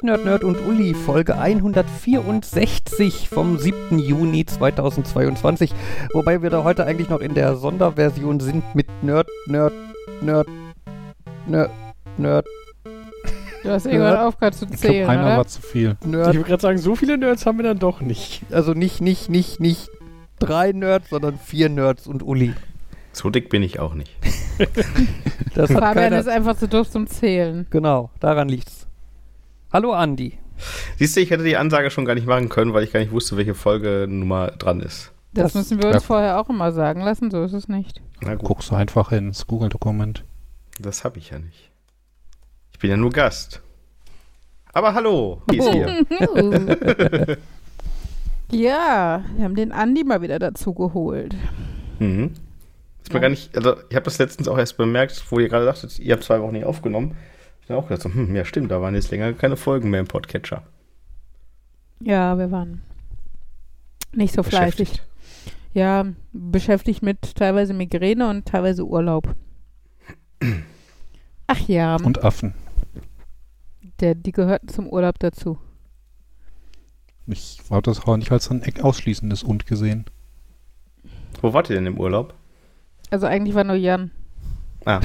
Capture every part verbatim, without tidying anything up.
Nerd, Nerd und Uli, Folge hundertvierundsechzig vom siebten Juni zweitausendzweiundzwanzig. Wobei wir da heute eigentlich noch in der Sonderversion sind mit Nerd, Nerd, Nerd, Nerd, Nerd. Du hast irgendwann aufgehört zu zählen, ich glaub, einer oder? war zu viel. Nerd. Ich würde gerade sagen, so viele Nerds haben wir dann doch nicht. Also nicht, nicht, nicht, nicht drei Nerds, sondern vier Nerds und Uli. So dick bin ich auch nicht. Das hat Fabian keiner... ist einfach zu doof zum Zählen. Genau, daran liegt's. Hallo Andi. Siehst du, ich hätte die Ansage schon gar nicht machen können, weil ich gar nicht wusste, welche Folgenummer dran ist. Das, das müssen wir uns ja. vorher auch immer sagen lassen, so ist es nicht. Na gut. Guckst du einfach ins Google-Dokument. Das habe ich ja nicht. Ich bin ja nur Gast. Aber hallo, wie ist hier? Ja, wir haben den Andi mal wieder dazu geholt. Mhm. Ist mir gar nicht, also ich habe das letztens auch erst bemerkt, wo ihr gerade sagtet, ihr habt zwei Wochen nicht aufgenommen. Ich habe auch gedacht, so, hm, ja stimmt, da waren jetzt länger keine Folgen mehr im Podcatcher. Ja, wir waren nicht so fleißig. Ja, beschäftigt mit teilweise Migräne und teilweise Urlaub. Ach ja. Und Affen. Der, die gehörten zum Urlaub dazu. Ich habe das auch nicht als ein ausschließendes Und gesehen. Wo wart ihr denn im Urlaub? Also eigentlich war nur Jan. Ah.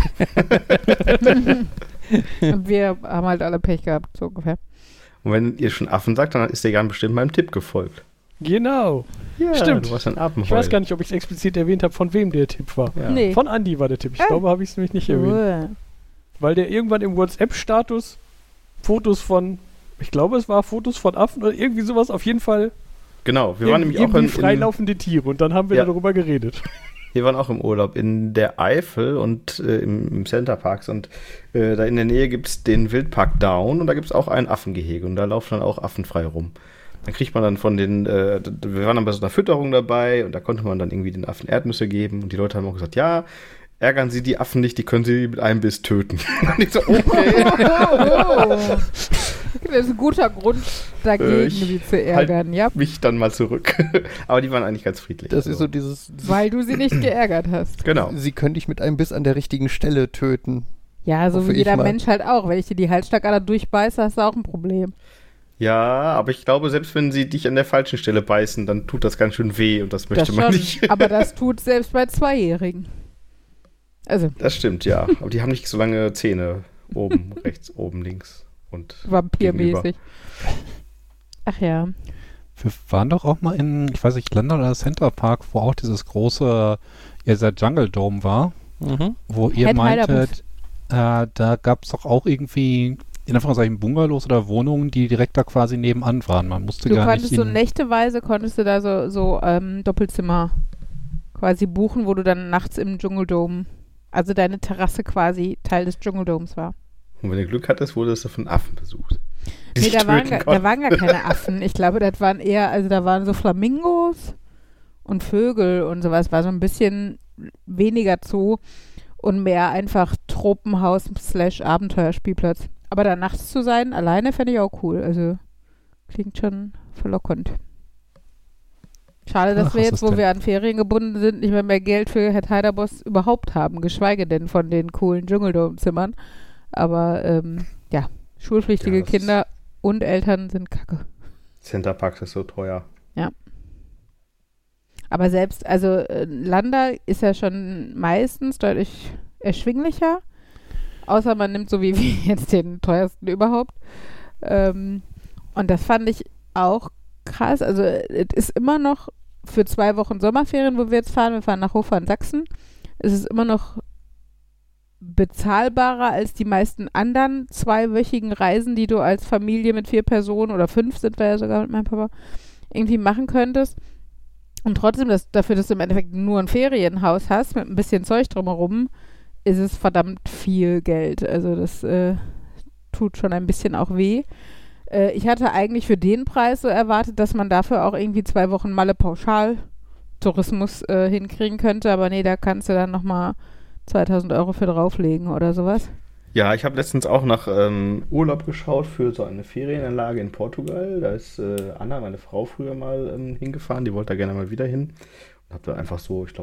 Und wir haben halt alle Pech gehabt, so ungefähr. Und wenn ihr schon Affen sagt, dann ist der Jan bestimmt meinem Tipp gefolgt. Genau. Ja, stimmt. Du warst ein Affenheul. Ich weiß gar nicht, ob ich es explizit erwähnt habe, von wem der Tipp war. Ja. Nee. Von Andi war der Tipp. Ich Ah. glaube, habe ich es nämlich nicht erwähnt. Cool. Weil der irgendwann im WhatsApp-Status Fotos von, ich glaube, es war Fotos von Affen oder irgendwie sowas, auf jeden Fall. Genau, wir waren nämlich auch irgendwie in, in freilaufende Tiere und dann haben wir Ja. darüber geredet. Wir waren auch im Urlaub in der Eifel und äh, im, im Centerparks und äh, da in der Nähe gibt es den Wildpark Down und da gibt es auch ein Affengehege und da laufen dann auch Affen frei rum. Dann kriegt man dann von den, äh, wir waren dann bei so einer Fütterung dabei und da konnte man dann irgendwie den Affen Erdnüsse geben und die Leute haben auch gesagt, ja, ärgern Sie die Affen nicht, die können Sie mit einem Biss töten. Und ich so, okay. Das ist ein guter Grund, dagegen Äh, ich sie zu ärgern, halt ja. mich dann mal zurück. Aber die waren eigentlich ganz friedlich. Das also. ist so dieses... Weil du sie nicht geärgert hast. Genau. Sie können dich mit einem Biss an der richtigen Stelle töten. Ja, so Hoffe wie ich jeder mal. Mensch halt auch. Wenn ich dir die Halsschlagader durchbeiße, hast du auch ein Problem. Ja, aber ich glaube, selbst wenn sie dich an der falschen Stelle beißen, dann tut das ganz schön weh und das möchte Das man schon, nicht. aber das tut selbst bei Zweijährigen. Also, Das stimmt, ja. Aber die haben nicht so lange Zähne. Oben, rechts, oben, links und vampirmäßig. Ach ja. Wir waren doch auch mal in, ich weiß nicht, London oder Center Park, wo auch dieses große, ja, dieser Jungle Dome war, Mhm. wo ihr Head meintet, äh, da gab es doch auch irgendwie, in Anführungszeichen, Bungalows oder Wohnungen, die direkt da quasi nebenan waren. Man musste Du gar konntest nicht so in, nächteweise, konntest du da so, so ähm, Doppelzimmer quasi buchen, wo du dann nachts im Dschungeldom, also deine Terrasse quasi Teil des Dschungeldoms war. Und wenn du Glück hattest, wurde es von Affen besucht. die Nee, dich da waren, töten gar, da konnten. waren gar keine Affen. Ich glaube, das waren eher, also da waren so Flamingos und Vögel und sowas. War so ein bisschen weniger Zoo und mehr einfach Tropenhaus slash Abenteuerspielplatz. Aber da nachts zu sein, alleine, fände ich auch cool. Also klingt schon verlockend. Schade, dass Ach, wir was jetzt, ist wo denn? wir an Ferien gebunden sind, nicht mehr mehr Geld für Head Heiderboss überhaupt haben, geschweige denn von den coolen Dschungeldom-Zimmern. Aber ähm, ja, schulpflichtige Ja, das- Kinder und Eltern sind kacke. Centerparks ist so teuer. Aber selbst, also äh, Landa ist ja schon meistens deutlich erschwinglicher, außer man nimmt so wie wir jetzt den teuersten überhaupt. Ähm, und das fand ich auch krass. Also es ist immer noch für zwei Wochen Sommerferien, wo wir jetzt fahren, wir fahren nach Hofer in Sachsen, es ist immer noch bezahlbarer als die meisten anderen zweiwöchigen Reisen, die du als Familie mit vier Personen oder fünf sind wir ja sogar mit meinem Papa irgendwie machen könntest. Und trotzdem, dass, dafür, dass du im Endeffekt nur ein Ferienhaus hast, mit ein bisschen Zeug drumherum, ist es verdammt viel Geld. Also das äh, tut schon ein bisschen auch weh. Äh, ich hatte eigentlich für den Preis so erwartet, dass man dafür auch irgendwie zwei Wochen Malle Pauschal-Tourismus äh, hinkriegen könnte. Aber nee, da kannst du dann nochmal zweitausend Euro für drauflegen oder sowas. Ja, ich habe letztens auch nach ähm, Urlaub geschaut für so eine Ferienanlage in Portugal. Da ist äh, Anna, meine Frau, früher mal ähm, hingefahren. Die wollte da gerne mal wieder hin. Und habe da einfach so, ich glaube,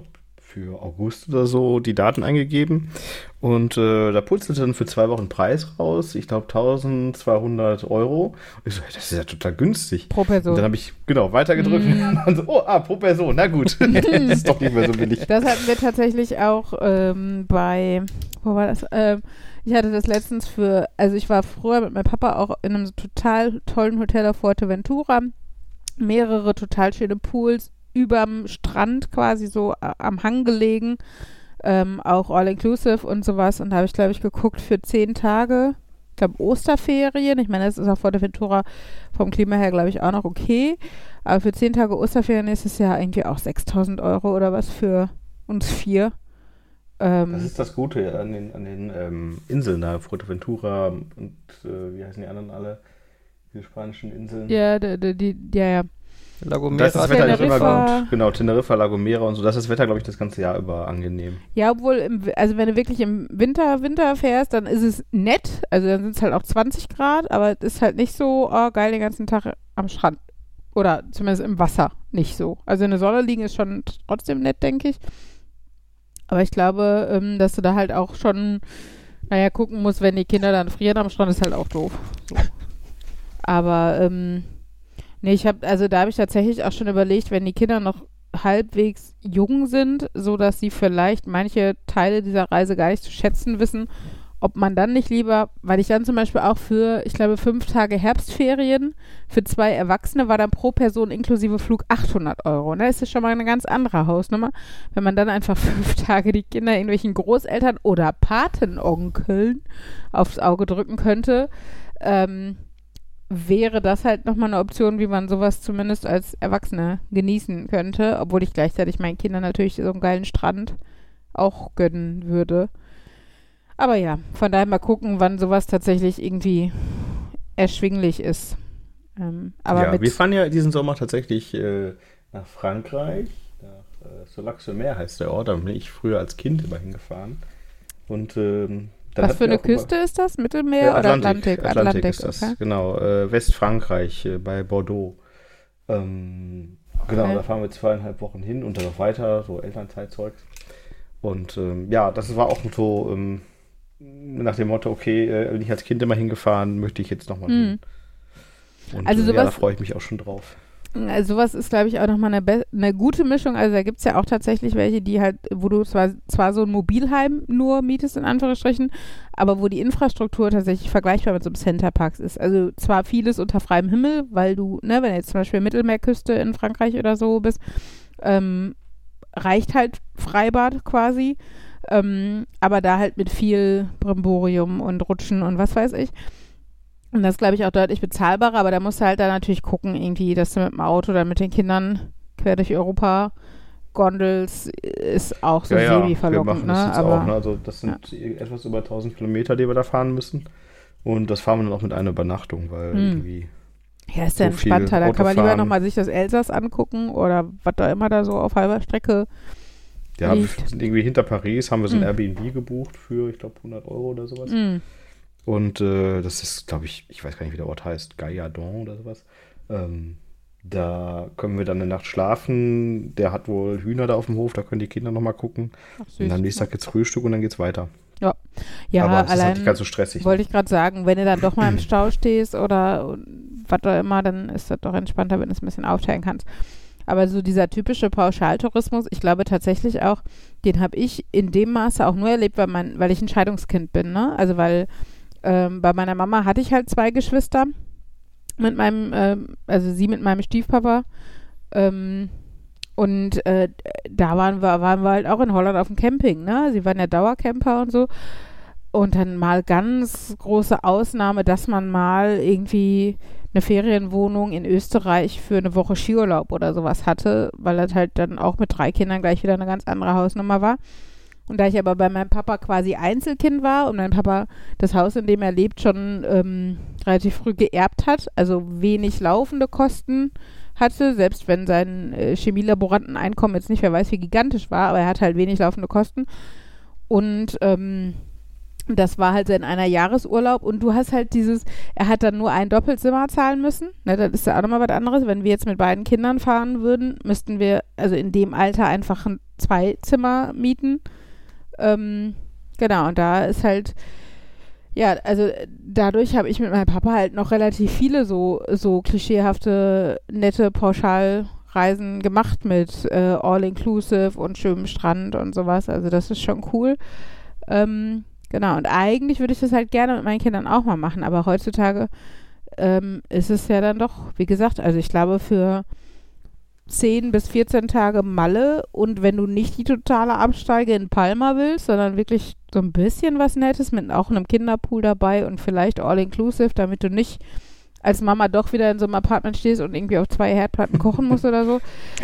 für August oder so die Daten eingegeben und äh, da purzelte dann für zwei Wochen Preis raus, ich glaube tausendzweihundert Euro. Ich so, das ist ja total günstig. Pro Person. Und dann habe ich, genau, weitergedrückt Mm. und so, oh, ah, pro Person, na gut. Das ist doch nicht mehr so billig. Das hatten wir tatsächlich auch ähm, bei, wo war das? Ähm, ich hatte das letztens für, also ich war früher mit meinem Papa auch in einem total tollen Hotel auf Fuerteventura, mehrere total schöne Pools, überm Strand quasi so äh, am Hang gelegen, ähm, auch all-inclusive und sowas. Und da habe ich, glaube ich, geguckt für zehn Tage, ich glaube Osterferien. Ich meine, das ist auf Fuerteventura vom Klima her, glaube ich, auch noch okay. Aber für zehn Tage Osterferien nächstes Jahr irgendwie auch sechstausend Euro oder was für uns vier. Ähm, Das ist das Gute an den, an den ähm, Inseln da, Fuerteventura und äh, wie heißen die anderen alle? Diese spanischen Inseln. ja, die, die, die, ja, ja. Da ist das Wetter nicht immer Teneriffa. gut. Genau, Teneriffa, La Gomera und so. Das ist das Wetter, glaube ich, das ganze Jahr über angenehm. Ja, obwohl, im, Wi- also wenn du wirklich im Winter, Winter fährst, dann ist es nett. Also dann sind es halt auch zwanzig Grad, aber es ist halt nicht so, oh, geil, den ganzen Tag am Strand. Oder zumindest im Wasser nicht so. Also in der Sonne liegen ist schon trotzdem nett, denke ich. Aber ich glaube, ähm, dass du da halt auch schon, naja, gucken musst, wenn die Kinder dann frieren am Strand, ist halt auch doof. So. Aber, ähm, nee, ich habe, also da habe ich tatsächlich auch schon überlegt, wenn die Kinder noch halbwegs jung sind, so dass sie vielleicht manche Teile dieser Reise gar nicht zu schätzen wissen, ob man dann nicht lieber, weil ich dann zum Beispiel auch für, ich glaube, fünf Tage Herbstferien für zwei Erwachsene war dann pro Person inklusive Flug achthundert Euro. Ne? Das ist schon mal eine ganz andere Hausnummer. Wenn man dann einfach fünf Tage die Kinder irgendwelchen Großeltern oder Patenonkeln aufs Auge drücken könnte, ähm, wäre das halt nochmal eine Option, wie man sowas zumindest als Erwachsene genießen könnte, obwohl ich gleichzeitig meinen Kindern natürlich so einen geilen Strand auch gönnen würde. Aber ja, von daher mal gucken, wann sowas tatsächlich irgendwie erschwinglich ist. Ähm, aber ja, mit wir fahren ja diesen Sommer tatsächlich äh, nach Frankreich, nach äh, Solax-sur-Mer heißt der Ort, da bin ich früher als Kind immer hingefahren. Und ähm, dann was hatten für wir eine auch über- Küste ist das? Mittelmeer Ja, oder Atlantik, Atlantik? Atlantik ist das, okay. genau. Äh, Westfrankreich äh, bei Bordeaux. Ähm, genau, Okay. da fahren wir zweieinhalb Wochen hin und dann noch weiter, so Elternzeitzeugs. Und ähm, ja, das war auch so ähm, nach dem Motto, okay, äh, bin ich als Kind immer hingefahren, möchte ich jetzt nochmal hin. Und Also äh, ja, da sowas- freue ich mich auch schon drauf. Also sowas ist, glaube ich, auch nochmal eine, be- eine gute Mischung. Also da gibt es ja auch tatsächlich welche, die halt, wo du zwar, zwar so ein Mobilheim nur mietest, in Anführungsstrichen, aber wo die Infrastruktur tatsächlich vergleichbar mit so einem Centerparks ist. Also zwar vieles unter freiem Himmel, weil du, ne, wenn du jetzt zum Beispiel Mittelmeerküste in Frankreich oder so bist, ähm, reicht halt Freibad quasi, ähm, aber da halt mit viel Brimborium und Rutschen und was weiß ich. Und das ist, glaube ich, auch deutlich bezahlbarer, aber da musst du halt dann natürlich gucken, irgendwie, dass du mit dem Auto oder mit den Kindern quer durch Europa gondelst, ist auch so ja, ja, wir semi-verlockend, machen ne? das jetzt Aber auch. Ne? Also das sind etwas über tausend Kilometer, die wir da fahren müssen. Und das fahren wir dann auch mit einer Übernachtung, weil Hm. irgendwie ja, ist ja so viel entspannter. Da kann man lieber Autofahren. nochmal sich das Elsass angucken oder was da immer da so auf halber Strecke. Ja, wir liegt. sind irgendwie hinter Paris, haben wir so ein Mm. Airbnb gebucht für, ich glaube, hundert Euro oder sowas. Mm. Und äh, das ist, glaube ich, ich weiß gar nicht, wie der Ort heißt, Gallardon oder sowas. Ähm, da können wir dann eine Nacht schlafen. Der hat wohl Hühner da auf dem Hof, da können die Kinder nochmal gucken. Ach, süß. Und am nächsten Tag geht's Frühstück und dann geht's weiter. Ja, Aber es ist halt allein nicht ganz so stressig. wollte ich gerade sagen, wenn du dann doch mal im Stau stehst oder was auch immer, dann ist das doch entspannter, wenn du es ein bisschen aufteilen kannst. Aber so dieser typische Pauschaltourismus, ich glaube tatsächlich auch, den habe ich in dem Maße auch nur erlebt, weil, mein, weil ich ein Scheidungskind bin. Ne? Also weil ähm, bei meiner Mama hatte ich halt zwei Geschwister mit meinem, ähm, also sie mit meinem Stiefpapa. Ähm, und äh, da waren wir, waren wir halt auch in Holland auf dem Camping. Ne? Sie waren ja Dauercamper und so. Und dann mal ganz große Ausnahme, dass man mal irgendwie eine Ferienwohnung in Österreich für eine Woche Skiurlaub oder sowas hatte, weil das halt dann auch mit drei Kindern gleich wieder eine ganz andere Hausnummer war. Und da ich aber bei meinem Papa quasi Einzelkind war und mein Papa das Haus, in dem er lebt, schon ähm, relativ früh geerbt hat, also wenig laufende Kosten hatte, selbst wenn sein äh, Chemielaboranteneinkommen jetzt nicht, wer weiß wie gigantisch war, aber er hat halt wenig laufende Kosten. Und ähm, Das war halt in einer Jahresurlaub und du hast halt dieses, er hat dann nur ein Doppelzimmer zahlen müssen. Ne, das ist ja auch nochmal was anderes. Wenn wir jetzt mit beiden Kindern fahren würden, müssten wir also in dem Alter einfach ein Zwei-Zimmer mieten. Ähm, genau, und da ist halt, ja, also dadurch habe ich mit meinem Papa halt noch relativ viele so, so klischeehafte, nette Pauschalreisen gemacht mit äh, All-Inclusive und schönem Strand und sowas. Also das ist schon cool. Ähm, Genau, und eigentlich würde ich das halt gerne mit meinen Kindern auch mal machen, aber heutzutage ähm, ist es ja dann doch, wie gesagt, also ich glaube für zehn bis vierzehn Tage Malle und wenn du nicht die totale Absteige in Palma willst, sondern wirklich so ein bisschen was Nettes mit auch einem Kinderpool dabei und vielleicht all-inclusive, damit du nicht als Mama doch wieder in so einem Apartment stehst und irgendwie auf zwei Herdplatten kochen musst oder so,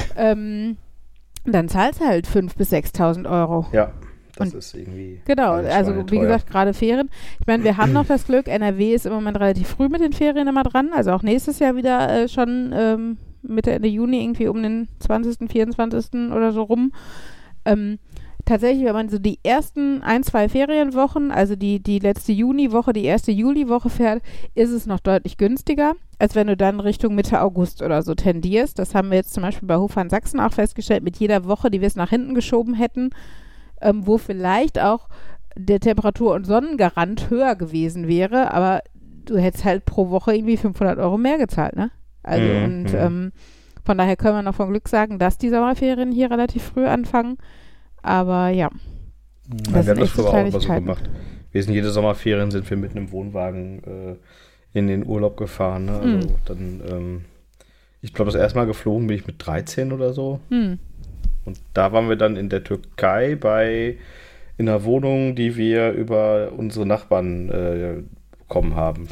ähm, dann zahlst du halt fünftausend bis sechstausend Euro. Ja. Das Und ist irgendwie. Genau, also wie gesagt, gerade Ferien. Ich meine, wir haben noch das Glück, N R W ist im Moment relativ früh mit den Ferien immer dran, also auch nächstes Jahr wieder äh, schon ähm, Mitte, Ende Juni irgendwie um den zwanzigsten, vierundzwanzigsten oder so rum. Ähm, tatsächlich, wenn man so die ersten ein, zwei Ferienwochen, also die, die letzte Juniwoche, die erste Juliwoche fährt, ist es noch deutlich günstiger, als wenn du dann Richtung Mitte August oder so tendierst. Das haben wir jetzt zum Beispiel bei Hofheim Sachsen auch festgestellt, mit jeder Woche, die wir es nach hinten geschoben hätten, Ähm, wo vielleicht auch der Temperatur- und Sonnengarant höher gewesen wäre, aber du hättest halt pro Woche irgendwie fünfhundert Euro mehr gezahlt, ne? Also Mhm. und ähm, von daher können wir noch von Glück sagen, dass die Sommerferien hier relativ früh anfangen, aber ja. Ja, Das wir haben sind das echt früher auch immer so Kleinigkeiten. gemacht. Wir sind jede Sommerferien sind wir mit einem Wohnwagen äh, in den Urlaub gefahren. Ne? Also Mhm. dann, ähm, ich glaube, das erste Mal geflogen bin ich mit dreizehn oder so. Hm. Und da waren wir dann in der Türkei bei in einer Wohnung, die wir über unsere Nachbarn äh, bekommen haben.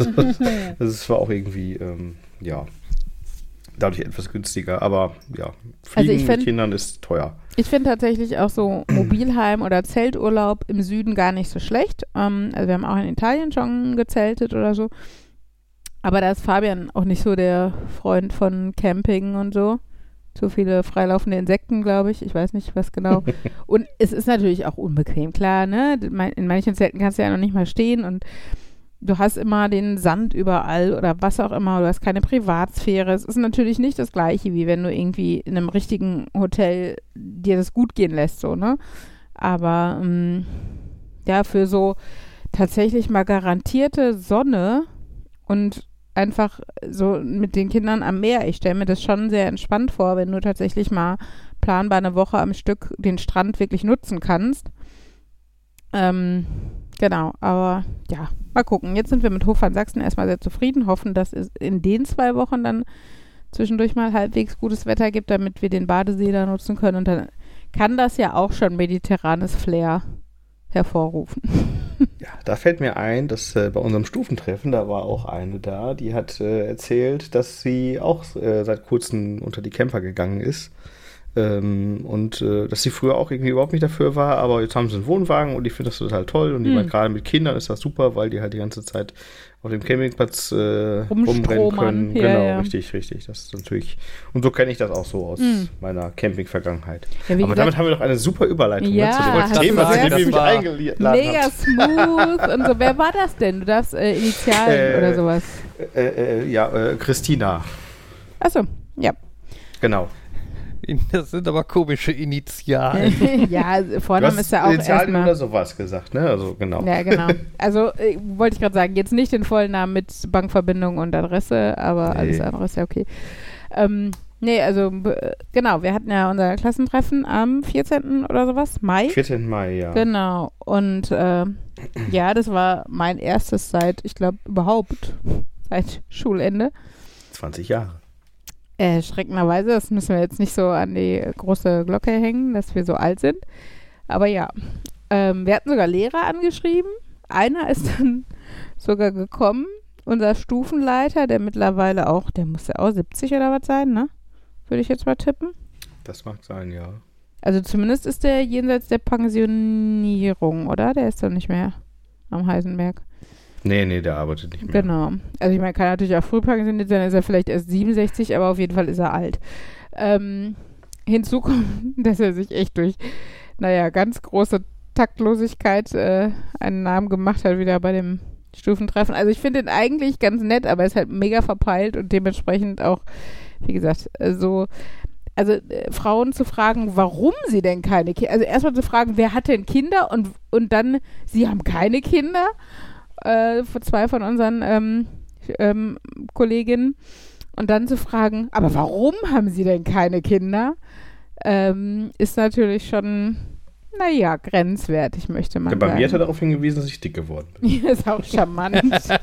Das war auch irgendwie, ähm, ja, dadurch etwas günstiger. Aber ja, Fliegen Also ich mit find- Kindern ist teuer. Ich finde tatsächlich auch so Mobilheim- oder Zelturlaub im Süden gar nicht so schlecht. Ähm, also wir haben auch in Italien schon gezeltet oder so. Aber da ist Fabian auch nicht so der Freund von Camping und so. Zu viele freilaufende Insekten, glaube ich. Ich weiß nicht, was genau. Und es ist natürlich auch unbequem, klar, ne? In manchen Zelten kannst du ja noch nicht mal stehen und du hast immer den Sand überall oder was auch immer. Du hast keine Privatsphäre. Es ist natürlich nicht das Gleiche, wie wenn du irgendwie in einem richtigen Hotel dir das gut gehen lässt, so, ne? Aber ähm, ja, für so tatsächlich mal garantierte Sonne und einfach so mit den Kindern am Meer. Ich stelle mir das schon sehr entspannt vor, wenn du tatsächlich mal planbar eine Woche am Stück den Strand wirklich nutzen kannst. Ähm, genau, aber ja, mal gucken. Jetzt sind wir mit Hofheim Sachsen erstmal sehr zufrieden, hoffen, dass es in den zwei Wochen dann zwischendurch mal halbwegs gutes Wetter gibt, damit wir den Badesee da nutzen können und dann kann das ja auch schon mediterranes Flair hervorrufen. Ja, da fällt mir ein, dass äh, bei unserem Stufentreffen, da war auch eine da, die hat äh, erzählt, dass sie auch äh, seit kurzem unter die Camper gegangen ist. Ähm, und äh, dass sie früher auch irgendwie überhaupt nicht dafür war, aber jetzt haben sie einen Wohnwagen und ich finde das total toll. Und die Hm. meint, gerade mit Kindern ist das super, weil die halt die ganze Zeit auf dem Campingplatz äh, rumrennen Rumstromern. können. Ja, genau, ja. richtig, richtig. Das ist natürlich. Und so kenne ich das auch so aus Hm. meiner Camping-Vergangenheit. Ja, wie Aber gesagt, damit haben wir doch eine super Überleitung Ja, ne, zu hast dem du Thema, zu sehr dem wir mich smart. eingeladen mega haben. smooth und so. Wer war das denn? Du darfst äh, Initialen Äh, oder sowas. Äh, äh, ja, äh, Christina. Achso, ja. Genau. Das sind aber komische Initialen. ja, also Du Vorname hast ist ja auch Initialen oder erstmal. sowas gesagt, ne? Also genau. Ja, genau. Also äh, wollte ich gerade sagen, jetzt nicht den vollen Namen mit Bankverbindung und Adresse, aber Nee. alles andere ist ja okay. Ähm, nee, also b- genau, wir hatten ja unser Klassentreffen am vierzehnten oder sowas, Mai. vierzehnten Mai, ja. Genau. Und äh, ja, das war mein erstes seit, ich glaube, überhaupt seit Schulende. zwanzig Jahre. Äh, schreckenderweise, das müssen wir jetzt nicht so an die große Glocke hängen, dass wir so alt sind. Aber ja, ähm, wir hatten sogar Lehrer angeschrieben. Einer ist dann sogar gekommen, unser Stufenleiter, der mittlerweile auch, der muss ja auch siebzig oder was sein, ne? Würde ich jetzt mal tippen. Das mag sein, ja. Also zumindest ist der jenseits der Pensionierung, oder? Der ist doch nicht mehr am Heisenberg. Nee, nee, der arbeitet nicht mehr. Genau. Also ich meine, kann natürlich auch früh pensioniert sein, ist er vielleicht erst siebenundsechzig, aber auf jeden Fall ist er alt. Ähm, hinzu kommt, dass er sich echt durch, naja, ganz große Taktlosigkeit äh, einen Namen gemacht hat, wieder bei dem Stufentreffen. Also ich finde ihn eigentlich ganz nett, aber er ist halt mega verpeilt und dementsprechend auch, wie gesagt, äh, so, also äh, Frauen zu fragen, warum sie denn keine Kinder, also erstmal zu fragen, wer hat denn Kinder und, und dann, sie haben keine Kinder, äh, zwei von unseren ähm, ähm, Kolleginnen, und dann zu fragen, aber warum haben sie denn keine Kinder, ähm, ist natürlich schon, naja, grenzwertig, möchte man Der bei sagen. mir hat er darauf hingewiesen, dass ich dick geworden bin. Ja, ist auch charmant.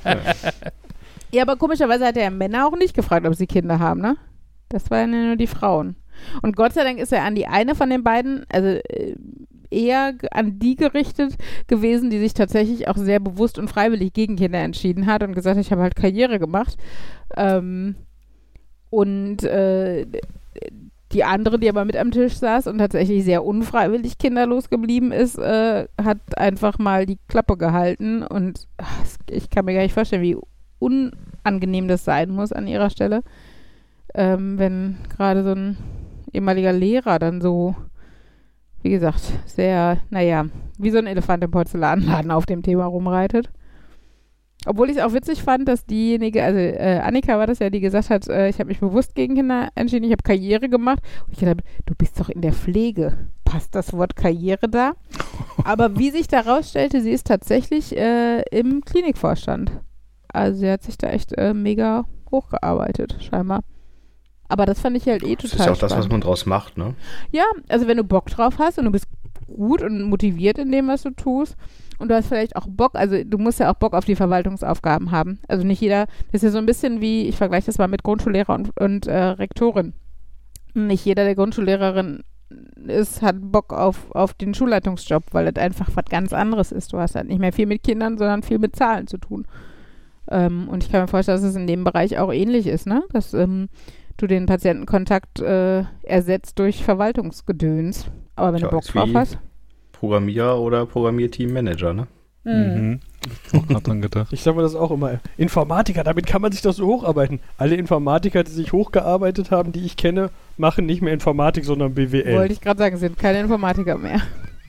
Ja, aber komischerweise hat er ja Männer auch nicht gefragt, ob sie Kinder haben, ne? Das waren ja nur die Frauen. Und Gott sei Dank ist er an die eine von den beiden, also äh, eher g- an die gerichtet gewesen, die sich tatsächlich auch sehr bewusst und freiwillig gegen Kinder entschieden hat und gesagt hat, ich habe halt Karriere gemacht. Ähm, und äh, die andere, die aber mit am Tisch saß und tatsächlich sehr unfreiwillig kinderlos geblieben ist, äh, hat einfach mal die Klappe gehalten und ach, es- ich kann mir gar nicht vorstellen, wie unangenehm das sein muss an ihrer Stelle, ähm, wenn gerade so ein ehemaliger Lehrer dann so, wie gesagt, sehr, naja, wie so ein Elefant im Porzellanladen auf dem Thema rumreitet. Obwohl ich es auch witzig fand, dass diejenige, also äh, Annika war das ja, die gesagt hat, äh, ich habe mich bewusst gegen Kinder entschieden, ich habe Karriere gemacht. Und ich gedacht, du bist doch in der Pflege. Passt das Wort Karriere da? Aber wie sich da rausstellte, sie ist tatsächlich äh, im Klinikvorstand. Also sie hat sich da echt äh, mega hochgearbeitet, scheinbar. Aber das fand ich halt eh total Das ist ja auch das, spannend. was man draus macht, ne? Ja, also wenn du Bock drauf hast und du bist gut und motiviert in dem, was du tust und du hast vielleicht auch Bock, also du musst ja auch Bock auf die Verwaltungsaufgaben haben. Also nicht jeder, das ist ja so ein bisschen wie, ich vergleiche das mal mit Grundschullehrer und, und äh, Rektorin. Nicht jeder, der Grundschullehrerin ist, hat Bock auf, auf den Schulleitungsjob, weil das einfach was ganz anderes ist. Du hast halt nicht mehr viel mit Kindern, sondern viel mit Zahlen zu tun. Ähm, und ich kann mir vorstellen, dass es in dem Bereich auch ähnlich ist, ne? Dass ähm, du den Patientenkontakt äh, ersetzt durch Verwaltungsgedöns. Aber wenn Tja, du Bock ist drauf wie- hast. Programmierer oder Programmierteammanager, ne? Mhm. Ich hab auch dran gedacht. Ich sage mir das auch immer. Informatiker, damit kann man sich doch so hocharbeiten. Alle Informatiker, die sich hochgearbeitet haben, die ich kenne, machen nicht mehr Informatik, sondern B W L. Wollte ich gerade sagen, sind keine Informatiker mehr.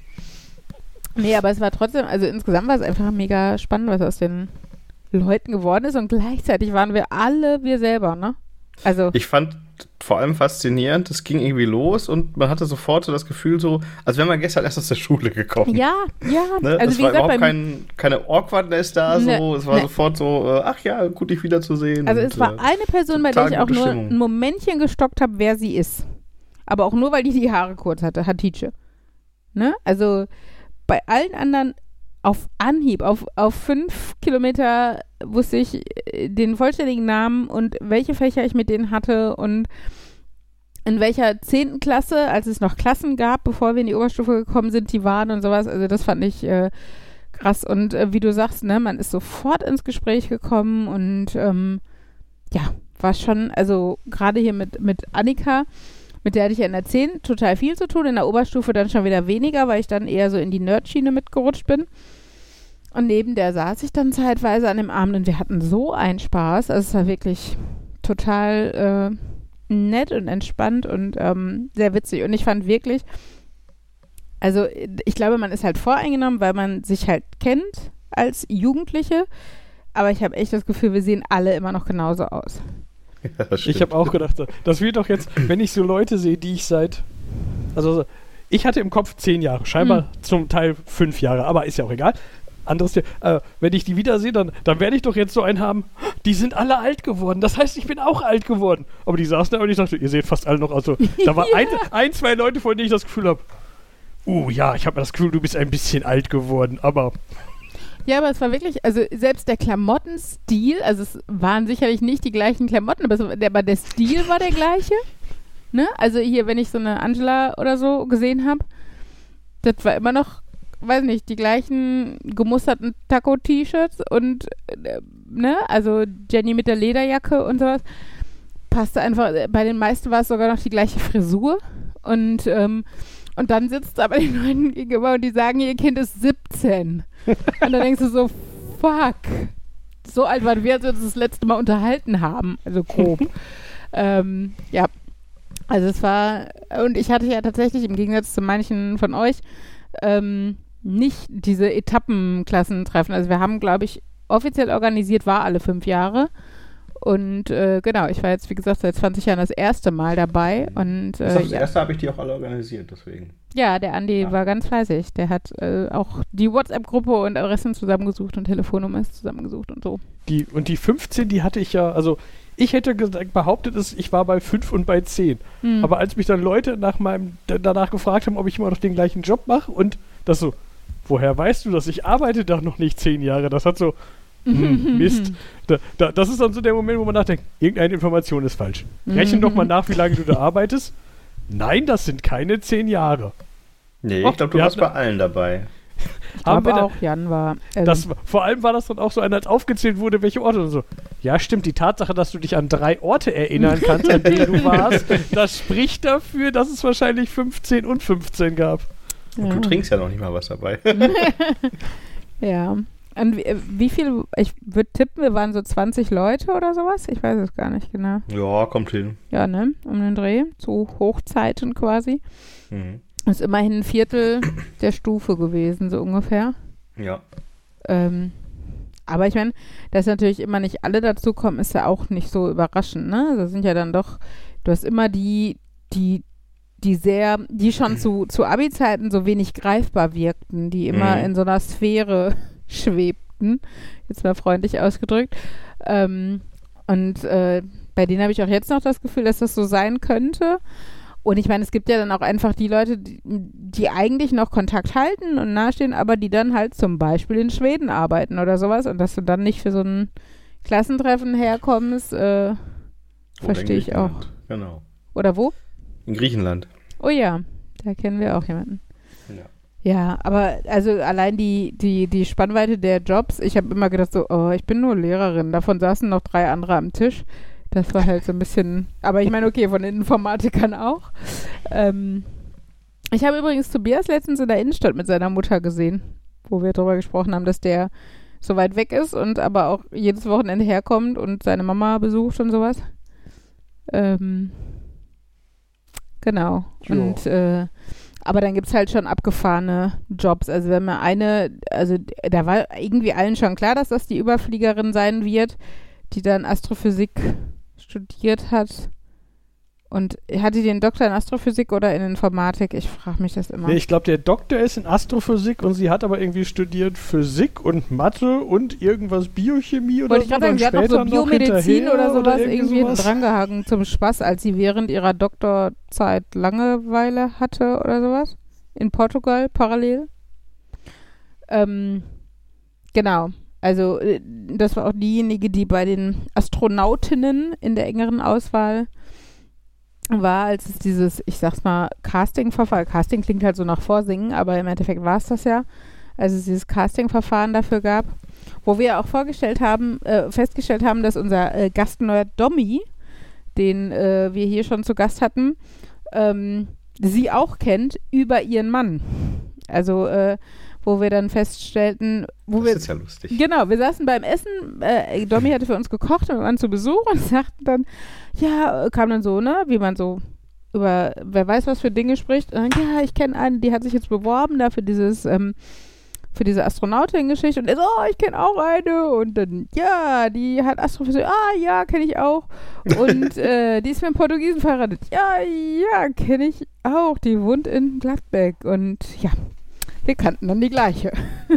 Nee, aber es war trotzdem, also insgesamt war es einfach mega spannend, was aus den Leuten geworden ist und gleichzeitig waren wir alle wir selber, ne? Also, Ich fand vor allem faszinierend, es ging irgendwie los und man hatte sofort so das Gefühl so, als wäre man gestern erst aus der Schule gekommen. ja, ja. Ne? Also es wie war gesagt, überhaupt beim, kein, keine Awkwardness da, so. Ne, Es war ne. sofort so, äh, ach ja, gut, dich wiederzusehen. also und, es war äh, eine Person, bei der total ich auch gute nur Stimmung. ein Momentchen gestockt habe, wer sie ist. Aber auch nur, weil die die Haare kurz hatte, Hatice. Ne? Also bei allen anderen auf Anhieb, auf, auf fünf Kilometer wusste ich äh, den vollständigen Namen und welche Fächer ich mit denen hatte und in welcher zehnten Klasse, als es noch Klassen gab, bevor wir in die Oberstufe gekommen sind, die waren und sowas. Also das fand ich äh, krass. Und äh, wie du sagst, ne, man ist sofort ins Gespräch gekommen und ähm, ja, war schon, also gerade hier mit, mit Annika, mit der hatte ich ja in der zehn total viel zu tun, in der Oberstufe dann schon wieder weniger, weil ich dann eher so in die Nerdschiene mitgerutscht bin. Und neben der saß ich dann zeitweise an dem Abend und wir hatten so einen Spaß. Also es war wirklich total äh, nett und entspannt und ähm, sehr witzig. Und ich fand wirklich, also ich glaube, man ist halt voreingenommen, weil man sich halt kennt als Jugendliche. Aber ich habe echt das Gefühl, wir sehen alle immer noch genauso aus. Ja, das Ich stimmt. habe auch gedacht, das wird doch jetzt, wenn ich so Leute sehe, die ich seit, also ich hatte im Kopf zehn Jahre, scheinbar Hm. zum Teil fünf Jahre, aber ist ja auch egal. Anderes, The- äh, wenn ich die wiedersehe, dann, dann werde ich doch jetzt so einen haben, die sind alle alt geworden. Das heißt, ich bin auch alt geworden. Aber die saßen da und ich dachte, ihr seht fast alle noch aus. So. Da war ein, ein, zwei Leute, von denen ich das Gefühl habe, uh ja, ich habe das Gefühl, du bist ein bisschen alt geworden, aber Ja, aber es war wirklich, also selbst der Klamottenstil, also es waren sicherlich nicht die gleichen Klamotten, aber, es, der, aber der Stil war der gleiche. Ne? Also hier, wenn ich so eine Angela oder so gesehen habe, das war immer noch, weiß nicht, die gleichen gemusterten Taco-T-Shirts und, äh, ne, also Jenny mit der Lederjacke und sowas. Passte einfach, bei den meisten war es sogar noch die gleiche Frisur und, ähm, und dann sitzt aber den Leuten gegenüber und die sagen, ihr Kind ist siebzehn. Und dann denkst du so, fuck. So alt waren wir, als wir uns das letzte Mal unterhalten haben. Also grob. ähm, ja. Also es war, und ich hatte ja tatsächlich im Gegensatz zu manchen von euch, ähm, nicht diese Etappenklassentreffen. Also wir haben, glaube ich, offiziell organisiert war alle fünf Jahre. Und äh, genau, ich war jetzt, wie gesagt, seit zwanzig Jahren das erste Mal dabei. Und, äh, das, das ja. erste habe ich die auch alle organisiert, deswegen. Ja, der Andi Ja. war ganz fleißig. Der hat äh, auch die WhatsApp-Gruppe und Adressen zusammengesucht und Telefonnummern zusammengesucht und so. Die, und die fünfzehn, die hatte ich ja, also ich hätte gesagt, behauptet, es, ich war bei fünf und bei zehn. Hm. Aber als mich dann Leute nach meinem, d- danach gefragt haben, ob ich immer noch den gleichen Job mache und das so, woher weißt du das? Ich arbeite doch noch nicht zehn Jahre. Das hat so, hm, Mist. Da, da, das ist dann so der Moment, wo man nachdenkt, irgendeine Information ist falsch. Rechne doch mal nach, wie lange du da arbeitest. Nein, das sind keine zehn Jahre. Nee, Och, ich glaube, du wir warst hatten- bei allen dabei. Ich Haben wir glaube da- auch, Jan war. Also, Das, war- vor allem war das dann auch so, als aufgezählt wurde, welche Orte und so. Ja, stimmt, die Tatsache, dass du dich an drei Orte erinnern kannst, an denen du warst, das spricht dafür, dass es wahrscheinlich fünfzehn und fünfzehn gab. Und du trinkst ja noch nicht mal was dabei. Ja. Und wie, wie viel, ich würde tippen, wir waren so zwanzig Leute oder sowas. Ich weiß es gar nicht genau. Ja, kommt hin. Ja, ne? Um den Dreh. Zu Hochzeiten quasi. Mhm. Das ist immerhin ein Viertel der Stufe gewesen, so ungefähr. Ja. Ähm, aber ich meine, dass natürlich immer nicht alle dazukommen, ist ja auch nicht so überraschend, ne? Das sind ja dann doch, du hast immer die, die, die sehr, die schon zu, zu Abi-Zeiten so wenig greifbar wirkten, die immer Mhm. in so einer Sphäre schwebten, jetzt mal freundlich ausgedrückt. Ähm, und äh, bei denen habe ich auch jetzt noch das Gefühl, dass das so sein könnte. Und ich meine, es gibt ja dann auch einfach die Leute, die, die eigentlich noch Kontakt halten und nahestehen, aber die dann halt zum Beispiel in Schweden arbeiten oder sowas und dass du dann nicht für so ein Klassentreffen herkommst, äh, Oder in verstehe ich auch. Griechenland. Genau. Oder wo? In Griechenland. Oh ja, da kennen wir auch jemanden. Ja. Ja, aber also allein die, die, die Spannweite der Jobs, ich habe immer gedacht so, oh, ich bin nur Lehrerin, davon saßen noch drei andere am Tisch. Das war halt so ein bisschen, aber ich meine, okay, von den Informatikern auch. Ähm, ich habe übrigens Tobias letztens in der Innenstadt mit seiner Mutter gesehen, wo wir darüber gesprochen haben, dass der so weit weg ist und aber auch jedes Wochenende herkommt und seine Mama besucht und sowas. Ähm, genau. Jo. Und äh, aber dann gibt es halt schon abgefahrene Jobs. Also wenn man eine, also da war irgendwie allen schon klar, dass das die Überfliegerin sein wird, die dann Astrophysik studiert hat. Und hat die den Doktor in Astrophysik oder in Informatik? Ich frage mich das immer. Nee, ich glaube, der Doktor ist in Astrophysik und sie hat aber irgendwie studiert Physik und Mathe und irgendwas Biochemie oder Wollte ich so. gerade sagen, dann sie hat noch so später Biomedizin hinterher oder sowas irgendwie irgendwie sowas. drangehangen zum Spaß, als sie während ihrer Doktorzeit Langeweile hatte oder sowas. In Portugal parallel. Ähm, genau. Also äh, das war auch diejenige, die bei den Astronautinnen in der engeren Auswahl war, als es dieses, ich sag's mal, Casting-Verfahren, Casting klingt halt so nach Vorsingen, aber im Endeffekt war es das ja, als es dieses Casting-Verfahren dafür gab, wo wir auch vorgestellt haben, äh, festgestellt haben, dass unser äh, Gastnerd Domi, den äh, wir hier schon zu Gast hatten, ähm, sie auch kennt über ihren Mann. Also, äh, wo wir dann feststellten, wo Das wir ist ja lustig. Genau, wir saßen beim Essen, äh, Domi hatte für uns gekocht und wir waren zu Besuch und sagten dann, ja, äh, kam dann so, ne, wie man so über, wer weiß was für Dinge spricht. Und dann, ja, ich kenne eine, die hat sich jetzt beworben da für dieses, ähm, für diese Astronautin-Geschichte und er so, oh, ich kenne auch eine und dann, ja, die hat Astrophysik, ah, ja, kenne ich auch und äh, die ist mit einem Portugiesen verheiratet, ja, ja, kenne ich auch, die wohnt in Gladbeck und ja, wir kannten dann die gleiche.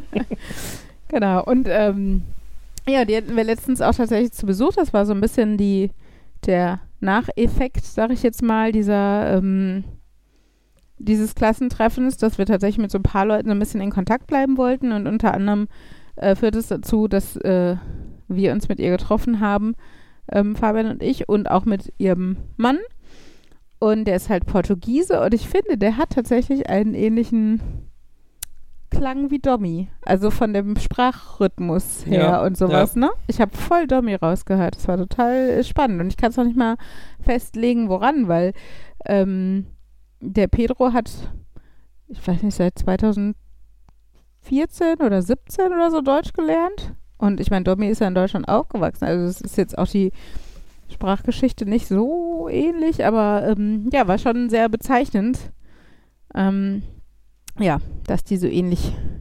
Genau. Und ähm, ja, die hatten wir letztens auch tatsächlich zu Besuch. Das war so ein bisschen die, der Nacheffekt, sag ich jetzt mal, dieser ähm, dieses Klassentreffens, dass wir tatsächlich mit so ein paar Leuten so ein bisschen in Kontakt bleiben wollten. Und unter anderem äh, führt es dazu, dass äh, wir uns mit ihr getroffen haben, ähm, Fabian und ich, und auch mit ihrem Mann. Und der ist halt Portugiese und ich finde, der hat tatsächlich einen ähnlichen Klang wie Domi. Also von dem Sprachrhythmus her Ja, und sowas, ne? Ich habe voll Domi rausgehört. Das war total äh, spannend. Und ich kann es noch nicht mal festlegen, woran, weil ähm, der Pedro hat, ich weiß nicht, seit zweitausendvierzehn oder siebzehn oder so Deutsch gelernt. Und ich meine, Domi ist ja in Deutschland aufgewachsen. Also es ist jetzt auch die Sprachgeschichte nicht so ähnlich, aber ähm, ja, war schon sehr bezeichnend. Ähm, ja, dass die so ähnlich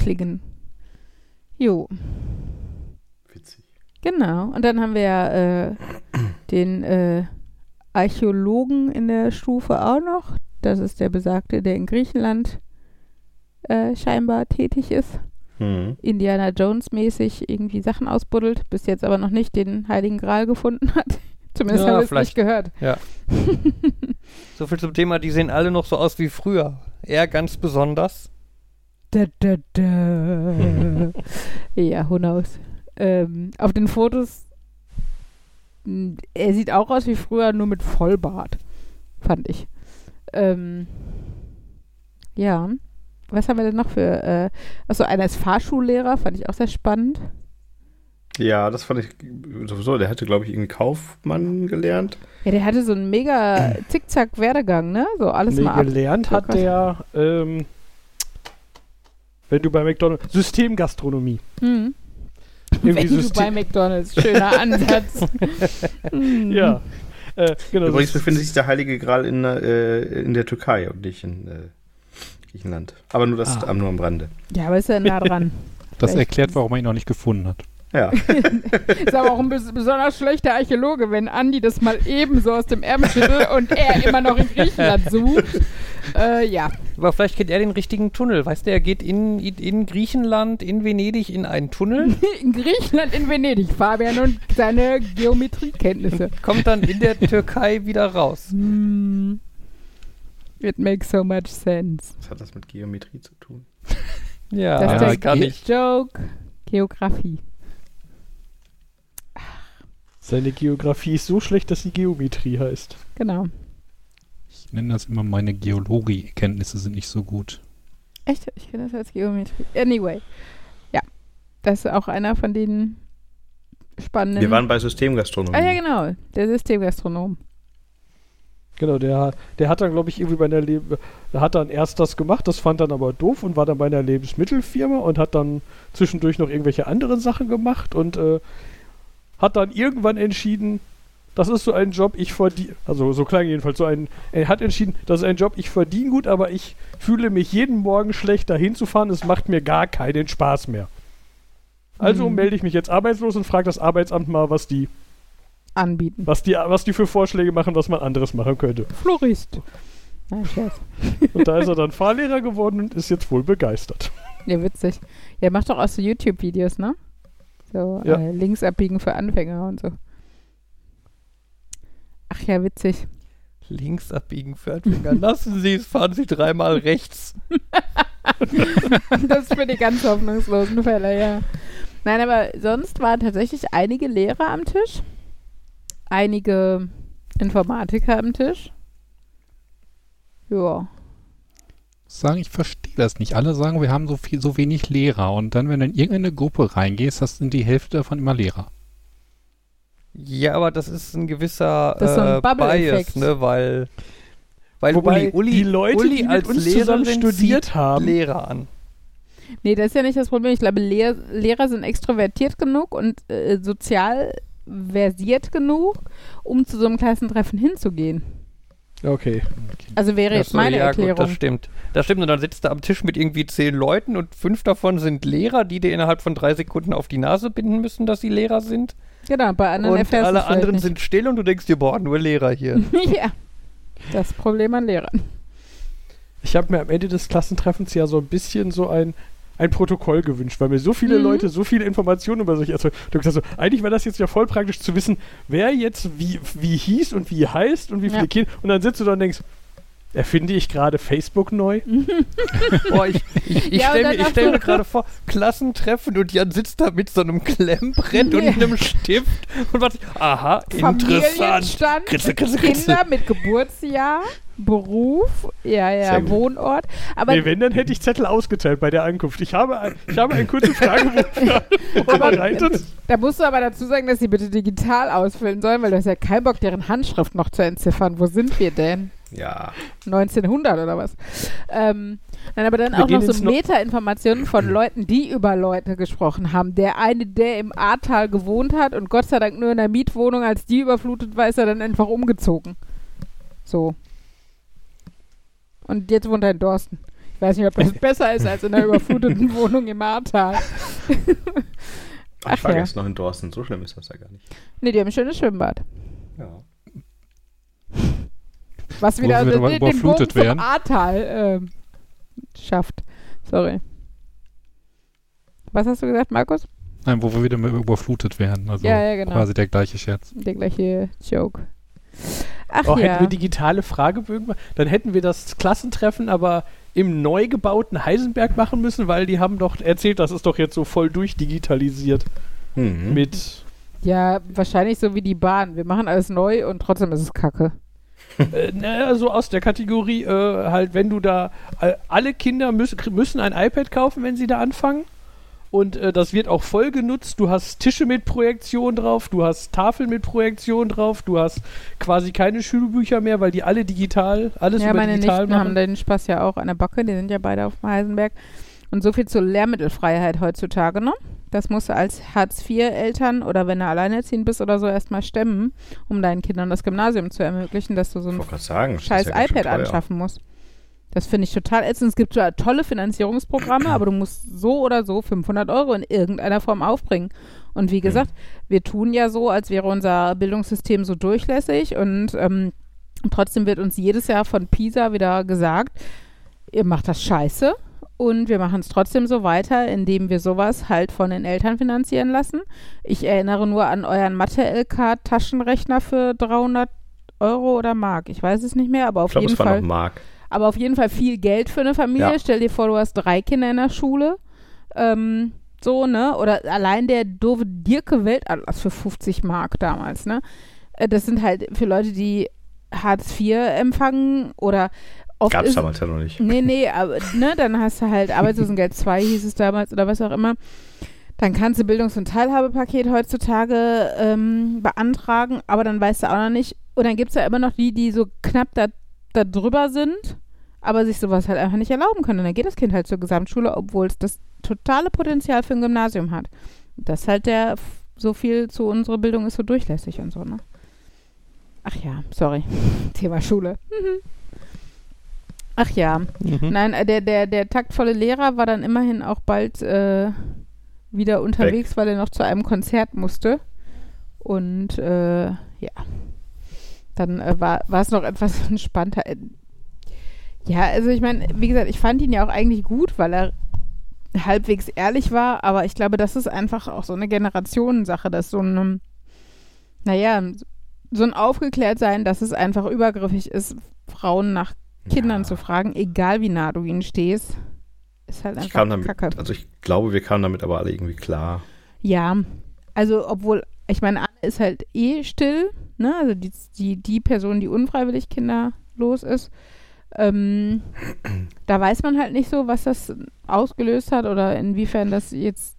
klingen. Jo. Witzig. Genau. Und dann haben wir ja äh, den äh, Archäologen in der Stufe auch noch. Das ist der Besagte, der in Griechenland äh, scheinbar tätig ist. Mhm. Indiana Jones mäßig irgendwie Sachen ausbuddelt, bis jetzt aber noch nicht den Heiligen Gral gefunden hat. Zumindest Ja, habe ich es vielleicht. nicht gehört. Ja. So viel zum Thema, die sehen alle noch so aus wie früher. Er ganz besonders. Da, da, da. Ja, who knows. Ähm, auf den Fotos, mh, er sieht auch aus wie früher, nur mit Vollbart, fand ich. Ähm, ja, was haben wir denn noch für, äh, achso, einer ist Fahrschullehrer, fand ich auch sehr spannend. Ja, das fand ich sowieso. Der hatte, glaube ich, irgendwie Kaufmann gelernt. Ja, der hatte so einen mega Zickzack-Werdegang, ne? So alles Nee, mal ab. gelernt hat der, ähm, wenn du bei McDonald's, Systemgastronomie. Hm. Irgendwie Wenn du System- bei McDonald's, schöner Ansatz. Hm. Ja. Äh, genau. Übrigens das- befindet sich der Heilige Gral in, äh, in der Türkei und nicht in äh, Griechenland. Aber nur das Ah. am nur am Rande. Ja, aber ist ja nah dran. Das Vielleicht- erklärt, warum er ihn noch nicht gefunden hat. Ja. Ist aber auch ein bes besonders schlechter Archäologe, wenn Andi das mal eben so aus dem Ärmel schüttelt und er immer noch in Griechenland sucht. Äh, ja. Aber vielleicht kennt er den richtigen Tunnel. Weißt du, er geht in, in, in Griechenland, in Venedig in einen Tunnel, In Griechenland, in Venedig, Fabian und seine Geometriekenntnisse. kommt dann in der Türkei wieder raus. Hmm. It makes so much sense. Was hat das mit Geometrie zu tun? Ja, Das das, ist der kann Ge- ich. Joke. Geografie. Seine Geografie ist so schlecht, dass sie Geometrie heißt. Genau. Ich nenne das immer, meine Geologie-Kenntnisse sind nicht so gut. Echt? Ich kenne das als Geometrie. Anyway. Ja. Das ist auch einer von den spannenden... Wir waren bei Systemgastronomie. Ah ja, genau. Der Systemgastronom. Genau, der, der hat dann, glaube ich, irgendwie bei einer Leb der hat dann erst das gemacht, das fand dann aber doof und war dann bei einer Lebensmittelfirma und hat dann zwischendurch noch irgendwelche anderen Sachen gemacht und äh, hat dann irgendwann entschieden, das ist so ein Job, ich verdiene, also so klang jedenfalls so ein, er hat entschieden, das ist ein Job, ich verdiene gut, aber ich fühle mich jeden Morgen schlecht, dahin zu fahren, es macht mir gar keinen Spaß mehr. Also Mhm. melde ich mich jetzt arbeitslos und frage das Arbeitsamt mal, was die, Anbieten. was die, was die für Vorschläge machen, was man anderes machen könnte. Florist. Nein, Scherz. Und da ist er dann Fahrlehrer geworden und ist jetzt wohl begeistert. Ja, witzig. Ja, macht doch auch so YouTube-Videos, ne? So Ja. äh, links abbiegen für Anfänger und so. Ach ja, witzig. Links abbiegen für Anfänger. Lassen Sie es, fahren Sie dreimal rechts. Das ist für die ganz hoffnungslosen Fälle, ja. Nein, aber sonst waren tatsächlich einige Lehrer am Tisch. Einige Informatiker am Tisch. Ja. Sagen, ich verstehe das nicht. Alle sagen, wir haben so viel, so wenig Lehrer. Und dann, wenn du in irgendeine Gruppe reingehst, das sind die Hälfte davon immer Lehrer. Ja, aber das ist ein gewisser Das ist so ein äh, Bubble-Effekt. Bias, ne, weil, weil Wobei Uli, Uli, die Leute, Uli die mit als uns Lehrerin zusammen studiert zieht haben- Lehrer an. Nee, das ist ja nicht das Problem. Ich glaube, Lehr Lehrer sind extrovertiert genug und äh, sozial versiert genug, um zu so einem Klassentreffen hinzugehen. Okay. Also wäre jetzt Ach so, meine ja, Erklärung. Gut, das stimmt. Das stimmt. Und dann sitzt du am Tisch mit irgendwie zehn Leuten und fünf davon sind Lehrer, die dir innerhalb von drei Sekunden auf die Nase binden müssen, dass sie Lehrer sind. Genau, bei anderen Und erfährst alle du's vielleicht anderen nicht. sind still und du denkst dir, boah, nur Lehrer hier. Ja, das Problem an Lehrern. Ich habe mir am Ende des Klassentreffens ja so ein bisschen so ein, ein Protokoll gewünscht, weil mir so viele Mhm. Leute so viele Informationen über sich erzählt. Du hast so, eigentlich wäre das jetzt ja voll praktisch zu wissen, wer jetzt wie, wie hieß und wie heißt und wie viele Ja. Kinder. Und dann sitzt du da und denkst, erfinde ich gerade Facebook neu? Boah, ich ich, ich Ja, und stelle dann mir, ich auch stell so- mir gerade vor, Klassentreffen und Jan sitzt da mit so einem Klemmbrett und Ja. einem Stift und was, aha, interessant. Familienstand, Kritzel, kritzel, kritzel. Kinder mit Geburtsjahr, Beruf, ja, Sehr ja, gut. Wohnort. Aber Nee, wenn, dann hätte ich Zettel ausgeteilt bei der Ankunft. Ich habe, ein, ich habe einen kurzen Fragebogen vorbereitet. da musst du aber dazu sagen, dass sie bitte digital ausfüllen sollen, weil du hast ja keinen Bock, deren Handschrift noch zu entziffern. Wo sind wir denn? Ja. neunzehnhundert oder was? Ähm, nein, aber dann Wir auch gehen noch ins so No- Meta-Informationen von Leuten, die über Leute gesprochen haben. Der eine, der im Ahrtal gewohnt hat und Gott sei Dank nur in der Mietwohnung, als die überflutet war, ist er dann einfach umgezogen. So. Und jetzt wohnt er in Dorsten. Ich weiß nicht, ob das besser ist als in einer überfluteten Wohnung im Ahrtal. Ach, ich war ja. jetzt noch in Dorsten, so schlimm ist das ja gar nicht. Nee, die haben ein schönes Schwimmbad. Ja. Was Wo wieder sie also wieder den, den Bogen überflutet zum werden. Ahrtal ähm, schafft. Sorry. Was hast du gesagt, Markus? Nein, wo wir wieder mal überflutet werden. Also Ja, ja, genau. quasi der gleiche Scherz. Der gleiche Joke. Ach Oh, ja. hätten wir digitale Fragebögen, dann hätten wir das Klassentreffen aber im neu gebauten Heisenberg machen müssen, weil die haben doch erzählt, das ist doch jetzt so voll durchdigitalisiert Mhm. mit Ja, wahrscheinlich so wie die Bahn. Wir machen alles neu und trotzdem ist es kacke. äh, ne, so aus der Kategorie äh, halt, wenn du da äh, alle Kinder müssen, müssen ein iPad kaufen, wenn sie da anfangen. Und äh, das wird auch voll genutzt. Du hast Tische mit Projektion drauf, du hast Tafeln mit Projektion drauf, du hast quasi keine Schulbücher mehr, weil die alle digital, alles Ja, über meine digital Nichten haben machen. den Spaß ja auch an der Backe. Die sind ja beide auf dem Heisenberg. Und so viel zur Lehrmittelfreiheit heutzutage, ne? Das musst du als Hartz vier Eltern oder wenn du alleinerziehend bist oder so erstmal stemmen, um deinen Kindern das Gymnasium zu ermöglichen, dass du so Ich ein wollte gerade sagen, das ist scheiß ja ganz schön iPad teuer. anschaffen musst. Das finde ich total ätzend. Es gibt zwar tolle Finanzierungsprogramme, aber du musst so oder so fünfhundert Euro in irgendeiner Form aufbringen. Und wie gesagt, wir tun ja so, als wäre unser Bildungssystem so durchlässig und ähm, trotzdem wird uns jedes Jahr von PISA wieder gesagt, ihr macht das scheiße und wir machen es trotzdem so weiter, indem wir sowas halt von den Eltern finanzieren lassen. Ich erinnere nur an euren Mathe-L K-Taschenrechner für dreihundert Euro oder Mark. Ich weiß es nicht mehr, aber auf Ich glaube, jeden es war Fall. noch Mark. Aber auf jeden Fall viel Geld für eine Familie. Ja. Stell dir vor, du hast drei Kinder in der Schule. Ähm, so, ne? Oder allein der doofe Dirke Weltatlas für fünfzig Mark damals, ne? Äh, Das sind halt für Leute, die Hartz vier empfangen oder oft Gab es ist, damals ja noch nicht. Nee, nee, aber, ne? Dann hast du halt Arbeitslosengeld zwei, hieß es damals, oder was auch immer. Dann kannst du Bildungs- und Teilhabepaket heutzutage ähm, beantragen, aber dann weißt du auch noch nicht. Und dann gibt es ja immer noch die, die so knapp da, da drüber sind, aber sich sowas halt einfach nicht erlauben können. Und dann geht das Kind halt zur Gesamtschule, obwohl es das totale Potenzial für ein Gymnasium hat. Das ist halt der, so viel zu unserer Bildung ist so durchlässig und so, ne? Ach ja, sorry. Thema Schule. Mhm. Ach ja. Mhm. Nein, äh, der, der, der taktvolle Lehrer war dann immerhin auch bald äh, wieder unterwegs, weil er noch zu einem Konzert musste. Und äh, ja, dann äh, war war es noch etwas entspannter. Ja, also ich meine, wie gesagt, ich fand ihn ja auch eigentlich gut, weil er halbwegs ehrlich war, aber ich glaube, das ist einfach auch so eine Generationensache, dass so ein, naja, so ein Aufgeklärtsein, dass es einfach übergriffig ist, Frauen nach Kindern Ja. zu fragen, egal wie nah du ihnen stehst, ist halt Ich kam einfach damit, Kacke. also ich glaube, wir kamen damit aber alle irgendwie klar. Ja, also obwohl, ich meine, Anne ist halt eh still, ne, also die, die, die Person, die unfreiwillig kinderlos ist, ähm, da weiß man halt nicht so, was das ausgelöst hat oder inwiefern das jetzt.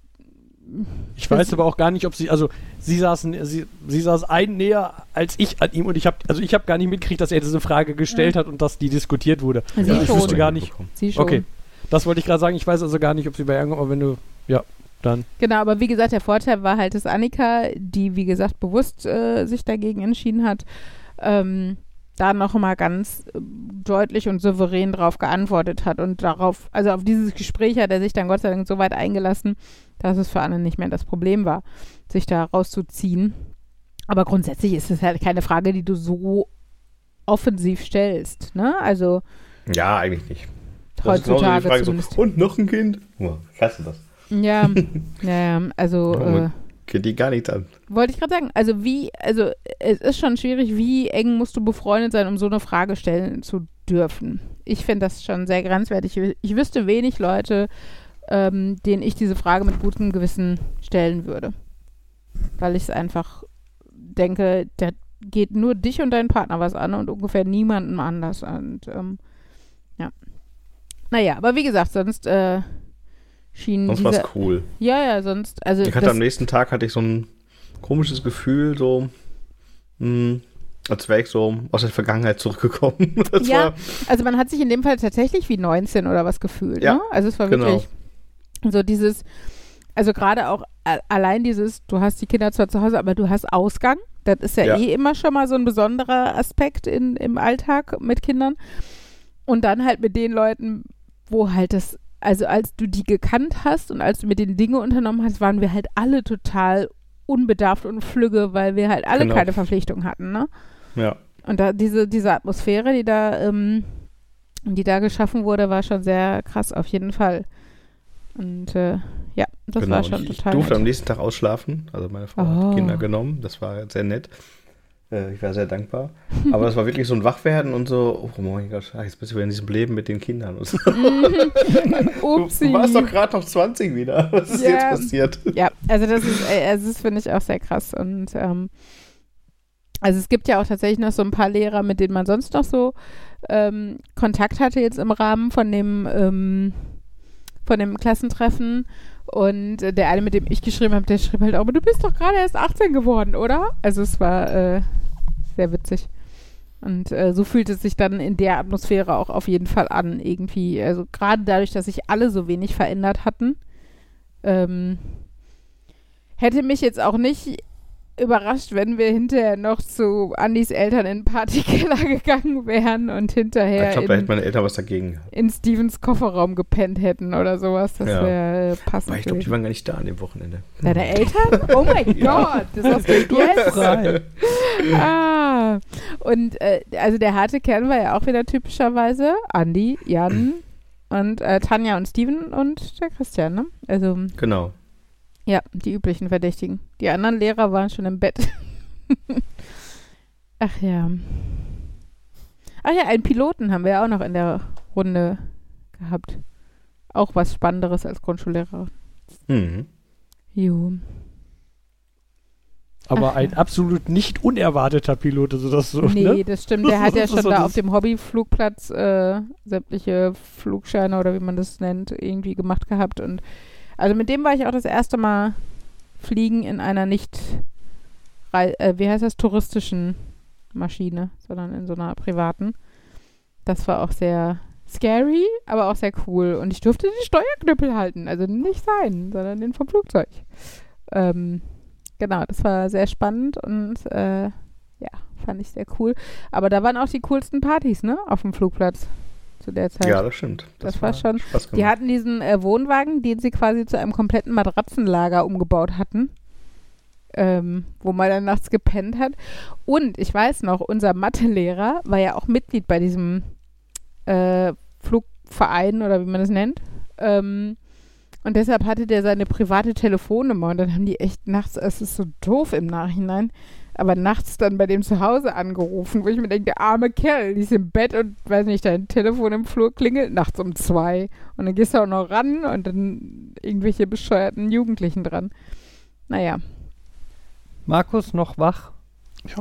Ich weiß aber auch gar nicht, ob sie, also sie saßen, sie, sie saß ein näher als ich an ihm und ich habe, also ich habe gar nicht mitgekriegt, dass er diese Frage gestellt Ja. hat und dass die diskutiert wurde. Sie Ja, ich schon. wüsste gar nicht. Sie schon. Okay, das wollte ich gerade sagen. Ich weiß also gar nicht, ob sie bei irgendwann, aber wenn du, ja, dann. Genau, aber wie gesagt, der Vorteil war halt, dass Annika, die wie gesagt bewusst äh, sich dagegen entschieden hat, ähm, da noch mal ganz äh, deutlich und souverän drauf geantwortet hat und darauf, also auf dieses Gespräch hat er sich dann Gott sei Dank so weit eingelassen, dass es für Anne nicht mehr das Problem war, sich da rauszuziehen. Aber grundsätzlich ist es halt keine Frage, die du so offensiv stellst, ne? Also Ja, eigentlich nicht. Das ist genauso die heutzutage Frage zumindest. So, und noch ein Kind? Oh, ich hasse das. Ja, ja, ja, also Ja, äh, Geht die gar nicht an. wollte ich gerade sagen, also wie, also es ist schon schwierig, wie eng musst du befreundet sein, um so eine Frage stellen zu dürfen. Ich finde das schon sehr grenzwertig. Ich, ich wüsste wenig Leute, ähm, denen ich diese Frage mit gutem Gewissen stellen würde. Weil ich es einfach denke, der geht nur dich und deinen Partner was an und ungefähr niemandem anders. Und ähm, ja. Naja, aber wie gesagt, sonst äh, schien Sonst war es dieser, cool. ja, ja, sonst, also Ich hatte das, am nächsten Tag hatte ich so ein komisches Gefühl, so mh, als wäre ich so aus der Vergangenheit zurückgekommen. Das Ja, war, also man hat sich in dem Fall tatsächlich wie neunzehn oder was gefühlt, Ja, ne? Also es war genau. wirklich so dieses, also gerade auch a- allein dieses, du hast die Kinder zwar zu Hause, aber du hast Ausgang. Das ist ja, Ja. eh immer schon mal so ein besonderer Aspekt in, im Alltag mit Kindern. Und dann halt mit den Leuten, wo halt das, also als du die gekannt hast und als du mit den Dinge unternommen hast, waren wir halt alle total unbedarft und flügge, weil wir halt alle Genau. keine Verpflichtung hatten, ne? Ja. Und da diese, diese Atmosphäre, die da, ähm, die da geschaffen wurde, war schon sehr krass, auf jeden Fall. Und äh, ja, das genau. war schon ich, total Ich durfte nett. am nächsten Tag ausschlafen. Also meine Frau Oh. hat die Kinder genommen. Das war sehr nett. Äh, ich war sehr dankbar. Aber das war wirklich so ein Wachwerden und so, oh mein Gott, jetzt bist du wieder in diesem Leben mit den Kindern. Und so. Upsi. Du warst doch gerade noch zwanzig wieder. Was ist Ja. jetzt passiert? Ja, also das ist, äh, also das finde ich auch sehr krass. Und ähm, also es gibt ja auch tatsächlich noch so ein paar Lehrer, mit denen man sonst noch so ähm, Kontakt hatte jetzt im Rahmen von dem ähm, von dem Klassentreffen. Und äh, der eine, mit dem ich geschrieben habe, der schrieb halt auch, aber du bist doch gerade erst achtzehn geworden, oder? Also es war äh, sehr witzig. Und äh, so fühlt es sich dann in der Atmosphäre auch auf jeden Fall an, irgendwie. Also gerade dadurch, dass sich alle so wenig verändert hatten, ähm, hätte mich jetzt auch nicht überrascht, wenn wir hinterher noch zu Andys Eltern in den Partykeller gegangen wären und hinterher Ich glaube, da in, hätten meine Eltern was dagegen gehabt. in Stevens Kofferraum gepennt hätten oder sowas. Das Ja. wäre äh, passend. Aber ich glaube, die gewesen. waren gar nicht da an dem Wochenende. Deine Eltern? Oh mein Ja. Gott, das hast du jetzt. Frei. Ah. Und äh, also der harte Kern war ja auch wieder typischerweise Andi, Jan und äh, Tanja und Steven und der Christian, ne? Also Genau. ja, die üblichen Verdächtigen. Die anderen Lehrer waren schon im Bett. Ach ja. Ach ja, einen Piloten haben wir ja auch noch in der Runde gehabt. Auch was Spannenderes als Grundschullehrer. Mhm. Jo. Aber Ach, ein ja. absolut nicht unerwarteter Pilot, also das so, Nee, ne? das stimmt. Der hat ja Das ist schon so da das- auf dem Hobbyflugplatz äh, sämtliche Flugscheine oder wie man das nennt, irgendwie gemacht gehabt. Und also mit dem war ich auch das erste Mal fliegen in einer nicht, Rei- äh, wie heißt das, touristischen Maschine, sondern in so einer privaten. Das war auch sehr scary, aber auch sehr cool. Und ich durfte den Steuerknüppel halten. Also nicht sein, sondern den vom Flugzeug. Ähm, genau, das war sehr spannend und äh, ja, fand ich sehr cool. Aber da waren auch die coolsten Partys, ne? Auf dem Flugplatz zu der Zeit. Ja, das stimmt. Das war schon- Spaß Die gemacht. hatten diesen äh, Wohnwagen, den sie quasi zu einem kompletten Matratzenlager umgebaut hatten, ähm, wo man dann nachts gepennt hat. Und ich weiß noch, unser Mathelehrer war ja auch Mitglied bei diesem äh, Flugverein oder wie man das nennt. Ähm, und deshalb hatte der seine private Telefonnummer und dann haben die echt nachts, es ist so doof im Nachhinein, aber nachts dann bei dem zu Hause angerufen, wo ich mir denke, der arme Kerl, die ist im Bett und, weiß nicht, dein Telefon im Flur klingelt nachts um zwei und dann gehst du auch noch ran und dann irgendwelche bescheuerten Jugendlichen dran. Naja. Markus, noch wach? Ja.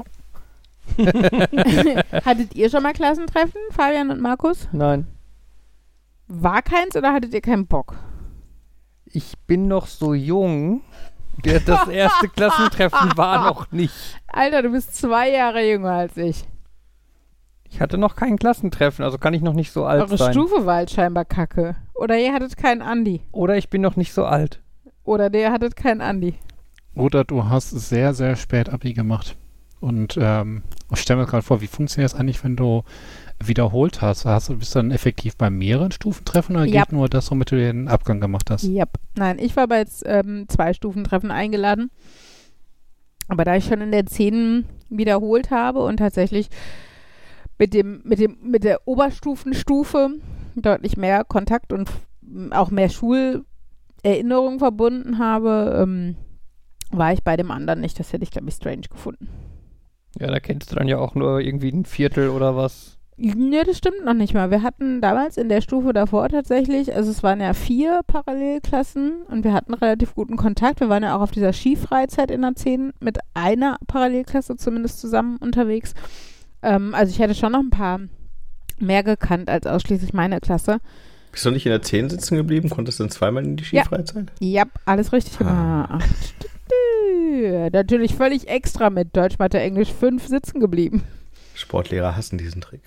Hattet ihr schon mal Klassentreffen, Fabian und Markus? Nein. War keins oder hattet ihr keinen Bock? Ich bin noch so jung. Der, das erste Klassentreffen war noch nicht. Alter, du bist zwei Jahre jünger als ich. Ich hatte noch kein Klassentreffen, also kann ich noch nicht so alt Eure sein. Stufe war halt scheinbar kacke. Oder ihr hattet keinen Andi. Oder ich bin noch nicht so alt. Oder ihr hattet keinen Andi. Oder du hast sehr, sehr spät Abi gemacht. Und ähm, ich stelle mir gerade vor, wie funktioniert das eigentlich, wenn du wiederholt hast? hast du, bist du dann effektiv bei mehreren Stufentreffen oder Ja. geht nur das, womit du den Abgang gemacht hast? Yep. Nein, ich war bei jetzt, ähm, zwei Stufentreffen eingeladen. Aber da ich schon in der zehn wiederholt habe und tatsächlich mit dem, mit dem, mit der Oberstufenstufe deutlich mehr Kontakt und f- auch mehr Schulerinnerungen verbunden habe, ähm, war ich bei dem anderen nicht. Das hätte ich, glaube ich, strange gefunden. Ja, da kennst du dann ja auch nur irgendwie ein Viertel oder was. Nee, das stimmt noch nicht mal. Wir hatten damals in der Stufe davor tatsächlich, also es waren ja vier Parallelklassen und wir hatten relativ guten Kontakt. Wir waren ja auch auf dieser Skifreizeit in der zehn mit einer Parallelklasse zumindest zusammen unterwegs. Ähm, also ich hätte schon noch ein paar mehr gekannt als ausschließlich meine Klasse. Bist du nicht in der zehn sitzen geblieben? Konntest du dann zweimal in die Ja. Skifreizeit? Ja, alles richtig Ah. gemacht. Natürlich völlig extra mit Deutsch, Mathe, Englisch fünf sitzen geblieben. Sportlehrer hassen diesen Trick.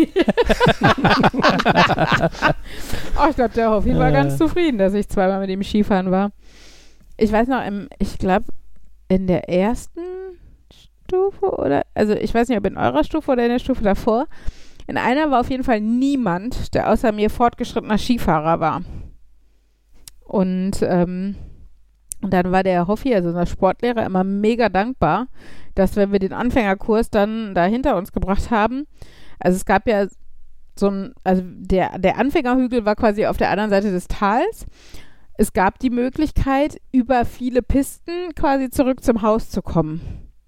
Oh, ich glaube, der Hoffi war Äh. ganz zufrieden, dass ich zweimal mit ihm Skifahren war. Ich weiß noch, im, ich glaube, in der ersten Stufe oder, also ich weiß nicht, ob in eurer Stufe oder in der Stufe davor, In einer war auf jeden Fall niemand, der außer mir fortgeschrittener Skifahrer war. Und, ähm, und dann war der Hoffi, also unser Sportlehrer, immer mega dankbar, dass wenn wir den Anfängerkurs dann da hinter uns gebracht haben, also es gab ja so ein, also der, der Anfängerhügel war quasi auf der anderen Seite des Tals. Es gab die Möglichkeit, über viele Pisten quasi zurück zum Haus zu kommen.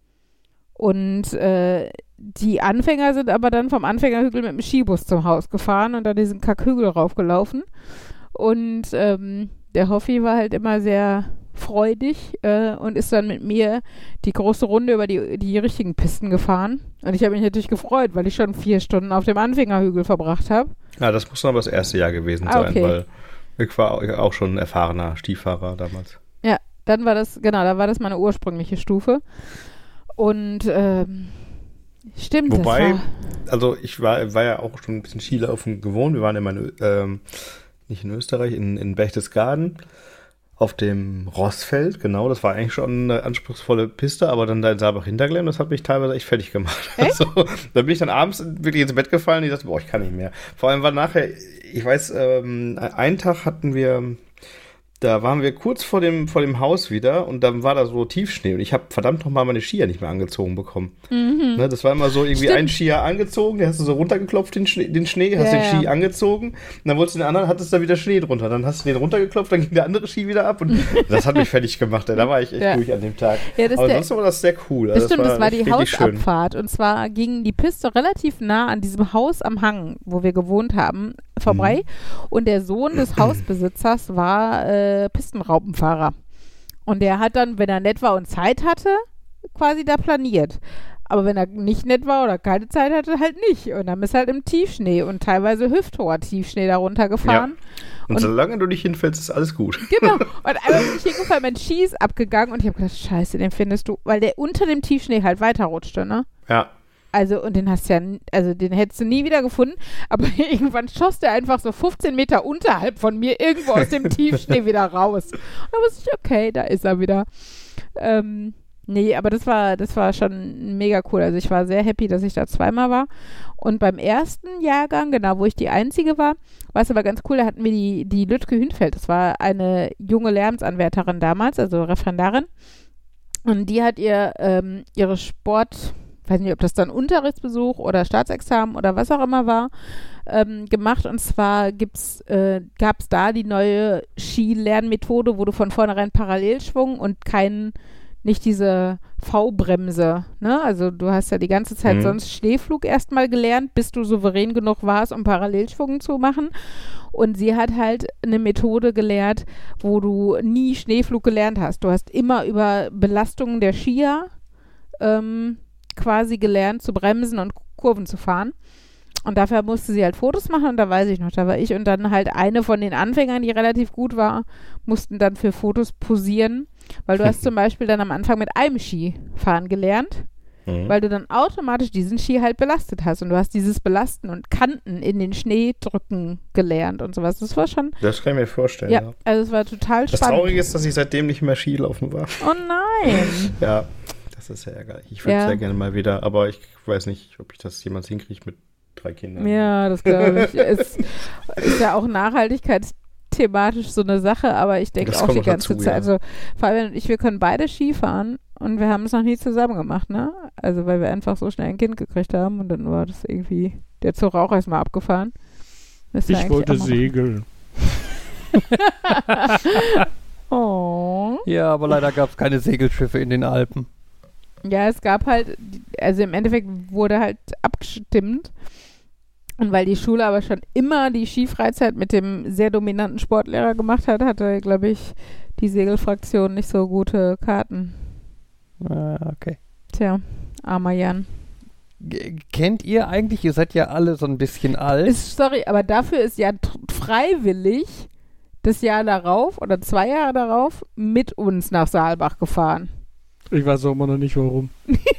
Und äh, die Anfänger sind aber dann vom Anfängerhügel mit dem Skibus zum Haus gefahren und dann diesen Kackhügel raufgelaufen. Und ähm, der Hoffi war halt immer sehr freudig äh, und ist dann mit mir die große Runde über die, die richtigen Pisten gefahren. Und ich habe mich natürlich gefreut, weil ich schon vier Stunden auf dem Anfängerhügel verbracht habe. Ja, das muss aber das erste Jahr gewesen Ah, sein, okay. weil ich war auch schon ein erfahrener Skifahrer damals. Ja, dann war das, genau, da war das meine ursprüngliche Stufe. Und ähm, stimmt, Wobei, das war... also ich war, war ja auch schon ein bisschen Skilaufen gewohnt. Wir waren immer in, ähm, nicht in Österreich, in, in Berchtesgaden auf dem Rossfeld, genau. Das war eigentlich schon eine anspruchsvolle Piste, aber dann da in Saalbach-Hinterglemm, das hat mich teilweise echt fertig gemacht. Echt? Also, da bin ich dann abends wirklich ins Bett gefallen und ich dachte, boah, ich kann nicht mehr. Vor allem war nachher, ich weiß, ähm, einen Tag hatten wir... Da waren wir kurz vor dem, vor dem Haus wieder und dann war da so Tiefschnee und ich habe verdammt nochmal meine Skier nicht mehr angezogen bekommen. Mhm. Ne, das war immer so irgendwie Stimmt. ein Skier angezogen, den hast du so runtergeklopft, den Schnee, den Schnee hast Ja, den Ski ja. angezogen und dann wolltest du den anderen, hattest da wieder Schnee drunter. Dann hast du den runtergeklopft, dann ging der andere Ski wieder ab und das hat mich fertig gemacht. Ey. Da war ich echt Ja. durch an dem Tag. Ja, das Aber der- sonst war das sehr cool. Das Also stimmt, das war die richtig schön. Hausabfahrt. Und zwar ging die Piste relativ nah an diesem Haus am Hang, wo wir gewohnt haben, vorbei. Mhm. Und der Sohn des Hausbesitzers war äh, Pistenraupenfahrer. Und der hat dann, wenn er nett war und Zeit hatte, quasi da planiert. Aber wenn er nicht nett war oder keine Zeit hatte, halt nicht. Und dann ist halt im Tiefschnee und teilweise hüfthoher Tiefschnee da runtergefahren. Und, Und- solange du nicht hinfällst, ist alles gut. Genau. Und einmal bin ich hingefallen, mein Ski ist abgegangen und ich habe gedacht, scheiße, den findest du, weil der unter dem Tiefschnee halt weiterrutschte, ne? Ja. Also, und den hast du ja, n- also den hättest du nie wieder gefunden, aber irgendwann schoss der einfach so fünfzehn Meter unterhalb von mir irgendwo aus dem Tiefschnee wieder raus. Und da wusste ich, okay, da ist er wieder. Ähm, nee, aber das war, das war schon mega cool. Also ich war sehr happy, dass ich da zweimal war. Und beim ersten Jahrgang, genau, wo ich die Einzige war, war es aber ganz cool, da hatten wir die, die Lütke Hünfeld. Das war eine junge Lehramtsanwärterin damals, also Referendarin. Und die hat ihr ähm, ihre Sport, weiß nicht, ob das dann Unterrichtsbesuch oder Staatsexamen oder was auch immer war, ähm, gemacht. Und zwar gibt's, äh, gab es da die neue Skilernmethode, wo du von vornherein Parallelschwung und kein, nicht diese V-Bremse, ne? Also du hast ja die ganze Zeit Mhm. sonst Schneeflug erstmal gelernt, bis du souverän genug warst, um Parallelschwung zu machen. Und sie hat halt eine Methode gelehrt, wo du nie Schneeflug gelernt hast. Du hast immer über Belastungen der Skier ähm, quasi gelernt zu bremsen und Kurven zu fahren. Und dafür musste sie halt Fotos machen und da weiß ich noch, da war ich und dann halt eine von den Anfängern, die relativ gut war, mussten dann für Fotos posieren, weil du hast zum Beispiel dann am Anfang mit einem Ski fahren gelernt, Mhm. weil du dann automatisch diesen Ski halt belastet hast und du hast dieses Belasten und Kanten in den Schnee drücken gelernt und sowas. Das war schon, Das kann ich mir vorstellen. ja, Ja. also es war total Das spannend. Traurige ist, dass ich seitdem nicht mehr Skilaufen war. Oh nein. Ja, das ist ja ärgerlich. Ich würde Ja. sehr gerne mal wieder, aber ich weiß nicht, ob ich das jemals hinkriege mit drei Kindern. Ja, das glaube ich. Es ist ja auch nachhaltigkeitsthematisch so eine Sache, aber ich denke Das auch kommt die noch ganze dazu, Zeit. ja. Also Fabian und ich, wir können beide Ski fahren und wir haben es noch nie zusammen gemacht, ne? Also weil wir einfach so schnell ein Kind gekriegt haben und dann war das irgendwie, der Zug auch erstmal abgefahren. Müssen wir Ich eigentlich wollte auch mal segeln. machen. Oh. Ja, aber leider gab es keine Segelschiffe in den Alpen. Ja, es gab halt, also im Endeffekt wurde halt abgestimmt. Und weil die Schule aber schon immer die Skifreizeit mit dem sehr dominanten Sportlehrer gemacht hat, hatte, glaube ich, die Segelfraktion nicht so gute Karten. Ah, okay. Tja, armer Jan. G kennt ihr eigentlich, ihr seid ja alle so ein bisschen alt. Ist, sorry, aber dafür ist Jan t- freiwillig das Jahr darauf oder zwei Jahre darauf mit uns nach Saalbach gefahren. Ich weiß auch immer noch nicht, warum.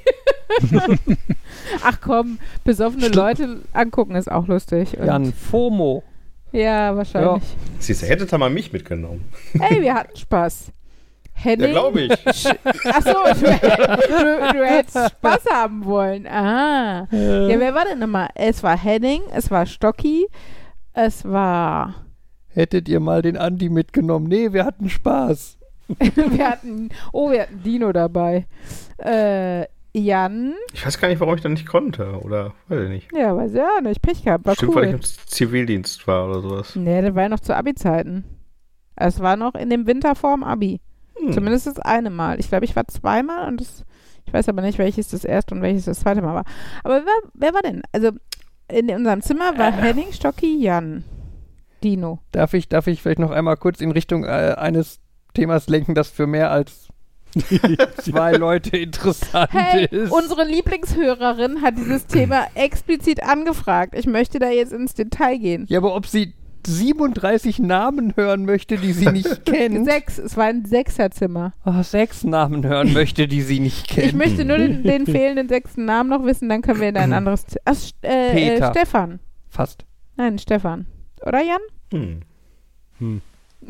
Ach komm, besoffene Leute angucken ist auch lustig. Und Jan, FOMO. ja, wahrscheinlich. Siehst du, hättet ihr mal mich mitgenommen. Ey, wir hatten Spaß. Henning? Ja, glaube ich. Achso, du, du, du hättest Spaß haben wollen. Aha. Ja, wer war denn nochmal? Es war Henning, es war Stocki, es war... Hättet ihr mal den Andi mitgenommen? Nee, wir hatten Spaß. wir hatten... Oh, wir hatten Dino dabei. Äh, Jan. Ich weiß gar nicht, warum ich dann nicht konnte. Oder, weiß ich nicht. Ja, weiß ja nicht. Pech gehabt, war Stimmt, cool. weil ich im Zivildienst war oder sowas. Nee, das war ja noch zu Abi-Zeiten. Es war noch in dem Winter vorm Abi. Hm. Zumindest das eine Mal. Ich glaube, ich war zweimal und das, ich weiß aber nicht, welches das erste und welches das zweite Mal war. Aber wer, wer war denn? Also in unserem Zimmer war äh. Henning, Stocki, Jan, Dino. Darf ich, darf ich vielleicht noch einmal kurz in Richtung äh, eines Themas lenken, das für mehr als zwei Leute interessant hey, ist? Unsere Lieblingshörerin hat dieses Thema explizit angefragt. Ich möchte da jetzt ins Detail gehen. Ja, aber ob sie siebenunddreißig Namen hören möchte, die sie nicht kennt. Sechs, es war ein Sechserzimmer. Oh, sechs Namen hören möchte, die sie nicht kennt. Ich möchte nur den, den fehlenden sechsten Namen noch wissen, dann können wir in ein anderes... Z- Ach, äh, Peter. Äh, Stefan. Fast. Nein, Stefan. Oder Jan? Hm. Hm.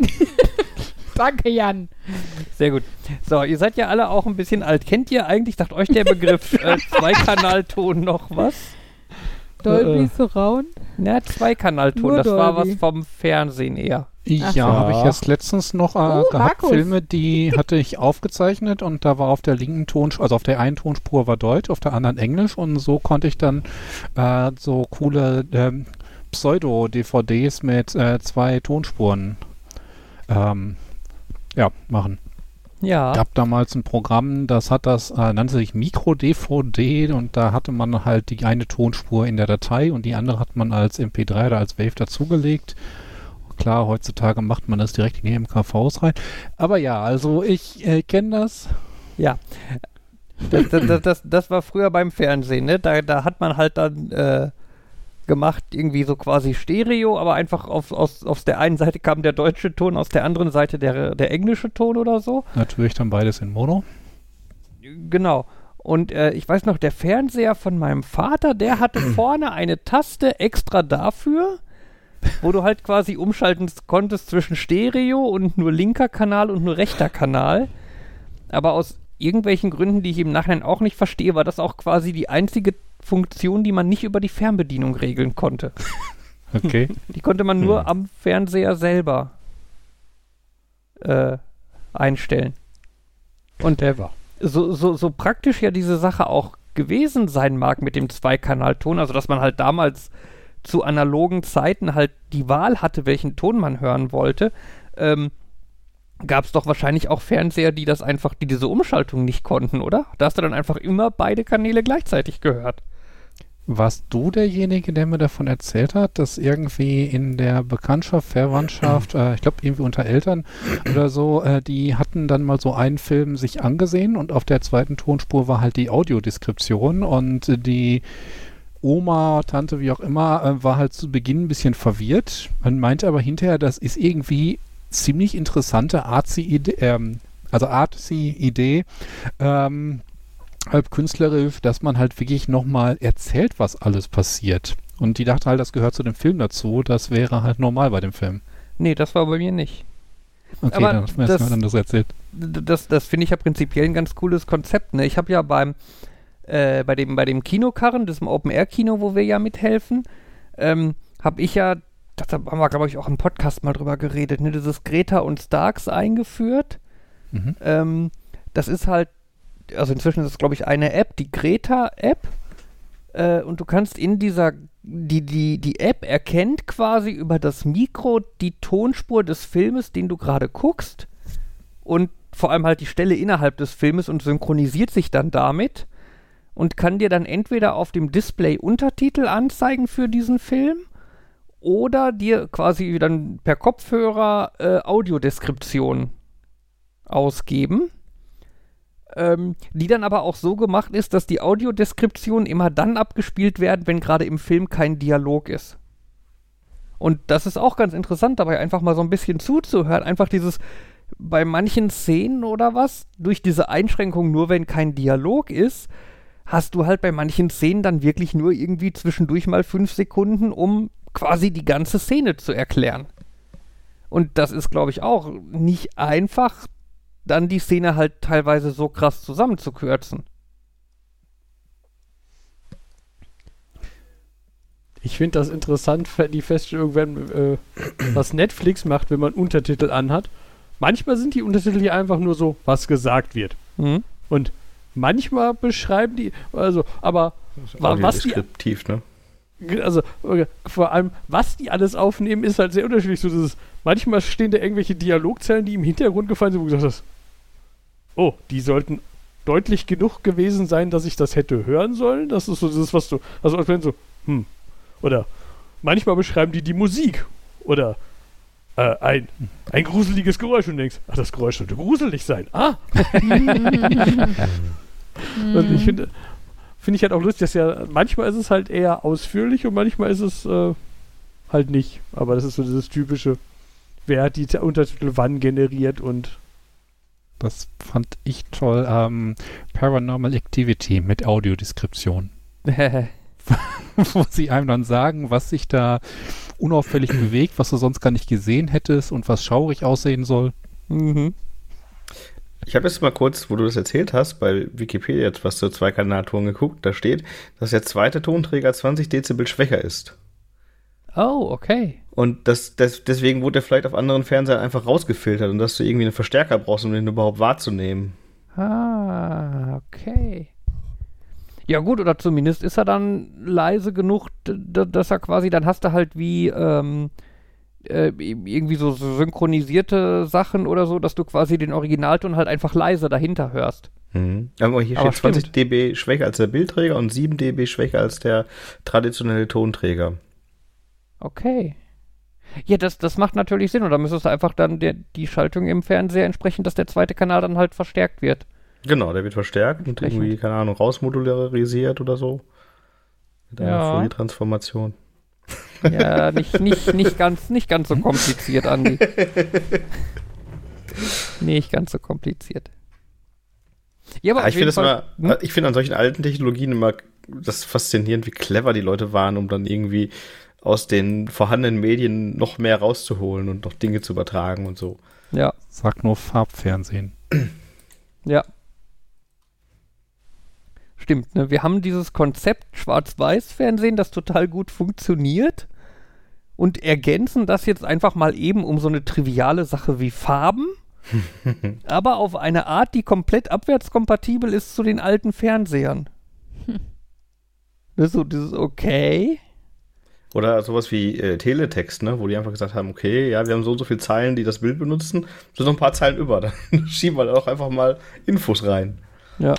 Danke, Jan. Sehr gut. So, ihr seid ja alle auch ein bisschen alt. Kennt ihr eigentlich, sagt euch der Begriff äh, Zweikanalton noch was? Dolby Surround? Na, Zweikanalton, Nur das war Dolby. was vom Fernsehen eher. Ja, Ach so. habe ich jetzt letztens noch äh, Oh, gehabt. Markus. Filme, die hatte ich aufgezeichnet und da war auf der linken Tonspur, also auf der einen Tonspur war Deutsch, auf der anderen Englisch und so konnte ich dann äh, so coole ähm, Pseudo-D V Ds mit äh, zwei Tonspuren ähm, ja, machen. Ja. Gab damals ein Programm, das hat das, äh, nannte sich Micro-D V D und da hatte man halt die eine Tonspur in der Datei und die andere hat man als M P drei oder als Wave dazugelegt. Klar, heutzutage macht man das direkt in die M K Vs rein. Aber ja, also ich äh, kenne das. Ja. Das, das, das, das, das war früher beim Fernsehen, ne? Da, da hat man halt dann äh, gemacht, irgendwie so quasi Stereo, aber einfach auf, aus, auf der einen Seite kam der deutsche Ton, aus der anderen Seite der, der englische Ton oder so. Natürlich dann beides in Mono. Genau. Und äh, ich weiß noch, der Fernseher von meinem Vater, der hatte vorne eine Taste extra dafür, wo du halt quasi umschalten konntest zwischen Stereo und nur linker Kanal und nur rechter Kanal. Aber aus irgendwelchen Gründen, die ich im Nachhinein auch nicht verstehe, war das auch quasi die einzige Funktion, die man nicht über die Fernbedienung regeln konnte. Okay. Die konnte man nur Hm. am Fernseher selber äh, einstellen. Und Der war. so, so, so praktisch ja diese Sache auch gewesen sein mag mit dem Zweikanalton, also dass man halt damals zu analogen Zeiten halt die Wahl hatte, welchen Ton man hören wollte, ähm, gab es doch wahrscheinlich auch Fernseher, die das einfach, die diese Umschaltung nicht konnten, oder? Da hast du dann einfach immer beide Kanäle gleichzeitig gehört. Warst du derjenige, der mir davon erzählt hat, dass irgendwie in der Bekanntschaft, Verwandtschaft, äh, ich glaube irgendwie unter Eltern oder so, äh, die hatten dann mal so einen Film sich angesehen und auf der zweiten Tonspur war halt die Audiodeskription und äh, die Oma, Tante, wie auch immer, äh, war halt zu Beginn ein bisschen verwirrt. Man meinte aber hinterher, das ist irgendwie ziemlich interessante Artsy-Idee, ähm, also Artsy-Idee, ähm, halb künstlerisch, dass man halt wirklich nochmal erzählt, was alles passiert. Und die dachte halt, das gehört zu dem Film dazu, das wäre halt normal bei dem Film. Nee, das war bei mir nicht. Okay, Aber dann hast du mir das- das anderes erzählt. D- Das, das finde ich ja prinzipiell ein ganz cooles Konzept. Ne? Ich habe ja beim äh, bei dem bei dem Kinokarren, diesem Open-Air-Kino, wo wir ja mithelfen, ähm, habe ich ja, das haben wir, glaube ich, auch im Podcast mal drüber geredet, ne? Dieses Greta und Starks eingeführt. Mhm. Ähm, das ist halt, also inzwischen ist es, glaube ich, eine App, die Greta-App. Äh, und du kannst in dieser, die, die, die App erkennt quasi über das Mikro die Tonspur des Filmes, den du gerade guckst. Und vor allem halt die Stelle innerhalb des Filmes und synchronisiert sich dann damit und kann dir dann entweder auf dem Display Untertitel anzeigen für diesen Film oder dir quasi dann per Kopfhörer äh, Audiodeskription ausgeben, ähm, die dann aber auch so gemacht ist, dass die Audiodeskriptionen immer dann abgespielt werden, wenn gerade im Film kein Dialog ist. Und das ist auch ganz interessant, dabei einfach mal so ein bisschen zuzuhören, einfach dieses bei manchen Szenen oder was, durch diese Einschränkung nur wenn kein Dialog ist, hast du halt bei manchen Szenen dann wirklich nur irgendwie zwischendurch mal fünf Sekunden, um quasi die ganze Szene zu erklären. Und das ist, glaube ich, auch nicht einfach, dann die Szene halt teilweise so krass zusammenzukürzen. Ich finde das interessant, die Feststellung, wenn, äh, was Netflix macht, wenn man Untertitel anhat. Manchmal sind die Untertitel hier einfach nur so, was gesagt wird. Mhm. Und manchmal beschreiben die, also, aber was die, deskriptiv, ne? Also, okay, vor allem, was die alles aufnehmen, ist halt sehr unterschiedlich. So, dieses, manchmal stehen da irgendwelche Dialogzeilen, die im Hintergrund gefallen sind, wo du gesagt hast, oh, die sollten deutlich genug gewesen sein, dass ich das hätte hören sollen. Das ist so das, was du, also als wenn so, hm, oder manchmal beschreiben die die Musik oder äh, ein, ein gruseliges Geräusch und du denkst, ach, das Geräusch sollte gruselig sein. Ah! Und ich finde, finde ich halt auch lustig, dass ja, manchmal ist es halt eher ausführlich und manchmal ist es äh, halt nicht. Aber das ist so dieses typische, wer hat die T- Untertitel wann generiert und Das fand ich toll. Ähm, Paranormal Activity mit Audiodeskription. Wo sie einem dann sagen, was sich da unauffällig bewegt, was du sonst gar nicht gesehen hättest und was schaurig aussehen soll. Mhm. Ich habe jetzt mal kurz, wo du das erzählt hast, bei Wikipedia jetzt was zur Zweikanalton geguckt. Da steht, dass der zweite Tonträger zwanzig Dezibel schwächer ist. Oh, okay. Und das, das, deswegen wurde der vielleicht auf anderen Fernsehern einfach rausgefiltert und dass du irgendwie einen Verstärker brauchst, um den überhaupt wahrzunehmen. Ah, okay. Ja gut, oder zumindest ist er dann leise genug, d- d- dass er quasi, dann hast du halt wie ähm, äh, irgendwie so synchronisierte Sachen oder so, dass du quasi den Originalton halt einfach leise dahinter hörst. Mhm. Aber hier Aber steht zwanzig stimmt. Dezibel schwächer als der Bildträger und sieben Dezibel schwächer als der traditionelle Tonträger. Okay. Ja, das, das macht natürlich Sinn. Und da müsstest du einfach dann der, die Schaltung im Fernseher entsprechend, dass der zweite Kanal dann halt verstärkt wird. Genau, der wird verstärkt und Entsprechend. irgendwie, keine Ahnung, rausmodularisiert oder so. Mit einer Ja. Fourier-Transformation. Ja, nicht, nicht, nicht, ganz, nicht ganz so kompliziert, Andi. Nicht ganz so kompliziert. Ja, aber Ah, auf ich finde jeden das Fall- immer, Hm? ich finde an solchen alten Technologien immer das faszinierend, wie clever die Leute waren, um dann irgendwie aus den vorhandenen Medien noch mehr rauszuholen und noch Dinge zu übertragen und so. Ja, Sag nur Farbfernsehen. ja. Stimmt, ne? Wir haben dieses Konzept Schwarz-Weiß-Fernsehen, das total gut funktioniert und ergänzen das jetzt einfach mal eben um so eine triviale Sache wie Farben, aber auf eine Art, die komplett abwärtskompatibel ist zu den alten Fernsehern. Das ist so dieses okay. Oder sowas wie äh, Teletext, ne, wo die einfach gesagt haben, okay, ja, wir haben so und so viele Zeilen, die das Bild benutzen, sind noch ein paar Zeilen über, dann schieben wir da auch einfach mal Infos rein. Ja.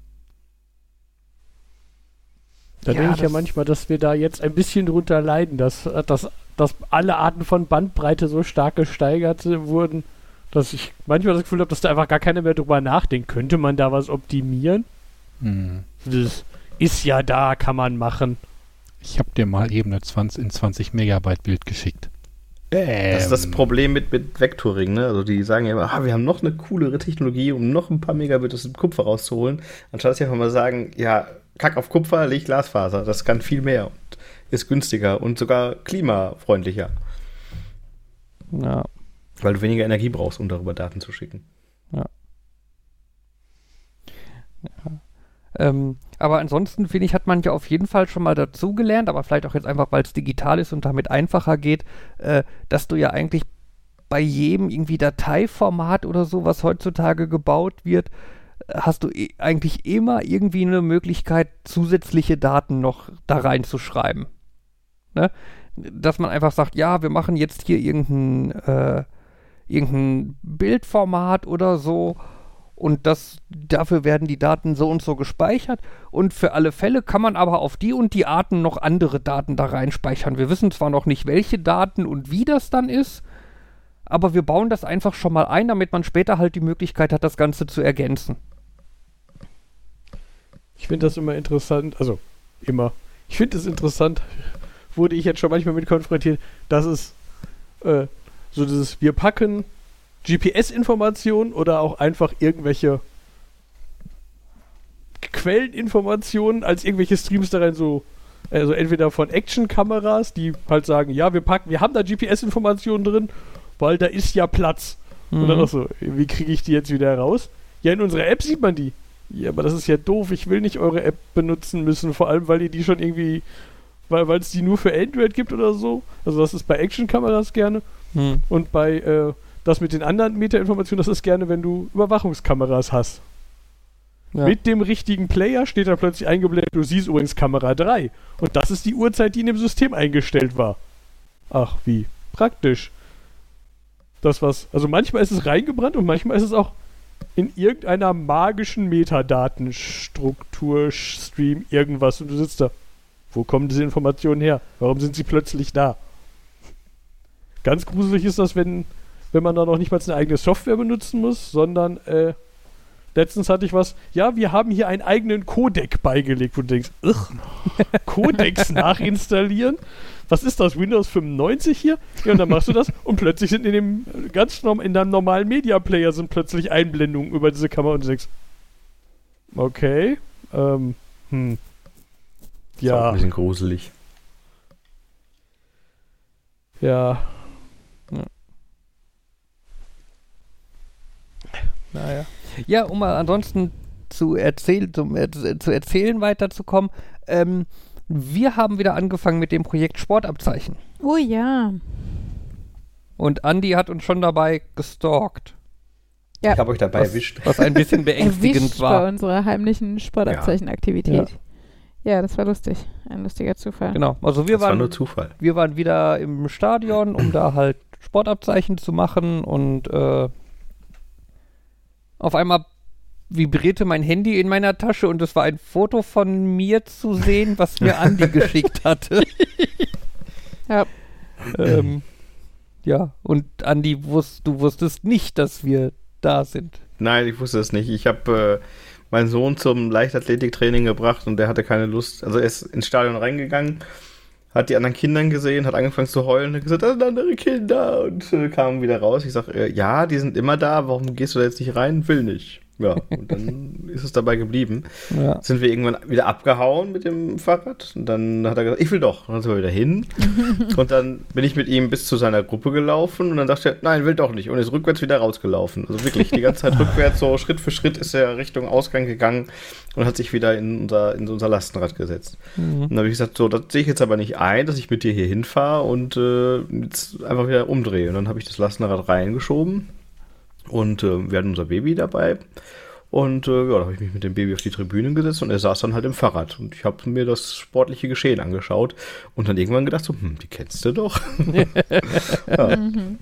da Ja, denke ich ja das- manchmal, dass wir da jetzt ein bisschen drunter leiden, dass, dass, dass alle Arten von Bandbreite so stark gesteigert äh, wurden, dass ich manchmal das Gefühl habe, dass da einfach gar keiner mehr drüber nachdenkt. Könnte man da was optimieren? Hm. Das ist ja da, kann man machen. Ich habe dir mal eben eine zwanzig in zwanzig Megabyte Bild geschickt. Das ist das Ähm, Problem mit, mit Vectoring, ne? Also die sagen ja immer, ah, wir haben noch eine coolere Technologie, um noch ein paar Megabit aus dem Kupfer rauszuholen, anstatt dass sie einfach mal sagen, ja, kack auf Kupfer, leg Glasfaser, das kann viel mehr und ist günstiger und sogar klimafreundlicher, Ja. weil du weniger Energie brauchst, um darüber Daten zu schicken. Ähm, aber ansonsten, finde ich, hat man ja auf jeden Fall schon mal dazugelernt, aber vielleicht auch jetzt einfach, weil es digital ist und damit einfacher geht, äh, dass du ja eigentlich bei jedem irgendwie Dateiformat oder so, was heutzutage gebaut wird, äh, hast du eh eigentlich immer irgendwie eine Möglichkeit, zusätzliche Daten noch da reinzuschreiben. Ne? Dass man einfach sagt, ja, wir machen jetzt hier irgendein, äh, irgendein Bildformat oder so, und das, dafür werden die Daten so und so gespeichert. Und für alle Fälle kann man aber auf die und die Arten noch andere Daten da reinspeichern. Wir wissen zwar noch nicht, welche Daten und wie das dann ist, aber wir bauen das einfach schon mal ein, damit man später halt die Möglichkeit hat, das Ganze zu ergänzen. Ich finde das immer interessant, also immer. Ich finde es interessant, wurde ich jetzt schon manchmal mit konfrontiert, dass es äh, so dieses, wir packen G P S-Informationen oder auch einfach irgendwelche Quelleninformationen als irgendwelche Streams da rein, so also entweder von Action-Kameras, die halt sagen, ja, wir packen, wir haben da G P S-Informationen drin, weil da ist ja Platz. Mhm. Und dann auch so, wie kriege ich die jetzt wieder raus? Ja, in unserer App sieht man die. Ja, aber das ist ja doof. Ich will nicht eure App benutzen müssen, vor allem, weil ihr die schon irgendwie, weil es die nur für Android gibt oder so. Also das ist bei Action-Kameras gerne. Mhm. Und bei äh, das mit den anderen Meta-Informationen, das ist gerne, wenn du Überwachungskameras hast. Ja. Mit dem richtigen Player steht da plötzlich eingeblendet, du siehst übrigens Kamera drei. Und das ist die Uhrzeit, die in dem System eingestellt war. Ach, wie praktisch. Das was, also manchmal ist es reingebrannt und manchmal ist es auch in irgendeiner magischen Metadatenstruktur, Stream, irgendwas und du sitzt da. Wo kommen diese Informationen her? Warum sind sie plötzlich da? Ganz gruselig ist das, wenn, wenn man da noch nicht mal eine eigene Software benutzen muss, sondern äh, letztens hatte ich was, ja, wir haben hier einen eigenen Codec beigelegt, wo du denkst, Codecs nachinstallieren? Was ist das, Windows fünfundneunzig hier? Ja, und dann machst du das und plötzlich sind in dem ganz norm, in deinem normalen Media Player sind plötzlich Einblendungen über diese Kamera und du denkst, okay, ähm, hm, ja. Ist auch ein bisschen gruselig. Ja. ja. Naja. Ja, um mal ansonsten zu erzählen, zum, äh, zu erzählen weiterzukommen, ähm, wir haben wieder angefangen mit dem Projekt Sportabzeichen. Oh ja. Und Andi hat uns schon dabei gestalkt. Ja. Ich habe euch dabei was, erwischt. Was ein bisschen beängstigend erwischt war. Bei unserer heimlichen Sportabzeichenaktivität. Ja. ja, das war lustig. Ein lustiger Zufall. Genau. Also wir das waren, war nur Zufall. Wir waren wieder im Stadion, um da halt Sportabzeichen zu machen und äh, auf einmal vibrierte mein Handy in meiner Tasche und es war ein Foto von mir zu sehen, was mir Andi geschickt hatte. Ja. Ähm, ja, und Andi, wusst, du wusstest nicht, dass wir da sind. Nein, ich wusste es nicht. Ich habe äh, meinen Sohn zum Leichtathletiktraining gebracht und der hatte keine Lust. Also er ist ins Stadion reingegangen, hat die anderen Kinder gesehen, hat angefangen zu heulen und hat gesagt, das sind andere Kinder und äh, kam wieder raus. Ich sage, äh, ja, die sind immer da, warum gehst du da jetzt nicht rein? Will nicht. Ja, und dann ist es dabei geblieben. Ja. Sind wir irgendwann wieder abgehauen mit dem Fahrrad und dann hat er gesagt, ich will doch. Und dann sind wir wieder hin und dann bin ich mit ihm bis zu seiner Gruppe gelaufen und dann dachte er, nein, will doch nicht und ist rückwärts wieder rausgelaufen. Also wirklich, die ganze Zeit rückwärts, so Schritt für Schritt ist er Richtung Ausgang gegangen und hat sich wieder in unser, in unser Lastenrad gesetzt. Mhm. Und dann habe ich gesagt, so, das sehe ich jetzt aber nicht ein, dass ich mit dir hier hinfahre und äh, jetzt einfach wieder umdrehe. Und dann habe ich das Lastenrad reingeschoben. Und äh, wir hatten unser Baby dabei und äh, ja, da habe ich mich mit dem Baby auf die Tribünen gesetzt und er saß dann halt im Fahrrad und ich habe mir das sportliche Geschehen angeschaut und dann irgendwann gedacht so, hm, die kennst du doch. ja. Mhm.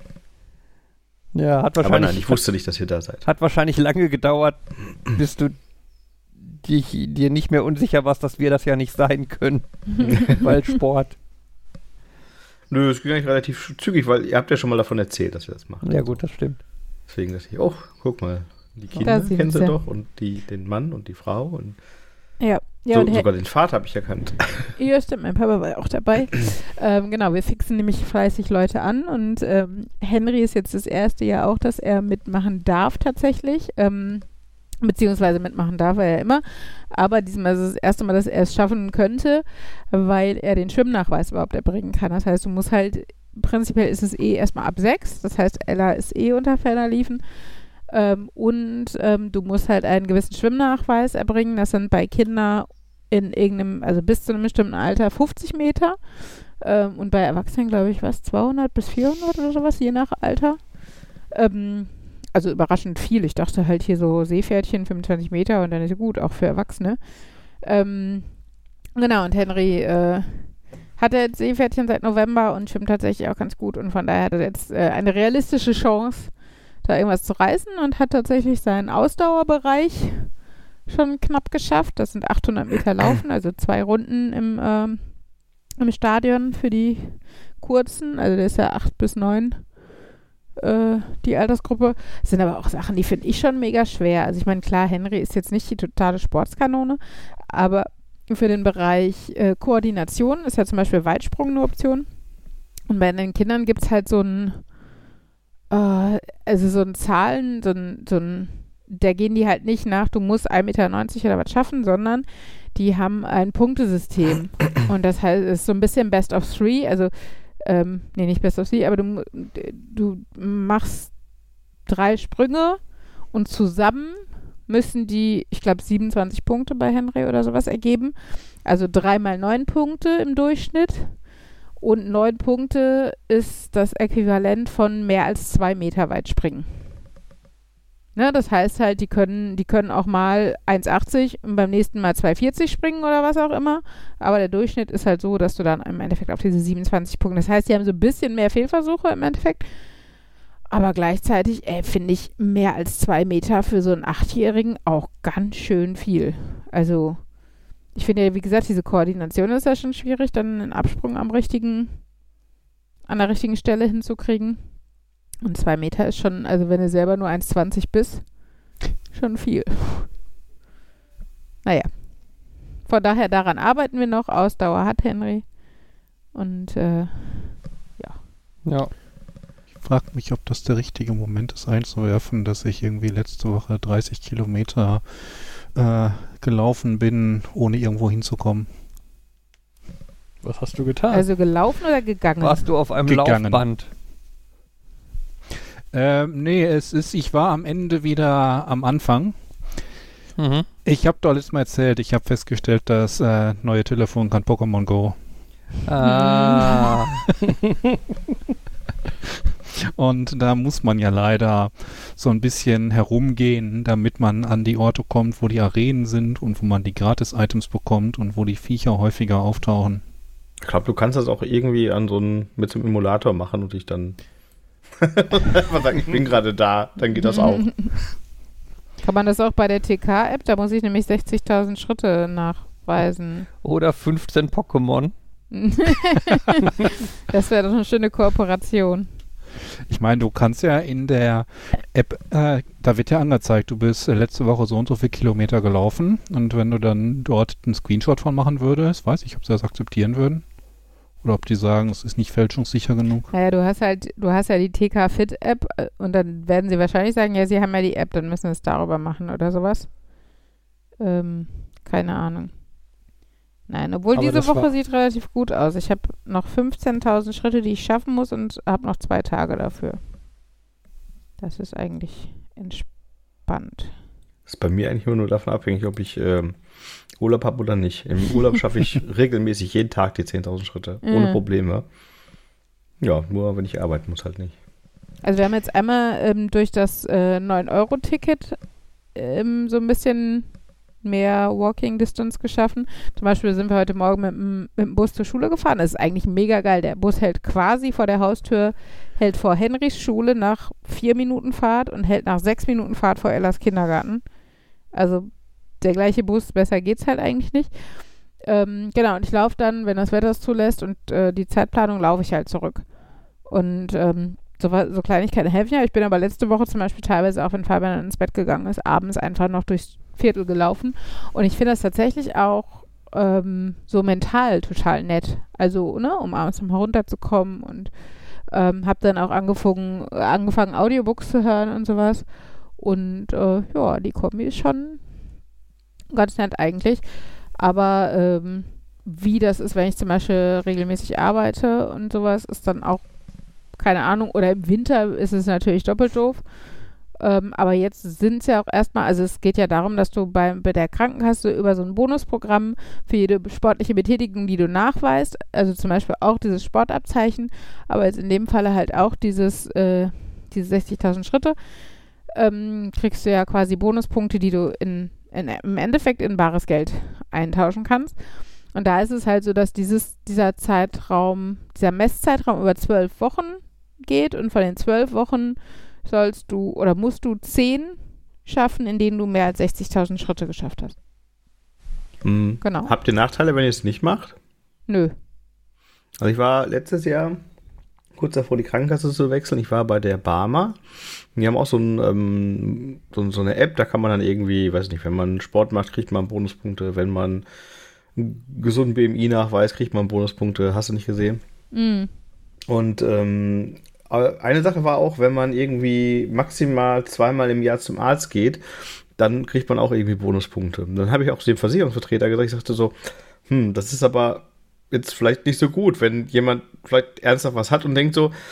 ja, hat wahrscheinlich... Aber nein, ich wusste nicht, dass ihr da seid. Hat wahrscheinlich lange gedauert, bis du dich, dir nicht mehr unsicher warst, dass wir das ja nicht sein können, weil Sport... Nö, es ging eigentlich relativ zügig, weil ihr habt ja schon mal davon erzählt, dass wir das machen. Ja gut, das stimmt. Deswegen dachte ich, oh, guck mal, die Kinder kennst du doch und die, den Mann und die Frau und ja, ja so, und sogar den Vater habe ich erkannt. Ja, stimmt, mein Papa war ja auch dabei. ähm, genau, wir fixen nämlich fleißig Leute an und ähm, Henry ist jetzt das erste Jahr auch, dass er mitmachen darf tatsächlich. Ähm, beziehungsweise mitmachen darf er ja immer. Aber diesmal ist es das erste Mal, dass er es schaffen könnte, weil er den Schwimmnachweis überhaupt erbringen kann. Das heißt, du musst halt, prinzipiell ist es eh erstmal ab sechs, das heißt, Ella ist eh unter ferner Liefen. Ähm, und ähm, du musst halt einen gewissen Schwimmnachweis erbringen. Das sind bei Kindern in irgendeinem, also bis zu einem bestimmten Alter fünfzig Meter. Ähm, und bei Erwachsenen, glaube ich, was, zweihundert bis vierhundert oder sowas, je nach Alter. Ähm, also überraschend viel. Ich dachte halt hier so Seepferdchen, fünfundzwanzig Meter und dann ist ja gut, auch für Erwachsene. Ähm, genau, und Henry äh, hatte jetzt Seepferdchen seit November und schwimmt tatsächlich auch ganz gut und von daher hat er jetzt äh, eine realistische Chance, da irgendwas zu reißen und hat tatsächlich seinen Ausdauerbereich schon knapp geschafft. Das sind achthundert Meter Laufen, also zwei Runden im, ähm, im Stadion für die kurzen, also der ist ja acht bis neun, äh, die Altersgruppe. Das sind aber auch Sachen, die finde ich schon mega schwer. Also ich meine, klar, Henry ist jetzt nicht die totale Sportskanone, aber für den Bereich äh, Koordination ist ja zum Beispiel Weitsprung eine Option. Und bei den Kindern gibt es halt so ein, äh, also so ein Zahlen, so ein, so ein, da gehen die halt nicht nach, du musst ein Meter neunzig oder was schaffen, sondern die haben ein Punktesystem. Und das heißt, es ist so ein bisschen Best of Three, also, ähm, nee, nicht Best of Three, aber du, du machst drei Sprünge und zusammen müssen die, ich glaube, siebenundzwanzig Punkte bei Henry oder sowas ergeben. Also drei mal neun Punkte im Durchschnitt. Und neun Punkte ist das Äquivalent von mehr als zwei Meter weit springen. Ne, das heißt halt, die können, die können auch mal eins achtzig und beim nächsten Mal zwei vierzig springen oder was auch immer. Aber der Durchschnitt ist halt so, dass du dann im Endeffekt auf diese siebenundzwanzig Punkte. Das heißt, die haben so ein bisschen mehr Fehlversuche im Endeffekt. Aber gleichzeitig, ey, finde ich mehr als zwei Meter für so einen Achtjährigen auch ganz schön viel. Also, ich finde ja, wie gesagt, diese Koordination ist ja schon schwierig, dann einen Absprung am richtigen, an der richtigen Stelle hinzukriegen. Und zwei Meter ist schon, also wenn du selber nur eins zwanzig bist, schon viel. Naja. Von daher, daran arbeiten wir noch. Ausdauer hat Henry. Und, äh, ja. Ja. Ich frage mich, ob das der richtige Moment ist, einzuwerfen, dass ich irgendwie letzte Woche dreißig Kilometer äh, gelaufen bin, ohne irgendwo hinzukommen. Was hast du getan? Also gelaufen oder gegangen? Warst du auf einem Gegangen. Laufband? Ähm, nee, es ist, ich war am Ende wieder am Anfang. Mhm. Ich habe doch letztes Mal erzählt, ich habe festgestellt, das äh, neue Telefon kann Pokémon Go. Ah. Und da muss man ja leider so ein bisschen herumgehen, damit man an die Orte kommt, wo die Arenen sind und wo man die Gratis-Items bekommt und wo die Viecher häufiger auftauchen. Ich glaube, du kannst das auch irgendwie an so einen, mit so einem Emulator machen und dich dann einfach sagen, ich bin gerade da, dann geht das auch. Kann man das auch bei der T K-App? Da muss ich nämlich sechzigtausend Schritte nachweisen. Oder fünfzehn Pokémon. Das wäre doch eine schöne Kooperation. Ich meine, du kannst ja in der App, äh, da wird ja angezeigt, du bist äh, letzte Woche so und so viele Kilometer gelaufen und wenn du dann dort einen Screenshot von machen würdest, weiß ich, ob sie das akzeptieren würden oder ob die sagen, es ist nicht fälschungssicher genug. Naja, du hast halt, du hast ja die T K-Fit-App äh, und dann werden sie wahrscheinlich sagen, ja, sie haben ja die App, dann müssen wir es darüber machen oder sowas. Ähm, keine Ahnung. Nein, obwohl Aber diese das Woche war- sieht relativ gut aus. Ich habe noch fünfzehntausend Schritte, die ich schaffen muss und habe noch zwei Tage dafür. Das ist eigentlich entspannt. Das ist bei mir eigentlich immer nur davon abhängig, ob ich ähm, Urlaub habe oder nicht. Im Urlaub schaffe ich regelmäßig jeden Tag die zehntausend Schritte, ohne Mhm. Probleme. Ja, nur wenn ich arbeiten muss, halt nicht. Also wir haben jetzt einmal ähm, durch das äh, neun Euro Ticket ähm, so ein bisschen mehr Walking Distance geschaffen. Zum Beispiel sind wir heute Morgen mit dem, mit dem Bus zur Schule gefahren. Das ist eigentlich mega geil. Der Bus hält quasi vor der Haustür, hält vor Henrys Schule nach vier Minuten Fahrt und hält nach sechs Minuten Fahrt vor Ellas Kindergarten. Also der gleiche Bus, besser geht's halt eigentlich nicht. Ähm, genau, und ich laufe dann, wenn das Wetter es zulässt und äh, die Zeitplanung, laufe ich halt zurück. Und ähm, so, so Kleinigkeiten helfen ja. Ich bin aber letzte Woche zum Beispiel teilweise auch, wenn Fabian ins Bett gegangen ist, abends einfach noch durchs Viertel gelaufen. Und ich finde das tatsächlich auch ähm, so mental total nett. Also, ne, um abends nochmal runterzukommen und ähm, habe dann auch angefangen, angefangen, Audiobooks zu hören und sowas. Und äh, ja, die Kombi ist schon ganz nett eigentlich. Aber ähm, wie das ist, wenn ich zum Beispiel regelmäßig arbeite und sowas, ist dann auch keine Ahnung. Oder im Winter ist es natürlich doppelt doof. Ähm, aber jetzt sind es ja auch erstmal, also es geht ja darum, dass du bei, bei der Krankenkasse über so ein Bonusprogramm für jede sportliche Betätigung, die du nachweist, also zum Beispiel auch dieses Sportabzeichen, aber jetzt in dem Falle halt auch dieses, äh, diese sechzigtausend Schritte, ähm, kriegst du ja quasi Bonuspunkte, die du in, in, im Endeffekt in bares Geld eintauschen kannst. Und da ist es halt so, dass dieses, dieser Zeitraum, dieser Messzeitraum über zwölf Wochen geht und von den zwölf Wochen sollst du oder musst du zehn schaffen, in denen du mehr als sechzigtausend Schritte geschafft hast. Mhm. Genau. Habt ihr Nachteile, wenn ihr es nicht macht? Nö. Also ich war letztes Jahr kurz davor, die Krankenkasse zu wechseln. Ich war bei der Barmer. Die haben auch so, ein, ähm, so, so eine App, da kann man dann irgendwie, weiß nicht, wenn man Sport macht, kriegt man Bonuspunkte. Wenn man einen gesunden B M I-Nachweis, kriegt man Bonuspunkte. Hast du nicht gesehen? Mhm. Und ähm, eine Sache war auch, wenn man irgendwie maximal zweimal im Jahr zum Arzt geht, dann kriegt man auch irgendwie Bonuspunkte. Und dann habe ich auch dem Versicherungsvertreter gesagt, ich sagte so, hm, das ist aber jetzt vielleicht nicht so gut, wenn jemand vielleicht ernsthaft was hat und denkt so,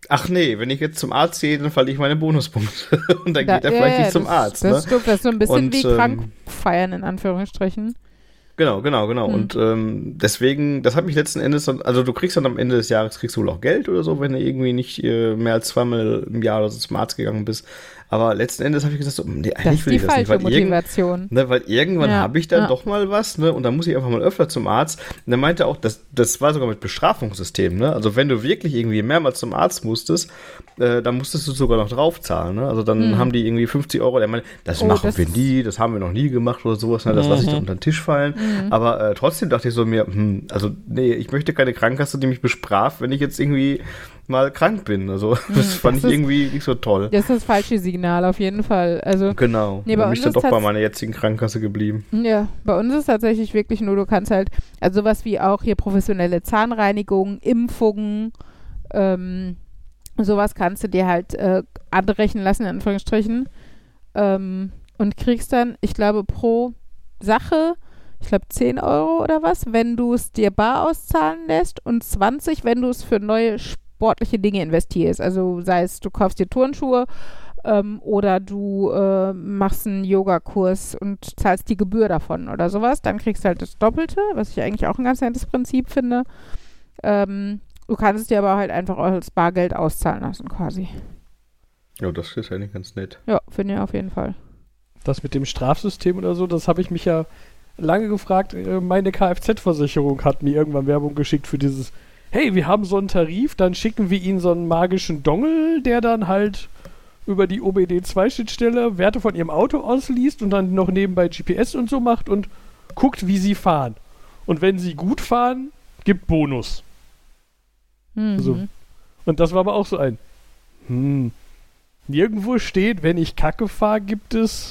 ach nee, wenn ich jetzt zum Arzt gehe, dann verliere ich meine Bonuspunkte. Und dann Da, geht er ja, vielleicht ja, nicht zum das, Arzt. Das Ne? stimmt, das ist so ein bisschen Und, wie ähm, krank feiern, in Anführungsstrichen. Genau, genau, genau. Hm. Und ähm, deswegen, das hat mich letzten Endes, dann, also du kriegst dann am Ende des Jahres, kriegst du wohl auch Geld oder so, wenn du irgendwie nicht äh, mehr als zweimal im Jahr oder so zum Arzt gegangen bist. Aber letzten Endes habe ich gesagt, so, nee, Das eigentlich ist will die ich das nicht. falsche Weil, irgend, Motivation. ne, weil irgendwann Ja, habe ich dann ja. doch mal was, ne? Und dann muss ich einfach mal öfter zum Arzt. Und dann meinte er auch, das, das war sogar mit Bestrafungssystem, ne? Also wenn du wirklich irgendwie mehrmals zum Arzt musstest, äh, dann musstest du sogar noch draufzahlen, ne? Also dann Mhm. haben die irgendwie fünfzig Euro, der meinte, das Oh, machen das wir ist- nie, das haben wir noch nie gemacht oder sowas, ne? Das lasse ich dann unter den Tisch fallen. Mhm. Aber äh, trotzdem dachte ich so mir, hm, also nee, ich möchte keine Krankenkasse, die mich bestraft, wenn ich jetzt irgendwie mal krank bin. Also das fand das ich ist- irgendwie nicht so toll. Das ist das falsche Signal auf jeden Fall. Also Genau. Nee, dann bei bin ich uns dann ist doch bei tats- meiner jetzigen Krankenkasse geblieben. ja, bei uns ist tatsächlich wirklich nur, du kannst halt, also sowas wie auch hier professionelle Zahnreinigung, Impfungen, ähm, sowas kannst du dir halt äh, anrechnen lassen, in Anführungsstrichen. Ähm, und kriegst dann, ich glaube, pro Sache, ich glaube zehn Euro oder was, wenn du es dir bar auszahlen lässt und zwanzig, wenn du es für neue sportliche Dinge investierst. Also sei es, du kaufst dir Turnschuhe ähm, oder du äh, machst einen Yogakurs und zahlst die Gebühr davon oder sowas, dann kriegst du halt das Doppelte, was ich eigentlich auch ein ganz nettes Prinzip finde. Ähm, du kannst es dir aber halt einfach als Bargeld auszahlen lassen quasi. Ja, das ist ja nicht ganz nett. Ja, finde ich auf jeden Fall. Das mit dem Strafsystem oder so, das habe ich mich ja lange gefragt. Äh, Meine Kfz-Versicherung hat mir irgendwann Werbung geschickt für dieses, hey, wir haben so einen Tarif, dann schicken wir Ihnen so einen magischen Dongle, der dann halt über die O B D zwei Schnittstelle Werte von Ihrem Auto ausliest und dann noch nebenbei G P S und so macht und guckt, wie Sie fahren. Und wenn Sie gut fahren, gibt Bonus. Mhm. So. Und das war aber auch so ein, hm, nirgendwo steht, wenn ich Kacke fahre, gibt es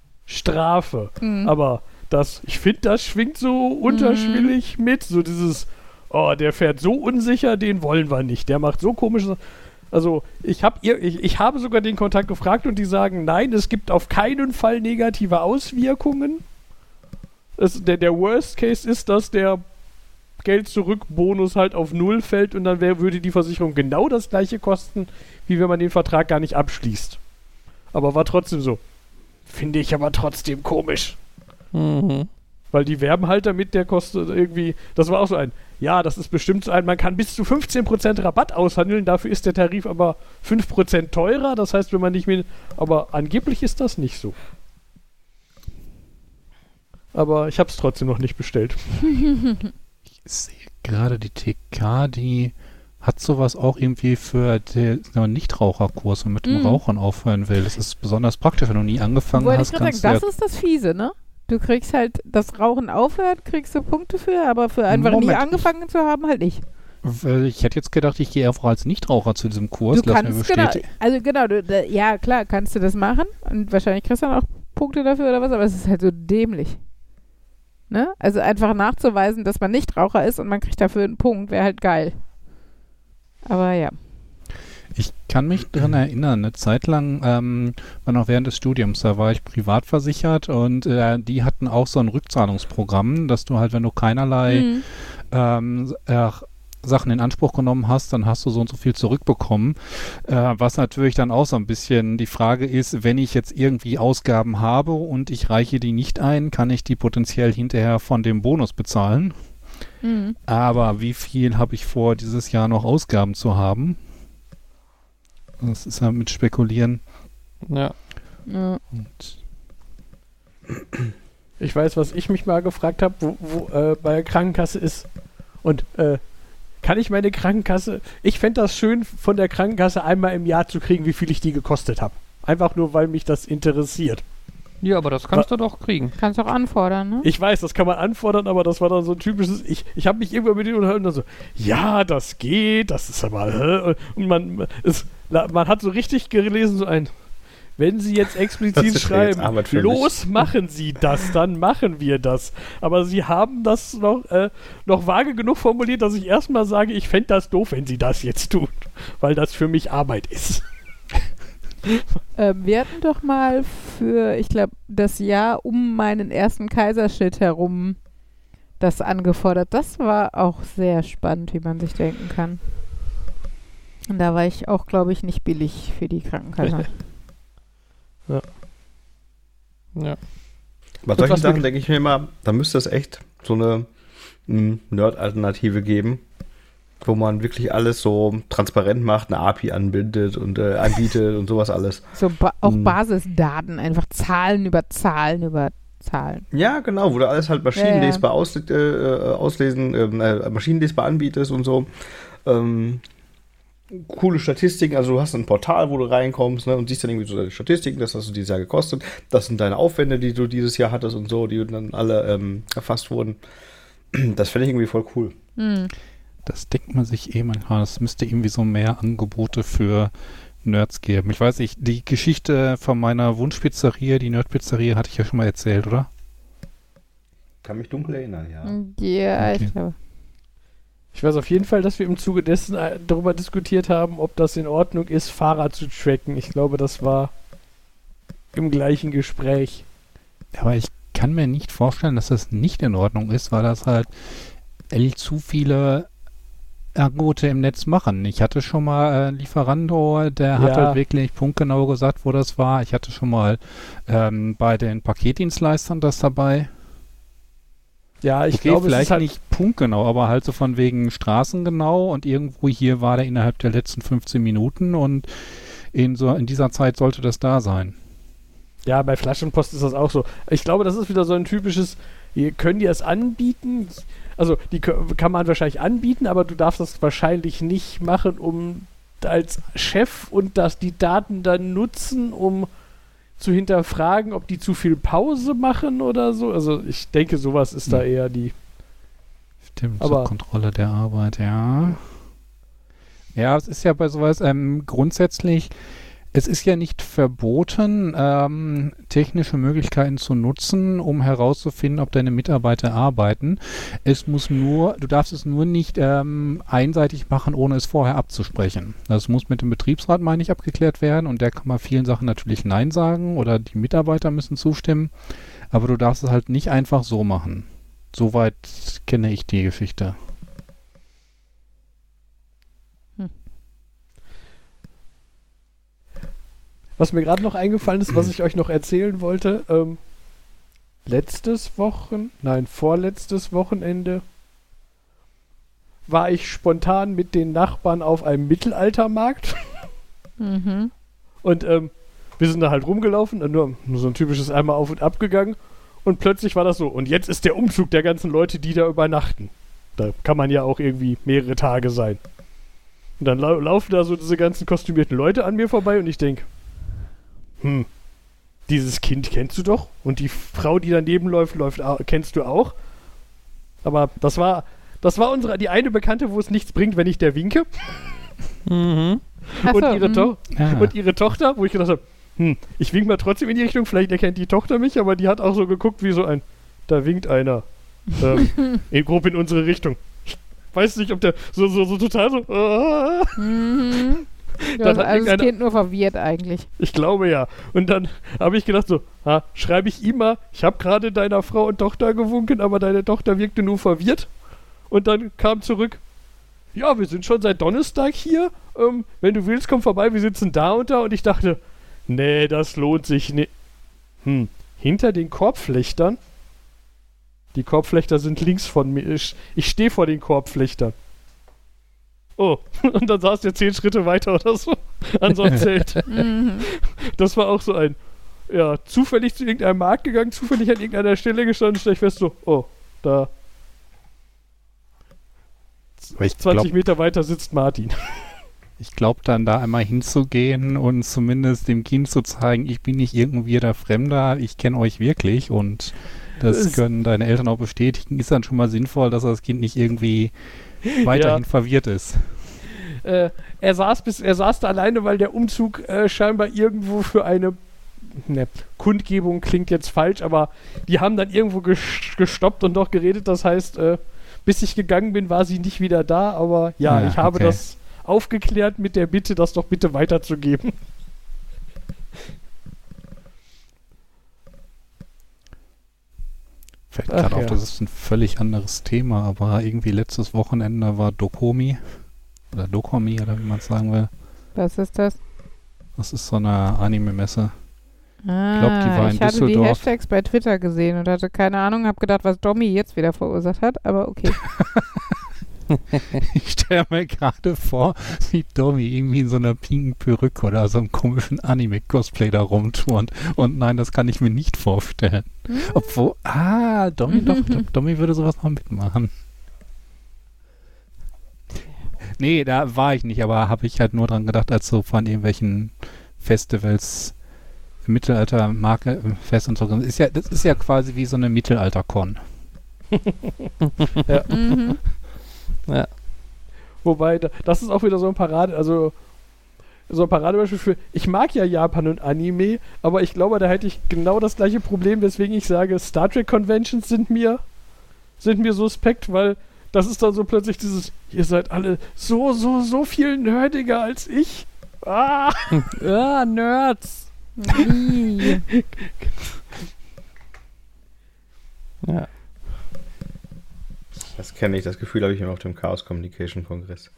Strafe. Mhm. Aber das, ich finde, das schwingt so unterschwellig mit. So dieses, oh, der fährt so unsicher, den wollen wir nicht. Der macht so komische. Also, ich, hab ihr, ich, ich habe sogar den Kontakt gefragt und die sagen, nein, es gibt auf keinen Fall negative Auswirkungen. Es, der, der Worst Case ist, dass der Geld-Zurück-Bonus halt auf Null fällt und dann wär, würde die Versicherung genau das gleiche kosten, wie wenn man den Vertrag gar nicht abschließt. Aber war trotzdem so. Finde ich aber trotzdem komisch. Mhm. Weil die werben halt damit, der kostet irgendwie, das war auch so ein, ja, das ist bestimmt so ein, man kann bis zu fünfzehn Prozent Rabatt aushandeln, dafür ist der Tarif aber fünf Prozent teurer, das heißt, wenn man nicht mehr, aber angeblich ist das nicht so. Aber ich habe es trotzdem noch nicht bestellt. Ich sehe gerade die T K, die hat sowas auch irgendwie für den Nichtraucherkurs und mit dem Mhm. Rauchen aufhören will. Das ist besonders praktisch, wenn du nie angefangen Wollte ich hast. gerade kannst sagen, du das ist das Fiese, ne? Du kriegst halt, das Rauchen aufhört, kriegst du Punkte für, aber für einfach nie Moment, angefangen zu haben, halt nicht. Weil ich hätte jetzt gedacht, ich gehe einfach als Nichtraucher zu diesem Kurs. Du lass mir kannst, genau, bestätigen. also genau, du, da, ja klar, kannst du das machen und wahrscheinlich kriegst du dann auch Punkte dafür oder was, aber es ist halt so dämlich. Ne? Also einfach nachzuweisen, dass man Nichtraucher ist und man kriegt dafür einen Punkt, wäre halt geil. Aber ja. Ich kann mich daran erinnern, eine Zeit lang, ähm, war noch während des Studiums, da war ich privat versichert und äh, die hatten auch so ein Rückzahlungsprogramm, dass du halt, wenn du keinerlei Mhm. ähm, äh, Sachen in Anspruch genommen hast, dann hast du so und so viel zurückbekommen. Äh, was natürlich dann auch so ein bisschen die Frage ist, wenn ich jetzt irgendwie Ausgaben habe und ich reiche die nicht ein, kann ich die potenziell hinterher von dem Bonus bezahlen. Mhm. Aber wie viel habe ich vor, dieses Jahr noch Ausgaben zu haben? Das ist ja mit Spekulieren. Ja. Ja. Und Ich weiß, was ich mich mal gefragt habe, wo, wo äh, bei der Krankenkasse ist. Und äh, kann ich meine Krankenkasse, ich fände das schön, von der Krankenkasse einmal im Jahr zu kriegen, wie viel ich die gekostet habe. Einfach nur, weil mich das interessiert. Ja, aber das kannst du doch kriegen. Kannst auch anfordern, ne? Ich weiß, das kann man anfordern, aber das war dann so ein typisches, ich, ich habe mich irgendwann mit denen unterhalten und dann so, ja, das geht, das ist aber, hä? Und man, es, man hat so richtig gelesen, so ein, wenn Sie jetzt Das explizit ist ja schreiben, jetzt Arbeit für los, machen Sie das, dann machen wir das. Aber Sie haben das noch, äh, noch vage genug formuliert, dass ich erstmal sage, ich fände das doof, wenn Sie das jetzt tun, weil das für mich Arbeit ist. Ähm, wir hatten doch mal für, ich glaube, das Jahr um meinen ersten Kaiserschnitt herum das angefordert. Das war auch sehr spannend, wie man sich denken kann. Und da war ich auch, glaube ich, nicht billig für die Krankenkasse. Ja. Bei Und solchen was Sachen wir- denke ich mir immer, da müsste es echt so eine mm, Nerd-Alternative geben, wo man wirklich alles so transparent macht, eine A P I anbindet und äh, anbietet und sowas alles. So ba auch Hm. Basisdaten, einfach Zahlen über Zahlen über Zahlen. Ja, genau, wo du alles halt maschinenlesbar ausle äh, auslesen, ähm, äh, maschinenlesbar anbietest und so. Ähm, coole Statistiken, also du hast ein Portal, wo du reinkommst, ne, und siehst dann irgendwie so deine Statistiken, das hast du dieses Jahr gekostet, das sind deine Aufwände, die du dieses Jahr hattest und so, die dann alle ähm, erfasst wurden. Das fände ich irgendwie voll cool. Hm. Das denkt man sich eh manchmal. Es müsste irgendwie so mehr Angebote für Nerds geben. Ich weiß nicht, die Geschichte von meiner Wunschpizzeria, die Nerdpizzeria, hatte ich ja schon mal erzählt, oder? Kann mich dunkel erinnern, ja. Ja, Okay. ich glaube. Ich weiß auf jeden Fall, dass wir im Zuge dessen äh, darüber diskutiert haben, ob das in Ordnung ist, Fahrer zu tracken. Ich glaube, das war im gleichen Gespräch. Aber ich kann mir nicht vorstellen, dass das nicht in Ordnung ist, weil das halt äh, zu viele Angebote im Netz machen. Ich hatte schon mal äh, Lieferando, der hat Ja. halt wirklich punktgenau gesagt, wo das war. Ich hatte schon mal ähm, bei den Paketdienstleistern das dabei. Ja, ich okay, glaube, es vielleicht ist halt, nicht punktgenau, aber halt so von wegen Straßengenau und irgendwo hier war der innerhalb der letzten fünfzehn Minuten und in so in dieser Zeit sollte das da sein. ja, bei Flaschenpost ist das auch so. Ich glaube, das ist wieder so ein typisches, hier können die es anbieten? Also, die kö- kann man wahrscheinlich anbieten, aber du darfst das wahrscheinlich nicht machen, um als Chef und dass die Daten dann nutzen, um zu hinterfragen, ob die zu viel Pause machen oder so. Also, ich denke, sowas ist da Hm. eher die. Stimmt, Aber- zur Kontrolle der Arbeit, ja. Ja, es ist ja bei sowas ähm, grundsätzlich, es ist ja nicht verboten, ähm, technische Möglichkeiten zu nutzen, um herauszufinden, ob deine Mitarbeiter arbeiten. Es muss nur, du darfst es nur nicht ähm, einseitig machen, ohne es vorher abzusprechen. Das muss mit dem Betriebsrat, meine ich, abgeklärt werden und der kann bei vielen Sachen natürlich Nein sagen oder die Mitarbeiter müssen zustimmen, aber du darfst es halt nicht einfach so machen. Soweit kenne ich die Geschichte. Was mir gerade noch eingefallen ist, was ich euch noch erzählen wollte, ähm, letztes Wochen, nein, vorletztes Wochenende war ich spontan mit den Nachbarn auf einem Mittelaltermarkt Mhm. und ähm, wir sind da halt rumgelaufen, und nur, nur so ein typisches einmal auf und ab gegangen und plötzlich war das so, und jetzt ist der Umzug der ganzen Leute, die da übernachten. Da kann man ja auch irgendwie mehrere Tage sein. Und dann lau laufen da so diese ganzen kostümierten Leute an mir vorbei und ich denke, hm, dieses Kind kennst du doch und die Frau, die daneben läuft, läuft au- kennst du auch. Aber das war, das war unsere, die eine Bekannte, wo es nichts bringt, wenn ich der winke. Mhm. Ach Und so, ihre, mhm. to Ja. und ihre Tochter, wo ich gedacht habe, hm, ich wink mal trotzdem in die Richtung, vielleicht erkennt die Tochter mich, aber die hat auch so geguckt wie so ein, da winkt einer. ähm, in, grob in unsere Richtung. Ich weiß nicht, ob der so, so, so total so, ah, Mhm. Ja, Dann also hat das irgendeiner- Kind nur verwirrt eigentlich. ich glaube ja. Und dann habe ich gedacht so, ha, schreibe ich ihm mal, ich habe gerade deiner Frau und Tochter gewunken, aber deine Tochter wirkte nur verwirrt. Und dann kam zurück, ja, wir sind schon seit Donnerstag hier. Ähm, wenn du willst, komm vorbei, wir sitzen da und da. Und ich dachte, nee, das lohnt sich nicht. Hm, hinter den Korbflechtern? Die Korbflechter sind links von mir. Ich, ich stehe vor den Korbflechtern. Oh, und dann saß der zehn Schritte weiter oder so an so einem Zelt. Mhm. Das war auch so ein, ja, zufällig zu irgendeinem Markt gegangen, zufällig an irgendeiner Stelle gestanden, stelle ich fest so, oh, da Aber ich zwanzig glaube, Meter weiter sitzt Martin. ich glaub, dann da einmal hinzugehen und zumindest dem Kind zu zeigen, ich bin nicht irgendwie der Fremder, ich kenne euch wirklich und das Es- können deine Eltern auch bestätigen, ist dann schon mal sinnvoll, dass das Kind nicht irgendwie weiterhin verwirrt ist. Äh, er saß bis, er saß da alleine, weil der Umzug äh, scheinbar irgendwo für eine ne, Kundgebung klingt jetzt falsch, aber die haben dann irgendwo ges gestoppt und noch geredet. Das heißt, äh, bis ich gegangen bin, war sie nicht wieder da, aber ja, Ah, ich habe okay. das aufgeklärt mit der Bitte, das doch bitte weiterzugeben. Fällt Ach gerade auf, ja. das ist ein völlig anderes Thema, aber irgendwie letztes Wochenende war Dokomi. Oder Dokumi, oder wie man es sagen will. Was ist das? Das ist so eine Anime-Messe. Ah, glaub, die war in ich hatte die Düsseldorf. Hashtags bei Twitter gesehen und hatte keine Ahnung, habe gedacht, was Domi jetzt wieder verursacht hat, aber okay. Ich stelle mir gerade vor, wie Domi irgendwie in so einer pinken Perücke oder so einem komischen Anime-Cosplay da rumturnt. Und nein, das kann ich mir nicht vorstellen. Hm? Obwohl, ah, Domi, doch, ich glaub, Domi würde sowas noch mitmachen. Nee, da war ich nicht, aber habe ich halt nur dran gedacht, als so von irgendwelchen Festivals, Mittelalter-Marke, Fest und so. Das ist ja, das ist ja quasi wie so eine Mittelalter-Con. Ja. Mhm. Ja. Wobei, da, das ist auch wieder so ein Parade, also so ein Paradebeispiel für, ich mag ja Japan und Anime, aber ich glaube, da hätte ich genau das gleiche Problem, weswegen ich sage, Star Trek Conventions sind mir, sind mir suspekt, weil das ist dann so plötzlich dieses, ihr seid alle so, so, so viel nerdiger als ich. Ah! Ja, Nerds. Wie? Ja. Das kenne ich, das Gefühl habe ich immer auf dem Chaos Communication Kongress.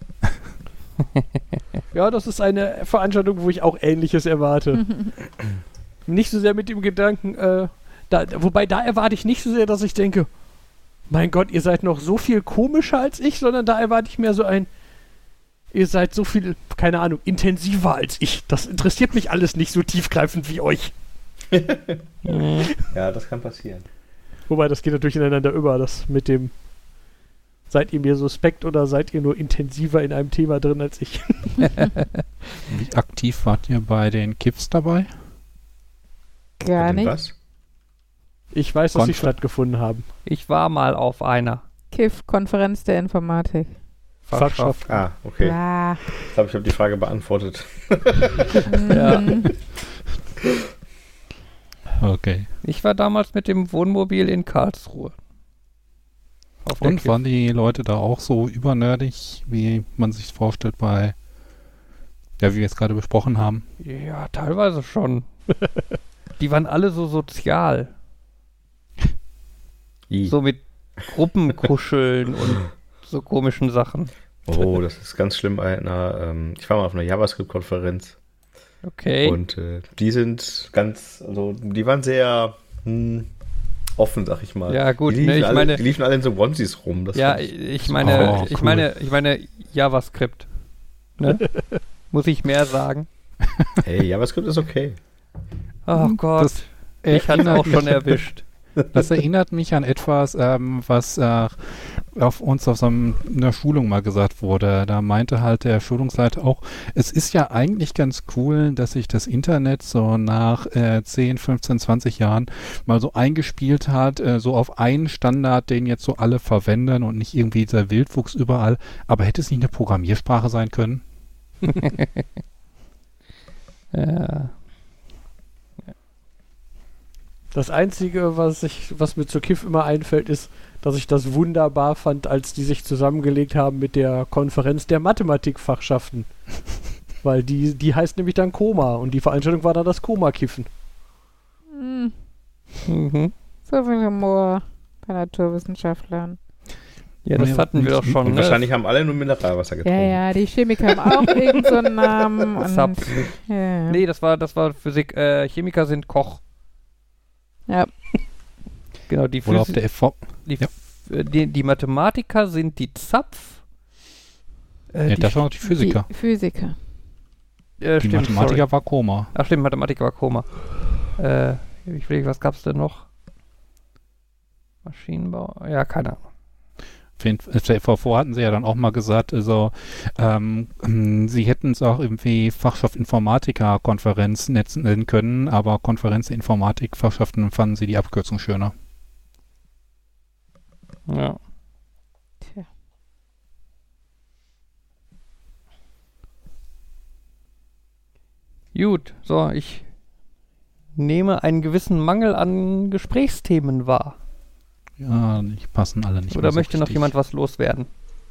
Ja, das ist eine Veranstaltung, wo ich auch Ähnliches erwarte. Nicht so sehr mit dem Gedanken, äh, da, wobei da erwarte ich nicht so sehr, dass ich denke, mein Gott, ihr seid noch so viel komischer als ich, sondern da erwarte ich mehr so ein, ihr seid so viel, keine Ahnung, intensiver als ich. Das interessiert mich alles nicht so tiefgreifend wie euch. Ja, das kann passieren. Wobei, das geht natürlich ineinander über, das mit dem, seid ihr mir suspekt oder seid ihr nur intensiver in einem Thema drin als ich? Wie aktiv wart ihr bei den Kiffs dabei? Gar Und nicht. Was? Ich weiß, dass sie Konfer- stattgefunden haben. Ich war mal auf einer Kiff, Konferenz der Informatik. Fachschaft. Ah, okay. Bla. Ich glaube, ich habe die Frage beantwortet. Ja. Mhm. Okay. Ich war damals mit dem Wohnmobil in Karlsruhe. Auf der Und Kiff. waren die Leute da auch so übernerdig, wie man sich vorstellt bei, ja, wie wir es gerade besprochen haben? Ja, teilweise schon. Die waren alle so sozial. I. So mit Gruppenkuscheln und so komischen Sachen. Oh, das ist ganz schlimm bei einer, ähm, ich war mal auf einer JavaScript-Konferenz Okay. und äh, die sind ganz, also die waren sehr hm, offen, sag ich mal. Ja, gut, die liefen, ne, ich alle, meine- die liefen alle in so Onesies rum. Das Ja, fand ich, ich meine, Oh, ich cool. meine, ich meine JavaScript. Ne? Muss ich mehr sagen? hey, JavaScript ist okay. Oh Gott, Das ich hatte erinnert auch schon mich- erwischt. Das erinnert mich an etwas, ähm, was äh, auf uns auf so einem, einer Schulung mal gesagt wurde. Da meinte halt der Schulungsleiter auch, es ist ja eigentlich ganz cool, dass sich das Internet so nach äh, zehn, fünfzehn, zwanzig Jahren mal so eingespielt hat, äh, so auf einen Standard, den jetzt so alle verwenden und nicht irgendwie dieser Wildwuchs überall. Aber hätte es nicht eine Programmiersprache sein können? Ja. Das Einzige, was, ich, was mir zur Kiff immer einfällt, ist, dass ich das wunderbar fand, als die sich zusammengelegt haben mit der Konferenz der Mathematikfachschaften. Weil die, die heißt nämlich dann Koma und die Veranstaltung war dann das Koma-Kiffen. Mhm. Mhm. So viel Humor bei Naturwissenschaftlern. Ja, das Ja, hatten wir doch schon. Und Ne? wahrscheinlich haben alle nur Mineralwasser Ja, getrunken. ja, die Chemiker haben auch irgend so einen Namen. Und, Zapf. ja. Nee, das war, das war Physik. Äh, Chemiker sind Koch. Ja. Genau, die, Oder auf Physi- der F V. die, ja. F- äh, die, die Mathematiker sind die Zapf. Äh, Ja, die das waren auch die Physiker. Die Physiker. äh, Die, stimmt, Mathematiker sorry. war Koma. Ach stimmt, Mathematiker war Koma. Äh, ich will, was gab's denn noch? Maschinenbau? Ja, keine Ahnung. Auf der V V hatten sie ja dann auch mal gesagt, also ähm, ähm, sie hätten es auch irgendwie Fachschaft Informatiker-Konferenz nennen können, aber Konferenz der Informatik-Fachschaften fanden sie die Abkürzung schöner. Ja. Tja. Gut, so, ich nehme einen gewissen Mangel an Gesprächsthemen wahr. Ja, die passen alle nicht Oder mehr so möchte noch richtig. jemand was loswerden?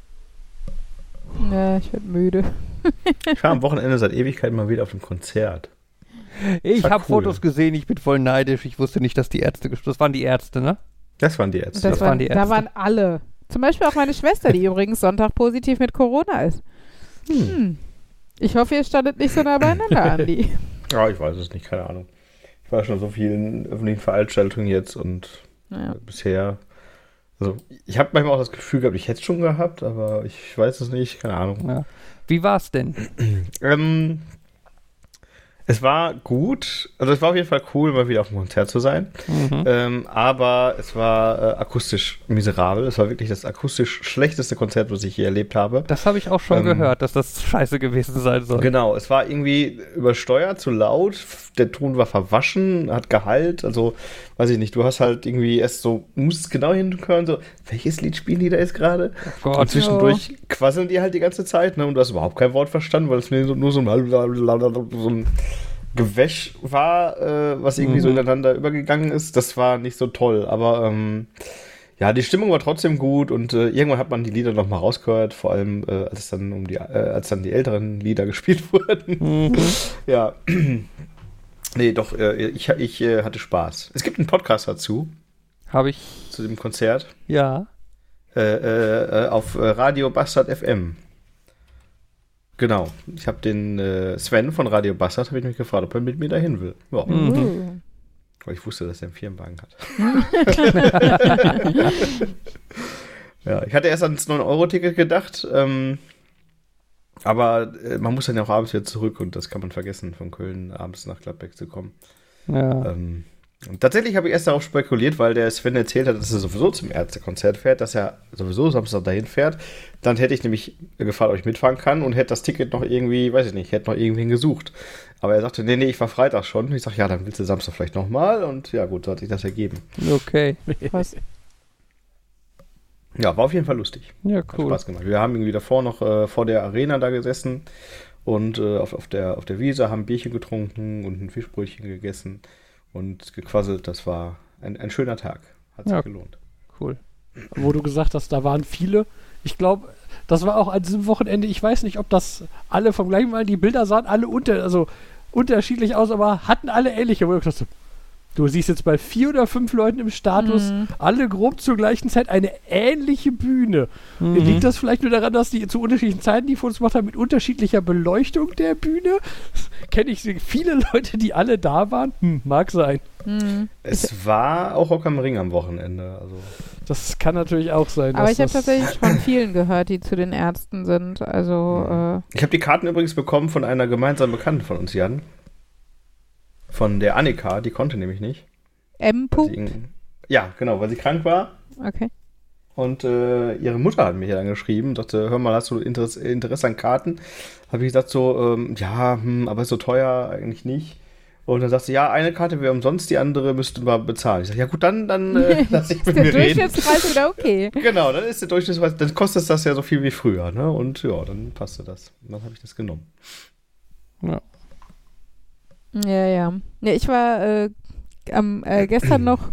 Ja, ich werde müde. Ich war am Wochenende seit Ewigkeit mal wieder auf dem Konzert. Ich war habe cool. Fotos gesehen, ich bin voll neidisch. Ich wusste nicht, dass die Ärzte gespielt. Das waren die Ärzte, ne? Das waren die Und Ärzte. das Das waren, waren die da Ärzte. waren alle. Zum Beispiel auch meine Schwester, die übrigens Sonntag positiv mit Corona ist. Hm. Ich hoffe, ihr standet nicht so nah beieinander, Andi. Ja, ich weiß es nicht, keine Ahnung. Ich war schon in so vielen öffentlichen Veranstaltungen jetzt und Ja. bisher, also ich habe manchmal auch das Gefühl gehabt, ich hätte es schon gehabt, aber ich weiß es nicht, keine Ahnung. Ja. Wie war's denn? Ähm, es war gut, also es war auf jeden Fall cool, mal wieder auf dem Konzert zu sein, Mhm. ähm, aber es war äh, akustisch miserabel. Es war wirklich das akustisch schlechteste Konzert, was ich je erlebt habe. Das habe ich auch schon Ähm, gehört, dass das scheiße gewesen sein soll. Genau, es war irgendwie übersteuert, zu laut, der Ton war verwaschen, hat Gehalt, also weiß ich nicht, du hast halt irgendwie erst so, musst genau hinhören, so, welches Lied spielen die da jetzt gerade? Oh Und Gott. zwischendurch quasseln die halt die ganze Zeit, ne, und du hast überhaupt kein Wort verstanden, weil es nur so, nur so ein, so ein Gewäsch war, äh, was irgendwie Mhm. so ineinander übergegangen ist. Das war nicht so toll, aber ähm, ja, die Stimmung war trotzdem gut und äh, irgendwann hat man die Lieder noch mal rausgehört, vor allem äh, als dann um die, äh, als dann die älteren Lieder gespielt wurden. Mhm. Ja, nee, doch, äh, ich, ich äh, hatte Spaß. Es gibt einen Podcast dazu, Habe ich, zu dem Konzert, ja. äh, äh, auf äh, Radio Bastard F M. Genau, ich habe den äh, Sven von Radio Bastard, habe ich mich gefragt, ob er mit mir dahin will. Ja, Mhm. Uh. weil ich wusste, dass er einen Firmenwagen hat. Ja, ich hatte erst ans neun Euro Ticket gedacht, ähm, aber äh, man muss dann ja auch abends wieder zurück und das kann man vergessen, von Köln abends nach Gladbeck zu kommen. Ja. Ähm, und tatsächlich habe ich erst darauf spekuliert, weil der Sven erzählt hat, dass er sowieso zum Ärztekonzert fährt, dass er sowieso Samstag dahin fährt. Dann hätte ich nämlich gefragt, ob ich mitfahren kann und hätte das Ticket noch irgendwie, weiß ich nicht, hätte noch irgendwen gesucht. Aber er sagte, nee, nee, ich war Freitag schon. Und ich sage, ja, dann willst du Samstag vielleicht nochmal. Und ja, gut, so hat sich das ergeben. Okay. Was? Ja, war auf jeden Fall lustig. Ja, Hat cool. Spaß gemacht. Wir haben irgendwie davor noch äh, vor der Arena da gesessen und äh, auf, auf, der, auf der Wiese haben Bierchen getrunken und ein Fischbrötchen gegessen und gequasselt. Das war ein, ein schöner Tag. Hat sich Ja. gelohnt. Cool. Wo du gesagt hast, da waren viele. Ich glaube, das war auch an diesem Wochenende, ich weiß nicht, ob das alle vom gleichen waren, die Bilder sahen alle unter, also unterschiedlich aus, aber hatten alle ähnliche. Wo ich dachte, du siehst jetzt bei vier oder fünf Leuten im Status, Mhm. alle grob zur gleichen Zeit eine ähnliche Bühne. Mhm. Liegt das vielleicht nur daran, dass die zu unterschiedlichen Zeiten die Fotos gemacht haben mit unterschiedlicher Beleuchtung der Bühne? Kenne ich viele Leute, die alle da waren? Hm, mag sein. Hm. Es war auch Rock am Ring am Wochenende. Also Das kann natürlich auch sein. Aber dass ich habe das- tatsächlich von vielen gehört, die zu den Ärzten sind. Also, äh, ich habe die Karten übrigens bekommen von einer gemeinsamen Bekannten von uns, Jan. Von der Annika, die konnte nämlich nicht. M. Weil sie Punkt. irgend- Ja, genau, weil sie krank war. Okay. Und äh, ihre Mutter hat mich dann geschrieben, sagte, hör mal, hast du Interesse, Interesse an Karten? Habe ich gesagt so, ähm, ja, hm, aber ist so teuer eigentlich nicht. Und dann sagt sie, ja, eine Karte wäre umsonst, die andere müssten wir bezahlen. Ich sage, ja gut, dann, dann äh, lass ich Ist mit der mir reden. Durchschnittspreis wieder okay? Genau, dann ist der Durchschnittspreis, dann kostet das ja so viel wie früher, ne? Und ja, dann passte das. Und dann habe ich das genommen. Ja. Ja, ja. Ja, ich war äh, am, äh, gestern noch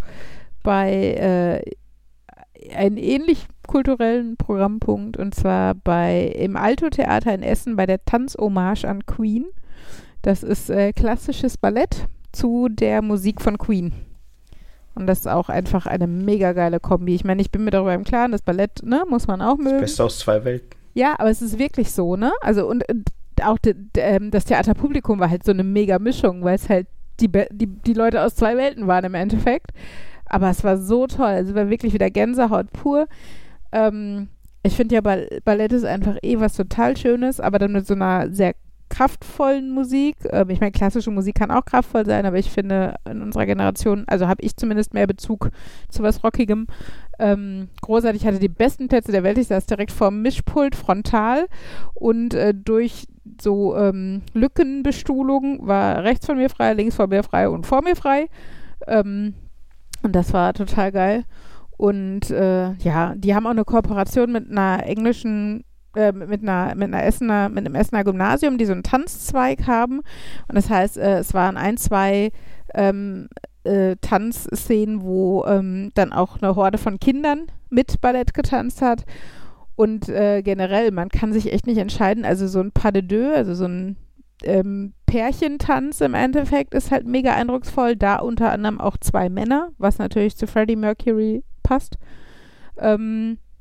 bei äh, einem ähnlich kulturellen Programmpunkt und zwar bei im Alto-Theater in Essen bei der Tanzhommage an Queen. Das ist äh, klassisches Ballett zu der Musik von Queen. Und das ist auch einfach eine mega geile Kombi. Ich meine, ich bin mir darüber im Klaren, das Ballett, ne, muss man auch Das mögen. Beste aus zwei Welten. Ja, aber es ist wirklich so, ne? Also und, und auch de, de, ähm, das Theaterpublikum war halt so eine mega Mischung, weil es halt die, Be- die, die Leute aus zwei Welten waren im Endeffekt. Aber es war so toll. Also es war wirklich wieder Gänsehaut pur. Ähm, ich finde ja, Ball Ballett ist einfach eh was total Schönes, aber dann mit so einer sehr kraftvollen Musik. Ähm, ich meine, klassische Musik kann auch kraftvoll sein, aber ich finde, in unserer Generation, also habe ich zumindest mehr Bezug zu was Rockigem. Ähm, großartig, ich hatte die besten Plätze der Welt. Ich saß direkt vor dem Mischpult frontal und äh, durch so ähm, Lückenbestuhlung war rechts von mir frei, links von mir frei und vor mir frei. Ähm, und das war total geil. Und äh, ja, die haben auch eine Kooperation mit einer englischen äh, mit einer mit einer Essener, mit einem Essener Gymnasium, die so einen Tanzzweig haben. Und das heißt, äh, es waren ein, zwei ähm, äh, Tanzszenen, wo ähm, dann auch eine Horde von Kindern mit Ballett getanzt hat. Und äh, generell, man kann sich echt nicht entscheiden. Also so ein Pas de deux, also so ein ähm, Pärchentanz im Endeffekt ist halt mega eindrucksvoll. Da unter anderem auch zwei Männer, was natürlich zu Freddie Mercury passt. Ähm,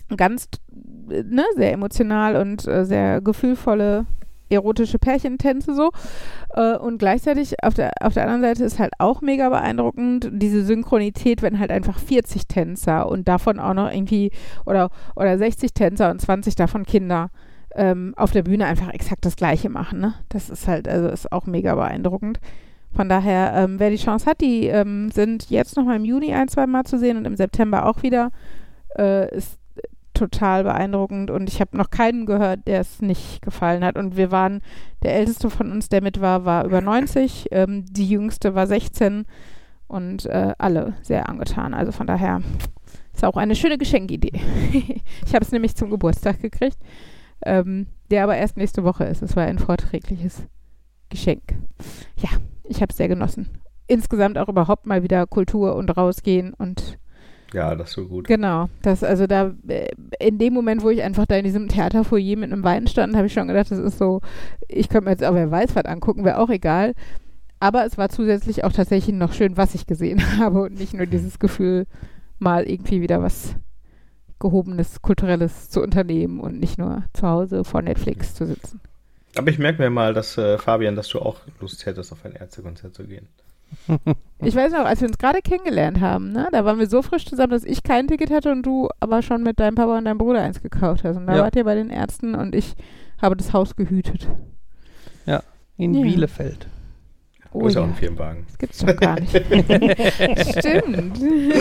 ganz, ne, sehr emotional und äh, sehr gefühlvolle erotische Pärchentänze so. Äh, und gleichzeitig auf der, auf der anderen Seite ist halt auch mega beeindruckend diese Synchronität, wenn halt einfach vierzig Tänzer und davon auch noch irgendwie oder, oder sechzig Tänzer und zwanzig davon Kinder ähm, auf der Bühne einfach exakt das Gleiche machen. Ne? Das ist halt, also ist auch mega beeindruckend. Von daher, ähm, wer die Chance hat, die ähm, sind jetzt noch mal im Juni ein, zwei Mal zu sehen und im September auch wieder. Äh, ist total beeindruckend und ich habe noch keinen gehört, der es nicht gefallen hat. Und wir waren, der älteste von uns, der mit war, war über neunzig, ähm, die jüngste war sechzehn und äh, alle sehr angetan. Also von daher ist auch eine schöne Geschenkidee. Ich habe es nämlich zum Geburtstag gekriegt, ähm, der aber erst nächste Woche ist. Es war ein vorträgliches Geschenk. Ja, ich habe es sehr genossen. Insgesamt auch überhaupt mal wieder Kultur und rausgehen und ja, das ist so gut. Genau, das also da in dem Moment, wo ich einfach da in diesem Theaterfoyer mit einem Wein stand, habe ich schon gedacht, das ist so, ich könnte mir jetzt auch wer weiß was angucken, wäre auch egal. Aber es war zusätzlich auch tatsächlich noch schön, was ich gesehen habe und nicht nur dieses Gefühl, mal irgendwie wieder was Gehobenes, Kulturelles zu unternehmen und nicht nur zu Hause vor Netflix zu sitzen. Aber ich merke mir mal, dass äh, Fabian, dass du auch Lust hättest, auf ein Ärztekonzert zu gehen. Ich weiß noch, als wir uns gerade kennengelernt haben, ne, da waren wir so frisch zusammen, dass ich kein Ticket hatte und du aber schon mit deinem Papa und deinem Bruder eins gekauft hast. Und da Ja. wart ihr bei den Ärzten und ich habe das Haus gehütet. Ja, in Ja. Bielefeld. Oh Du hast ja auch ja, einen Firmenwagen. das gibt's doch gar nicht. Stimmt.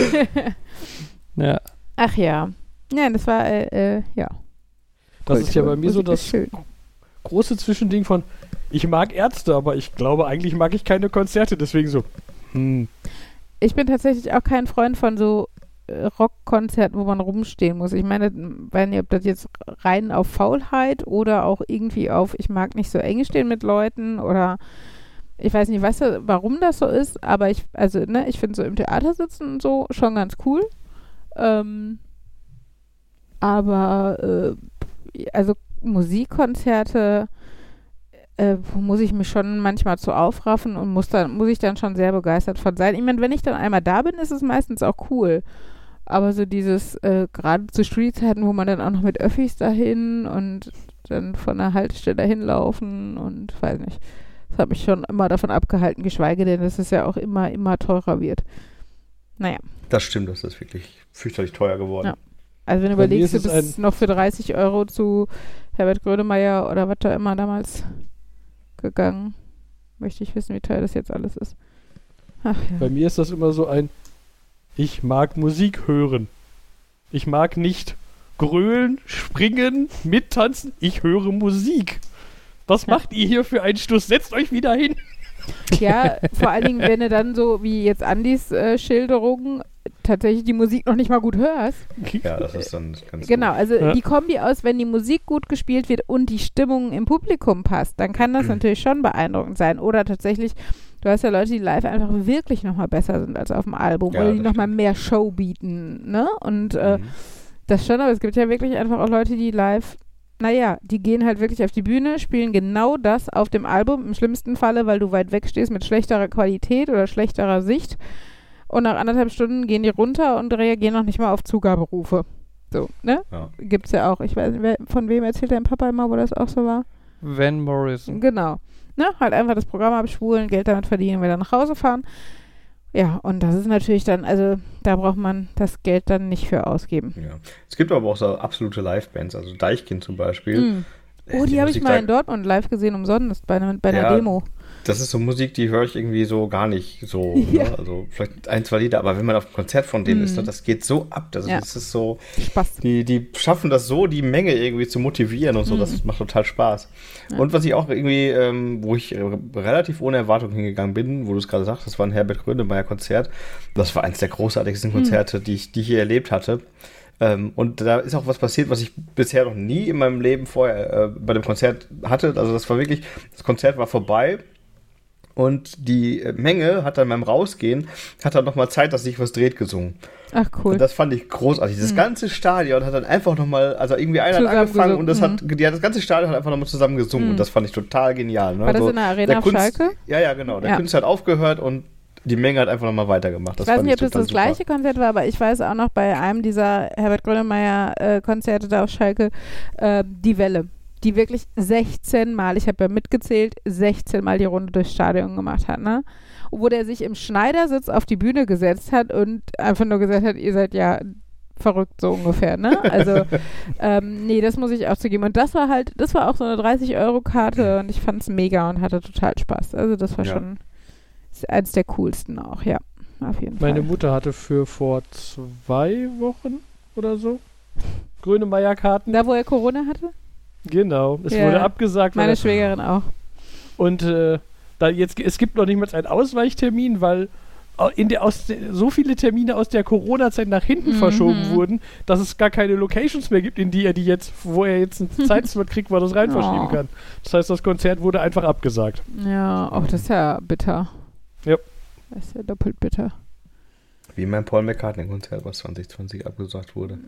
Ja. Ach ja. Ja, das war, äh, äh, ja. Das ist ja bei mir so Musik ist das schön. große Zwischending von, ich mag Ärzte, aber ich glaube, eigentlich mag ich keine Konzerte, deswegen so, hm. Ich bin tatsächlich auch kein Freund von so äh, Rockkonzerten, wo man rumstehen muss. Ich meine, weiß nicht, ob das jetzt rein auf Faulheit oder auch irgendwie auf, ich mag nicht so eng stehen mit Leuten oder ich weiß nicht, weißt du, warum das so ist, aber ich, also, ne, ich finde so im Theater sitzen und so schon ganz cool. Ähm, aber, äh, also Musikkonzerte äh, muss ich mich schon manchmal zu aufraffen und muss dann, muss ich dann schon sehr begeistert von sein. Ich meine, wenn ich dann einmal da bin, ist es meistens auch cool. Aber so dieses, äh, gerade zu Studiezeiten, wo man dann auch noch mit Öffis dahin und dann von der Haltestelle dahin laufen und weiß nicht. Das hat mich schon immer davon abgehalten, geschweige denn, dass es ja auch immer, immer teurer wird. Naja. Das stimmt, das ist wirklich fürchterlich teuer geworden. Ja. Also wenn du Bei mir überlegst, du ist es bist noch für dreißig Euro zu Herbert Grönemeyer oder was da immer damals gegangen. Möchte ich wissen, wie teuer das jetzt alles ist. Ach ja. Bei mir ist das immer so ein, ich mag Musik hören. Ich mag nicht grölen, springen, mittanzen, ich höre Musik. Was macht ihr hier für einen Stuss? Setzt euch wieder hin. Ja, vor allen Dingen, wenn du dann so wie jetzt Andys äh, Schilderung tatsächlich die Musik noch nicht mal gut hörst. Ja, das ist dann ganz Genau, gut. also Ja. die Kombi aus, wenn die Musik gut gespielt wird und die Stimmung im Publikum passt, dann kann das natürlich schon beeindruckend sein. Oder tatsächlich, du hast ja Leute, die live einfach wirklich nochmal besser sind als auf dem Album Ja, oder die das nochmal stimmt. mehr Show bieten, ne? Und äh, Mhm. das schon, aber es gibt ja wirklich einfach auch Leute, die live, naja, die gehen halt wirklich auf die Bühne, spielen genau das auf dem Album, im schlimmsten Falle, weil du weit weg stehst mit schlechterer Qualität oder schlechterer Sicht. Und nach anderthalb Stunden gehen die runter und reagieren noch nicht mal auf Zugaberufe. So, ne? Ja. Gibt's ja auch. Ich weiß nicht, wer, von wem erzählt dein Papa immer, wo das auch so war? Van Morrison. Genau. Ne? Halt einfach das Programm abspulen, Geld damit verdienen, wieder nach Hause fahren. Ja, und das ist natürlich dann, also da braucht man das Geld dann nicht für ausgeben. Ja. Es gibt aber auch so absolute Live-Bands, also Deichkind zum Beispiel. Mm. Oh, die, Die habe ich Musik mal da- in Dortmund live gesehen, umsonst, bei, ne, bei einer Ja. Demo. Das ist so Musik, die höre ich irgendwie so gar nicht so. Ja. Ne? Also vielleicht ein, zwei Lieder, aber wenn man auf einem Konzert von denen Mhm. ist, ne, das geht so ab. Das, Ja. das ist so, Spaß. die, die schaffen das so, die Menge irgendwie zu motivieren und so. Mhm. Das macht total Spaß. Ja. Und was ich auch irgendwie, ähm, wo ich äh, relativ ohne Erwartung hingegangen bin, wo du es gerade sagst, das war ein Herbert Grönemeyer-Konzert. Das war eines der großartigsten Konzerte, die ich, die ich je erlebt hatte. Ähm, und da ist auch was passiert, was ich bisher noch nie in meinem Leben vorher äh, bei dem Konzert hatte. Also das war wirklich, das Konzert war vorbei und die äh, Menge hat dann beim Rausgehen, hat dann nochmal Zeit, dass sich was dreht, gesungen. Ach, cool. Und das fand ich großartig. Das Mhm. ganze Stadion hat dann einfach nochmal, also irgendwie einer hat Zusammen angefangen und das gesungen. hat, ja, das ganze Stadion hat einfach nochmal zusammen gesungen Mhm. und das fand ich total genial. Ne? War das Also, in der Arena auf Kunst, Schalke? Ja, ja, genau. Der Ja. Künstler hat aufgehört und Die Menge hat einfach nochmal weitergemacht. Ich weiß nicht, ob das das gleiche Konzert war, aber ich weiß auch noch bei einem dieser Herbert Grönemeyer-Konzerte da auf Schalke, äh, die Welle, die wirklich sechzehn Mal, ich habe ja mitgezählt, sechzehn Mal die Runde durchs Stadion gemacht hat, ne? Wo der sich im Schneidersitz auf die Bühne gesetzt hat und einfach nur gesagt hat, ihr seid ja verrückt, so ungefähr, ne? Also, ähm, nee, das muss ich auch zugeben. Und das war halt, das war auch so eine dreißig-Euro-Karte und ich fand es mega und hatte total Spaß. Also das war ja. schon eins der coolsten auch, ja, auf jeden Fall. Meine Mutter hatte für vor zwei Wochen oder so Grönemeyer-Karten. Da, wo er Corona hatte? Genau, es ja. wurde abgesagt. Meine er, Schwägerin auch. Und äh, da jetzt, es gibt noch nicht mal einen Ausweichtermin, weil in der, aus de, so viele Termine aus der Corona-Zeit nach hinten mhm. verschoben wurden, dass es gar keine Locations mehr gibt, in die er die jetzt, wo er jetzt einen Zeitslot kriegt, wo er das rein oh. verschieben kann. Das heißt, das Konzert wurde einfach abgesagt. Ja, auch das ist ja bitter. Ja. Das ist ja doppelt bitter. Wie mein Paul McCartney-Konzert, was zwanzig zwanzig abgesagt wurde.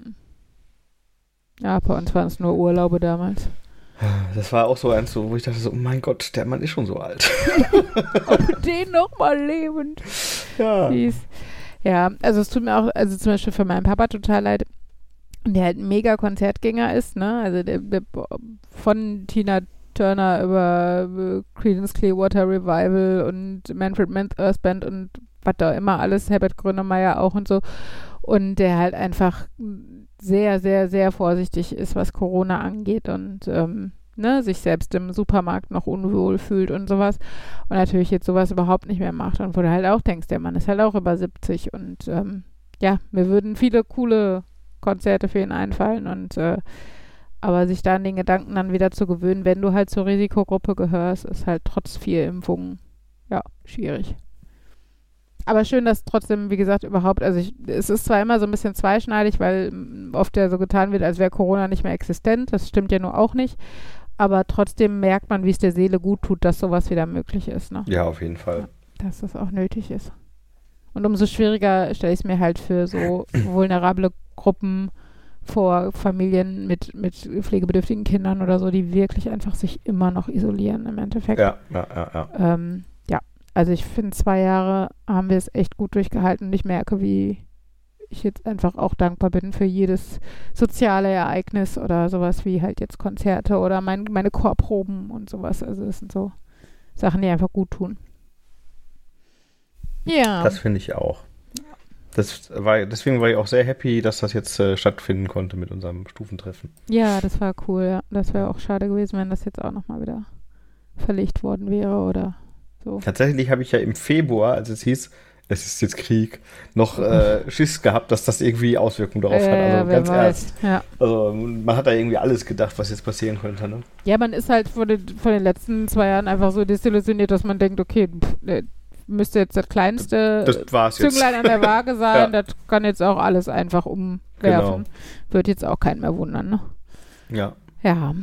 Ja, bei uns waren es nur Urlaube damals. Das war auch so eins, wo ich dachte so, oh mein Gott, der Mann ist schon so alt. Ob den noch mal lebend. Ja. Fies. Ja, also es tut mir auch, also zum Beispiel für meinen Papa total leid, der halt ein mega Konzertgänger ist, ne? Also der, der von Tina Turner über Creedence Clearwater Revival und Manfred Mann's Earth Band und was da immer alles, Herbert Grönemeyer auch und so. Und der halt einfach sehr, sehr, sehr vorsichtig ist, was Corona angeht und ähm, ne, sich selbst im Supermarkt noch unwohl fühlt und sowas. Und natürlich jetzt sowas überhaupt nicht mehr macht. Und wo du halt auch denkst, der Mann ist halt auch über siebzig und ähm, ja, mir würden viele coole Konzerte für ihn einfallen und äh, aber sich da an den Gedanken dann wieder zu gewöhnen, wenn du halt zur Risikogruppe gehörst, ist halt trotz vier Impfungen, ja, schwierig. Aber schön, dass trotzdem, wie gesagt, überhaupt, also ich, es ist zwar immer so ein bisschen zweischneidig, weil oft ja so getan wird, als wäre Corona nicht mehr existent, das stimmt ja nur auch nicht, aber trotzdem merkt man, wie es der Seele gut tut, dass sowas wieder möglich ist, ne? Ja, auf jeden Fall. Ja, dass das auch nötig ist. Und umso schwieriger stelle ich es mir halt für so vulnerable Gruppen vor, Familien mit, mit pflegebedürftigen Kindern oder so, die wirklich einfach sich immer noch isolieren im Endeffekt. Ja, ja, ja, ja. Ähm, ja, also ich finde, zwei Jahre haben wir es echt gut durchgehalten und ich merke, wie ich jetzt einfach auch dankbar bin für jedes soziale Ereignis oder sowas wie halt jetzt Konzerte oder mein, meine Chorproben und sowas. Also das sind so Sachen, die einfach gut tun. Ja. Das finde ich auch. Das war, deswegen war ich auch sehr happy, dass das jetzt äh, stattfinden konnte mit unserem Stufentreffen. Ja, das war cool, ja. Das wäre auch schade gewesen, wenn das jetzt auch nochmal wieder verlegt worden wäre oder so. Tatsächlich habe ich ja im Februar, als es hieß, es ist jetzt Krieg, noch äh, Schiss gehabt, dass das irgendwie Auswirkungen darauf äh, hat. Also ganz weiß. ernst. Ja. Also man hat da irgendwie alles gedacht, was jetzt passieren könnte. Ne? Ja, man ist halt von den, von den letzten zwei Jahren einfach so desillusioniert, dass man denkt, okay, pff, müsste jetzt das kleinste das war's Zünglein jetzt. an der Waage sein. Ja. Das kann jetzt auch alles einfach umwerfen. Genau. Wird jetzt auch keinen mehr wundern, ne? Ja. Ja.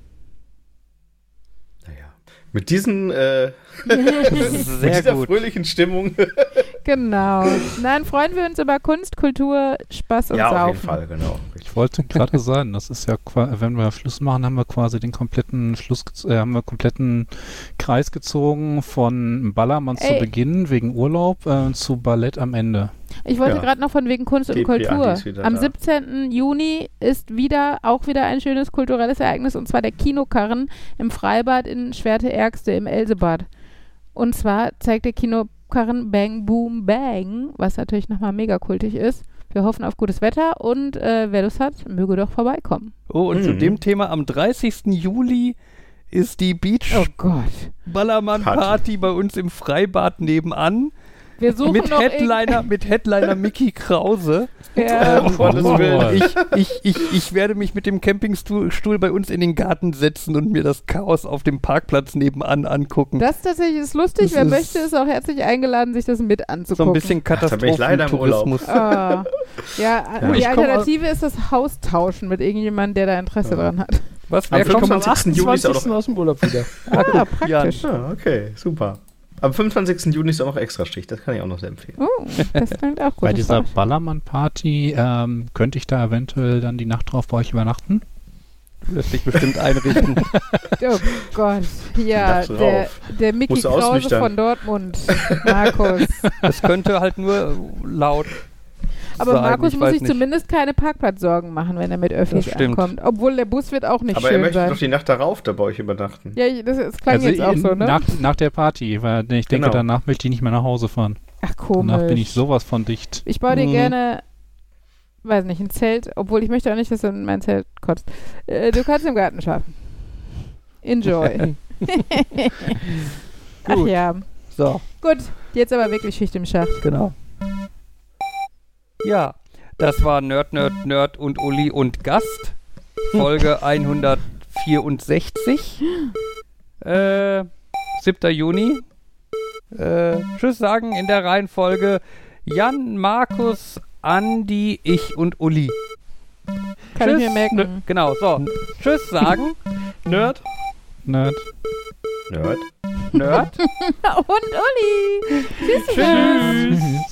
Naja. Mit diesen äh, Sehr mit dieser gut. fröhlichen Stimmung. Genau. Dann freuen wir uns über Kunst, Kultur, Spaß und Ja, Saufen. auf jeden Fall, genau. Ich wollte gerade sagen, das ist ja, qua- wenn wir Schluss machen, haben wir quasi den kompletten Schluss, gez- äh, haben wir kompletten Kreis gezogen von Ballermann zu Ey. Beginn wegen Urlaub äh, zu Ballett am Ende. Ich wollte Ja. gerade noch von wegen Kunst und T P Kultur. Andi ist wieder Am da. siebzehnten Juni ist wieder, auch wieder ein schönes kulturelles Ereignis und zwar der Kinokarren im Freibad in Schwerte-Ärgste im Elsebad. Und zwar zeigt der Kinokarren Bang Boom Bang, was natürlich nochmal mega kultig ist. Wir hoffen auf gutes Wetter und äh, wer Lust hat, möge doch vorbeikommen. Oh, und Mhm. zu dem Thema am dreißigsten Juli ist die Beach Oh Gott. Ballermann Party. Party bei uns im Freibad nebenan. Wir suchen Mit noch Headliner, mit Headliner Mickey Krause. Ja. Um Gottes Willen. Ich, ich, ich, ich werde mich mit dem Campingstuhl Stuhl bei uns in den Garten setzen und mir das Chaos auf dem Parkplatz nebenan angucken. Das tatsächlich ist lustig. Das Wer ist möchte, ist auch herzlich eingeladen, sich das mit anzugucken. so ein bisschen Ach, da bin ich leider im Urlaub. Katastrophentourismus. Ah. Ja, Ja. die Ich komm Alternative ist das Haus tauschen mit irgendjemandem, der da Interesse Ja. dran hat. Was? Am Wer kommt am fünfundzwanzigsten Juli ist auch achtundzwanzigsten noch. aus dem Urlaub wieder. Ah, praktisch. Ah, okay, super. Am fünfundzwanzigsten Juni ist auch noch Extraschicht, das kann ich auch noch sehr empfehlen. Oh, das klingt auch gut. Bei Das dieser war- Ballermann-Party ähm, könnte ich da eventuell dann die Nacht drauf bei euch übernachten? Du lässt dich bestimmt einrichten. Oh Gott. Ja, Darfst du der, rauf. der Mickey Musst du Krause ausnüchtern. von Dortmund. Markus. Es könnte halt nur laut Aber sein, Markus ich muss weiß sich nicht. zumindest keine Parkplatzsorgen machen, wenn er mit Öffis Das stimmt. ankommt. Obwohl der Bus wird auch nicht Aber er schön möchte sein. doch die Nacht darauf da bei euch übernachten. Ja, das, das klang Also jetzt auch so, ne? nach, nach der Party, weil ich denke, Genau. danach möchte ich nicht mehr nach Hause fahren. Ach, komisch. Danach bin ich sowas von dicht. Ich baue dir Mhm. gerne, weiß nicht, ein Zelt, obwohl ich möchte auch nicht, dass du in mein Zelt kotzt. Äh, du kannst im Garten schlafen. Enjoy. Ach Gut. ja. So, Gut, jetzt aber wirklich Schicht im Schacht. genau. Ja, das war Nerd, Nerd, Nerd und Uli und Gast. Folge hundertvierundsechzig. Äh, siebter Juni. Äh, tschüss sagen in der Reihenfolge Jan, Markus, Andi, ich und Uli. Kann Tschüss. ich mir merken. Nö. Genau, so. Tschüss sagen. Nerd? Nerd. Nerd. Nerd. Und Uli. Tschüss. Tschüss. Tschüss.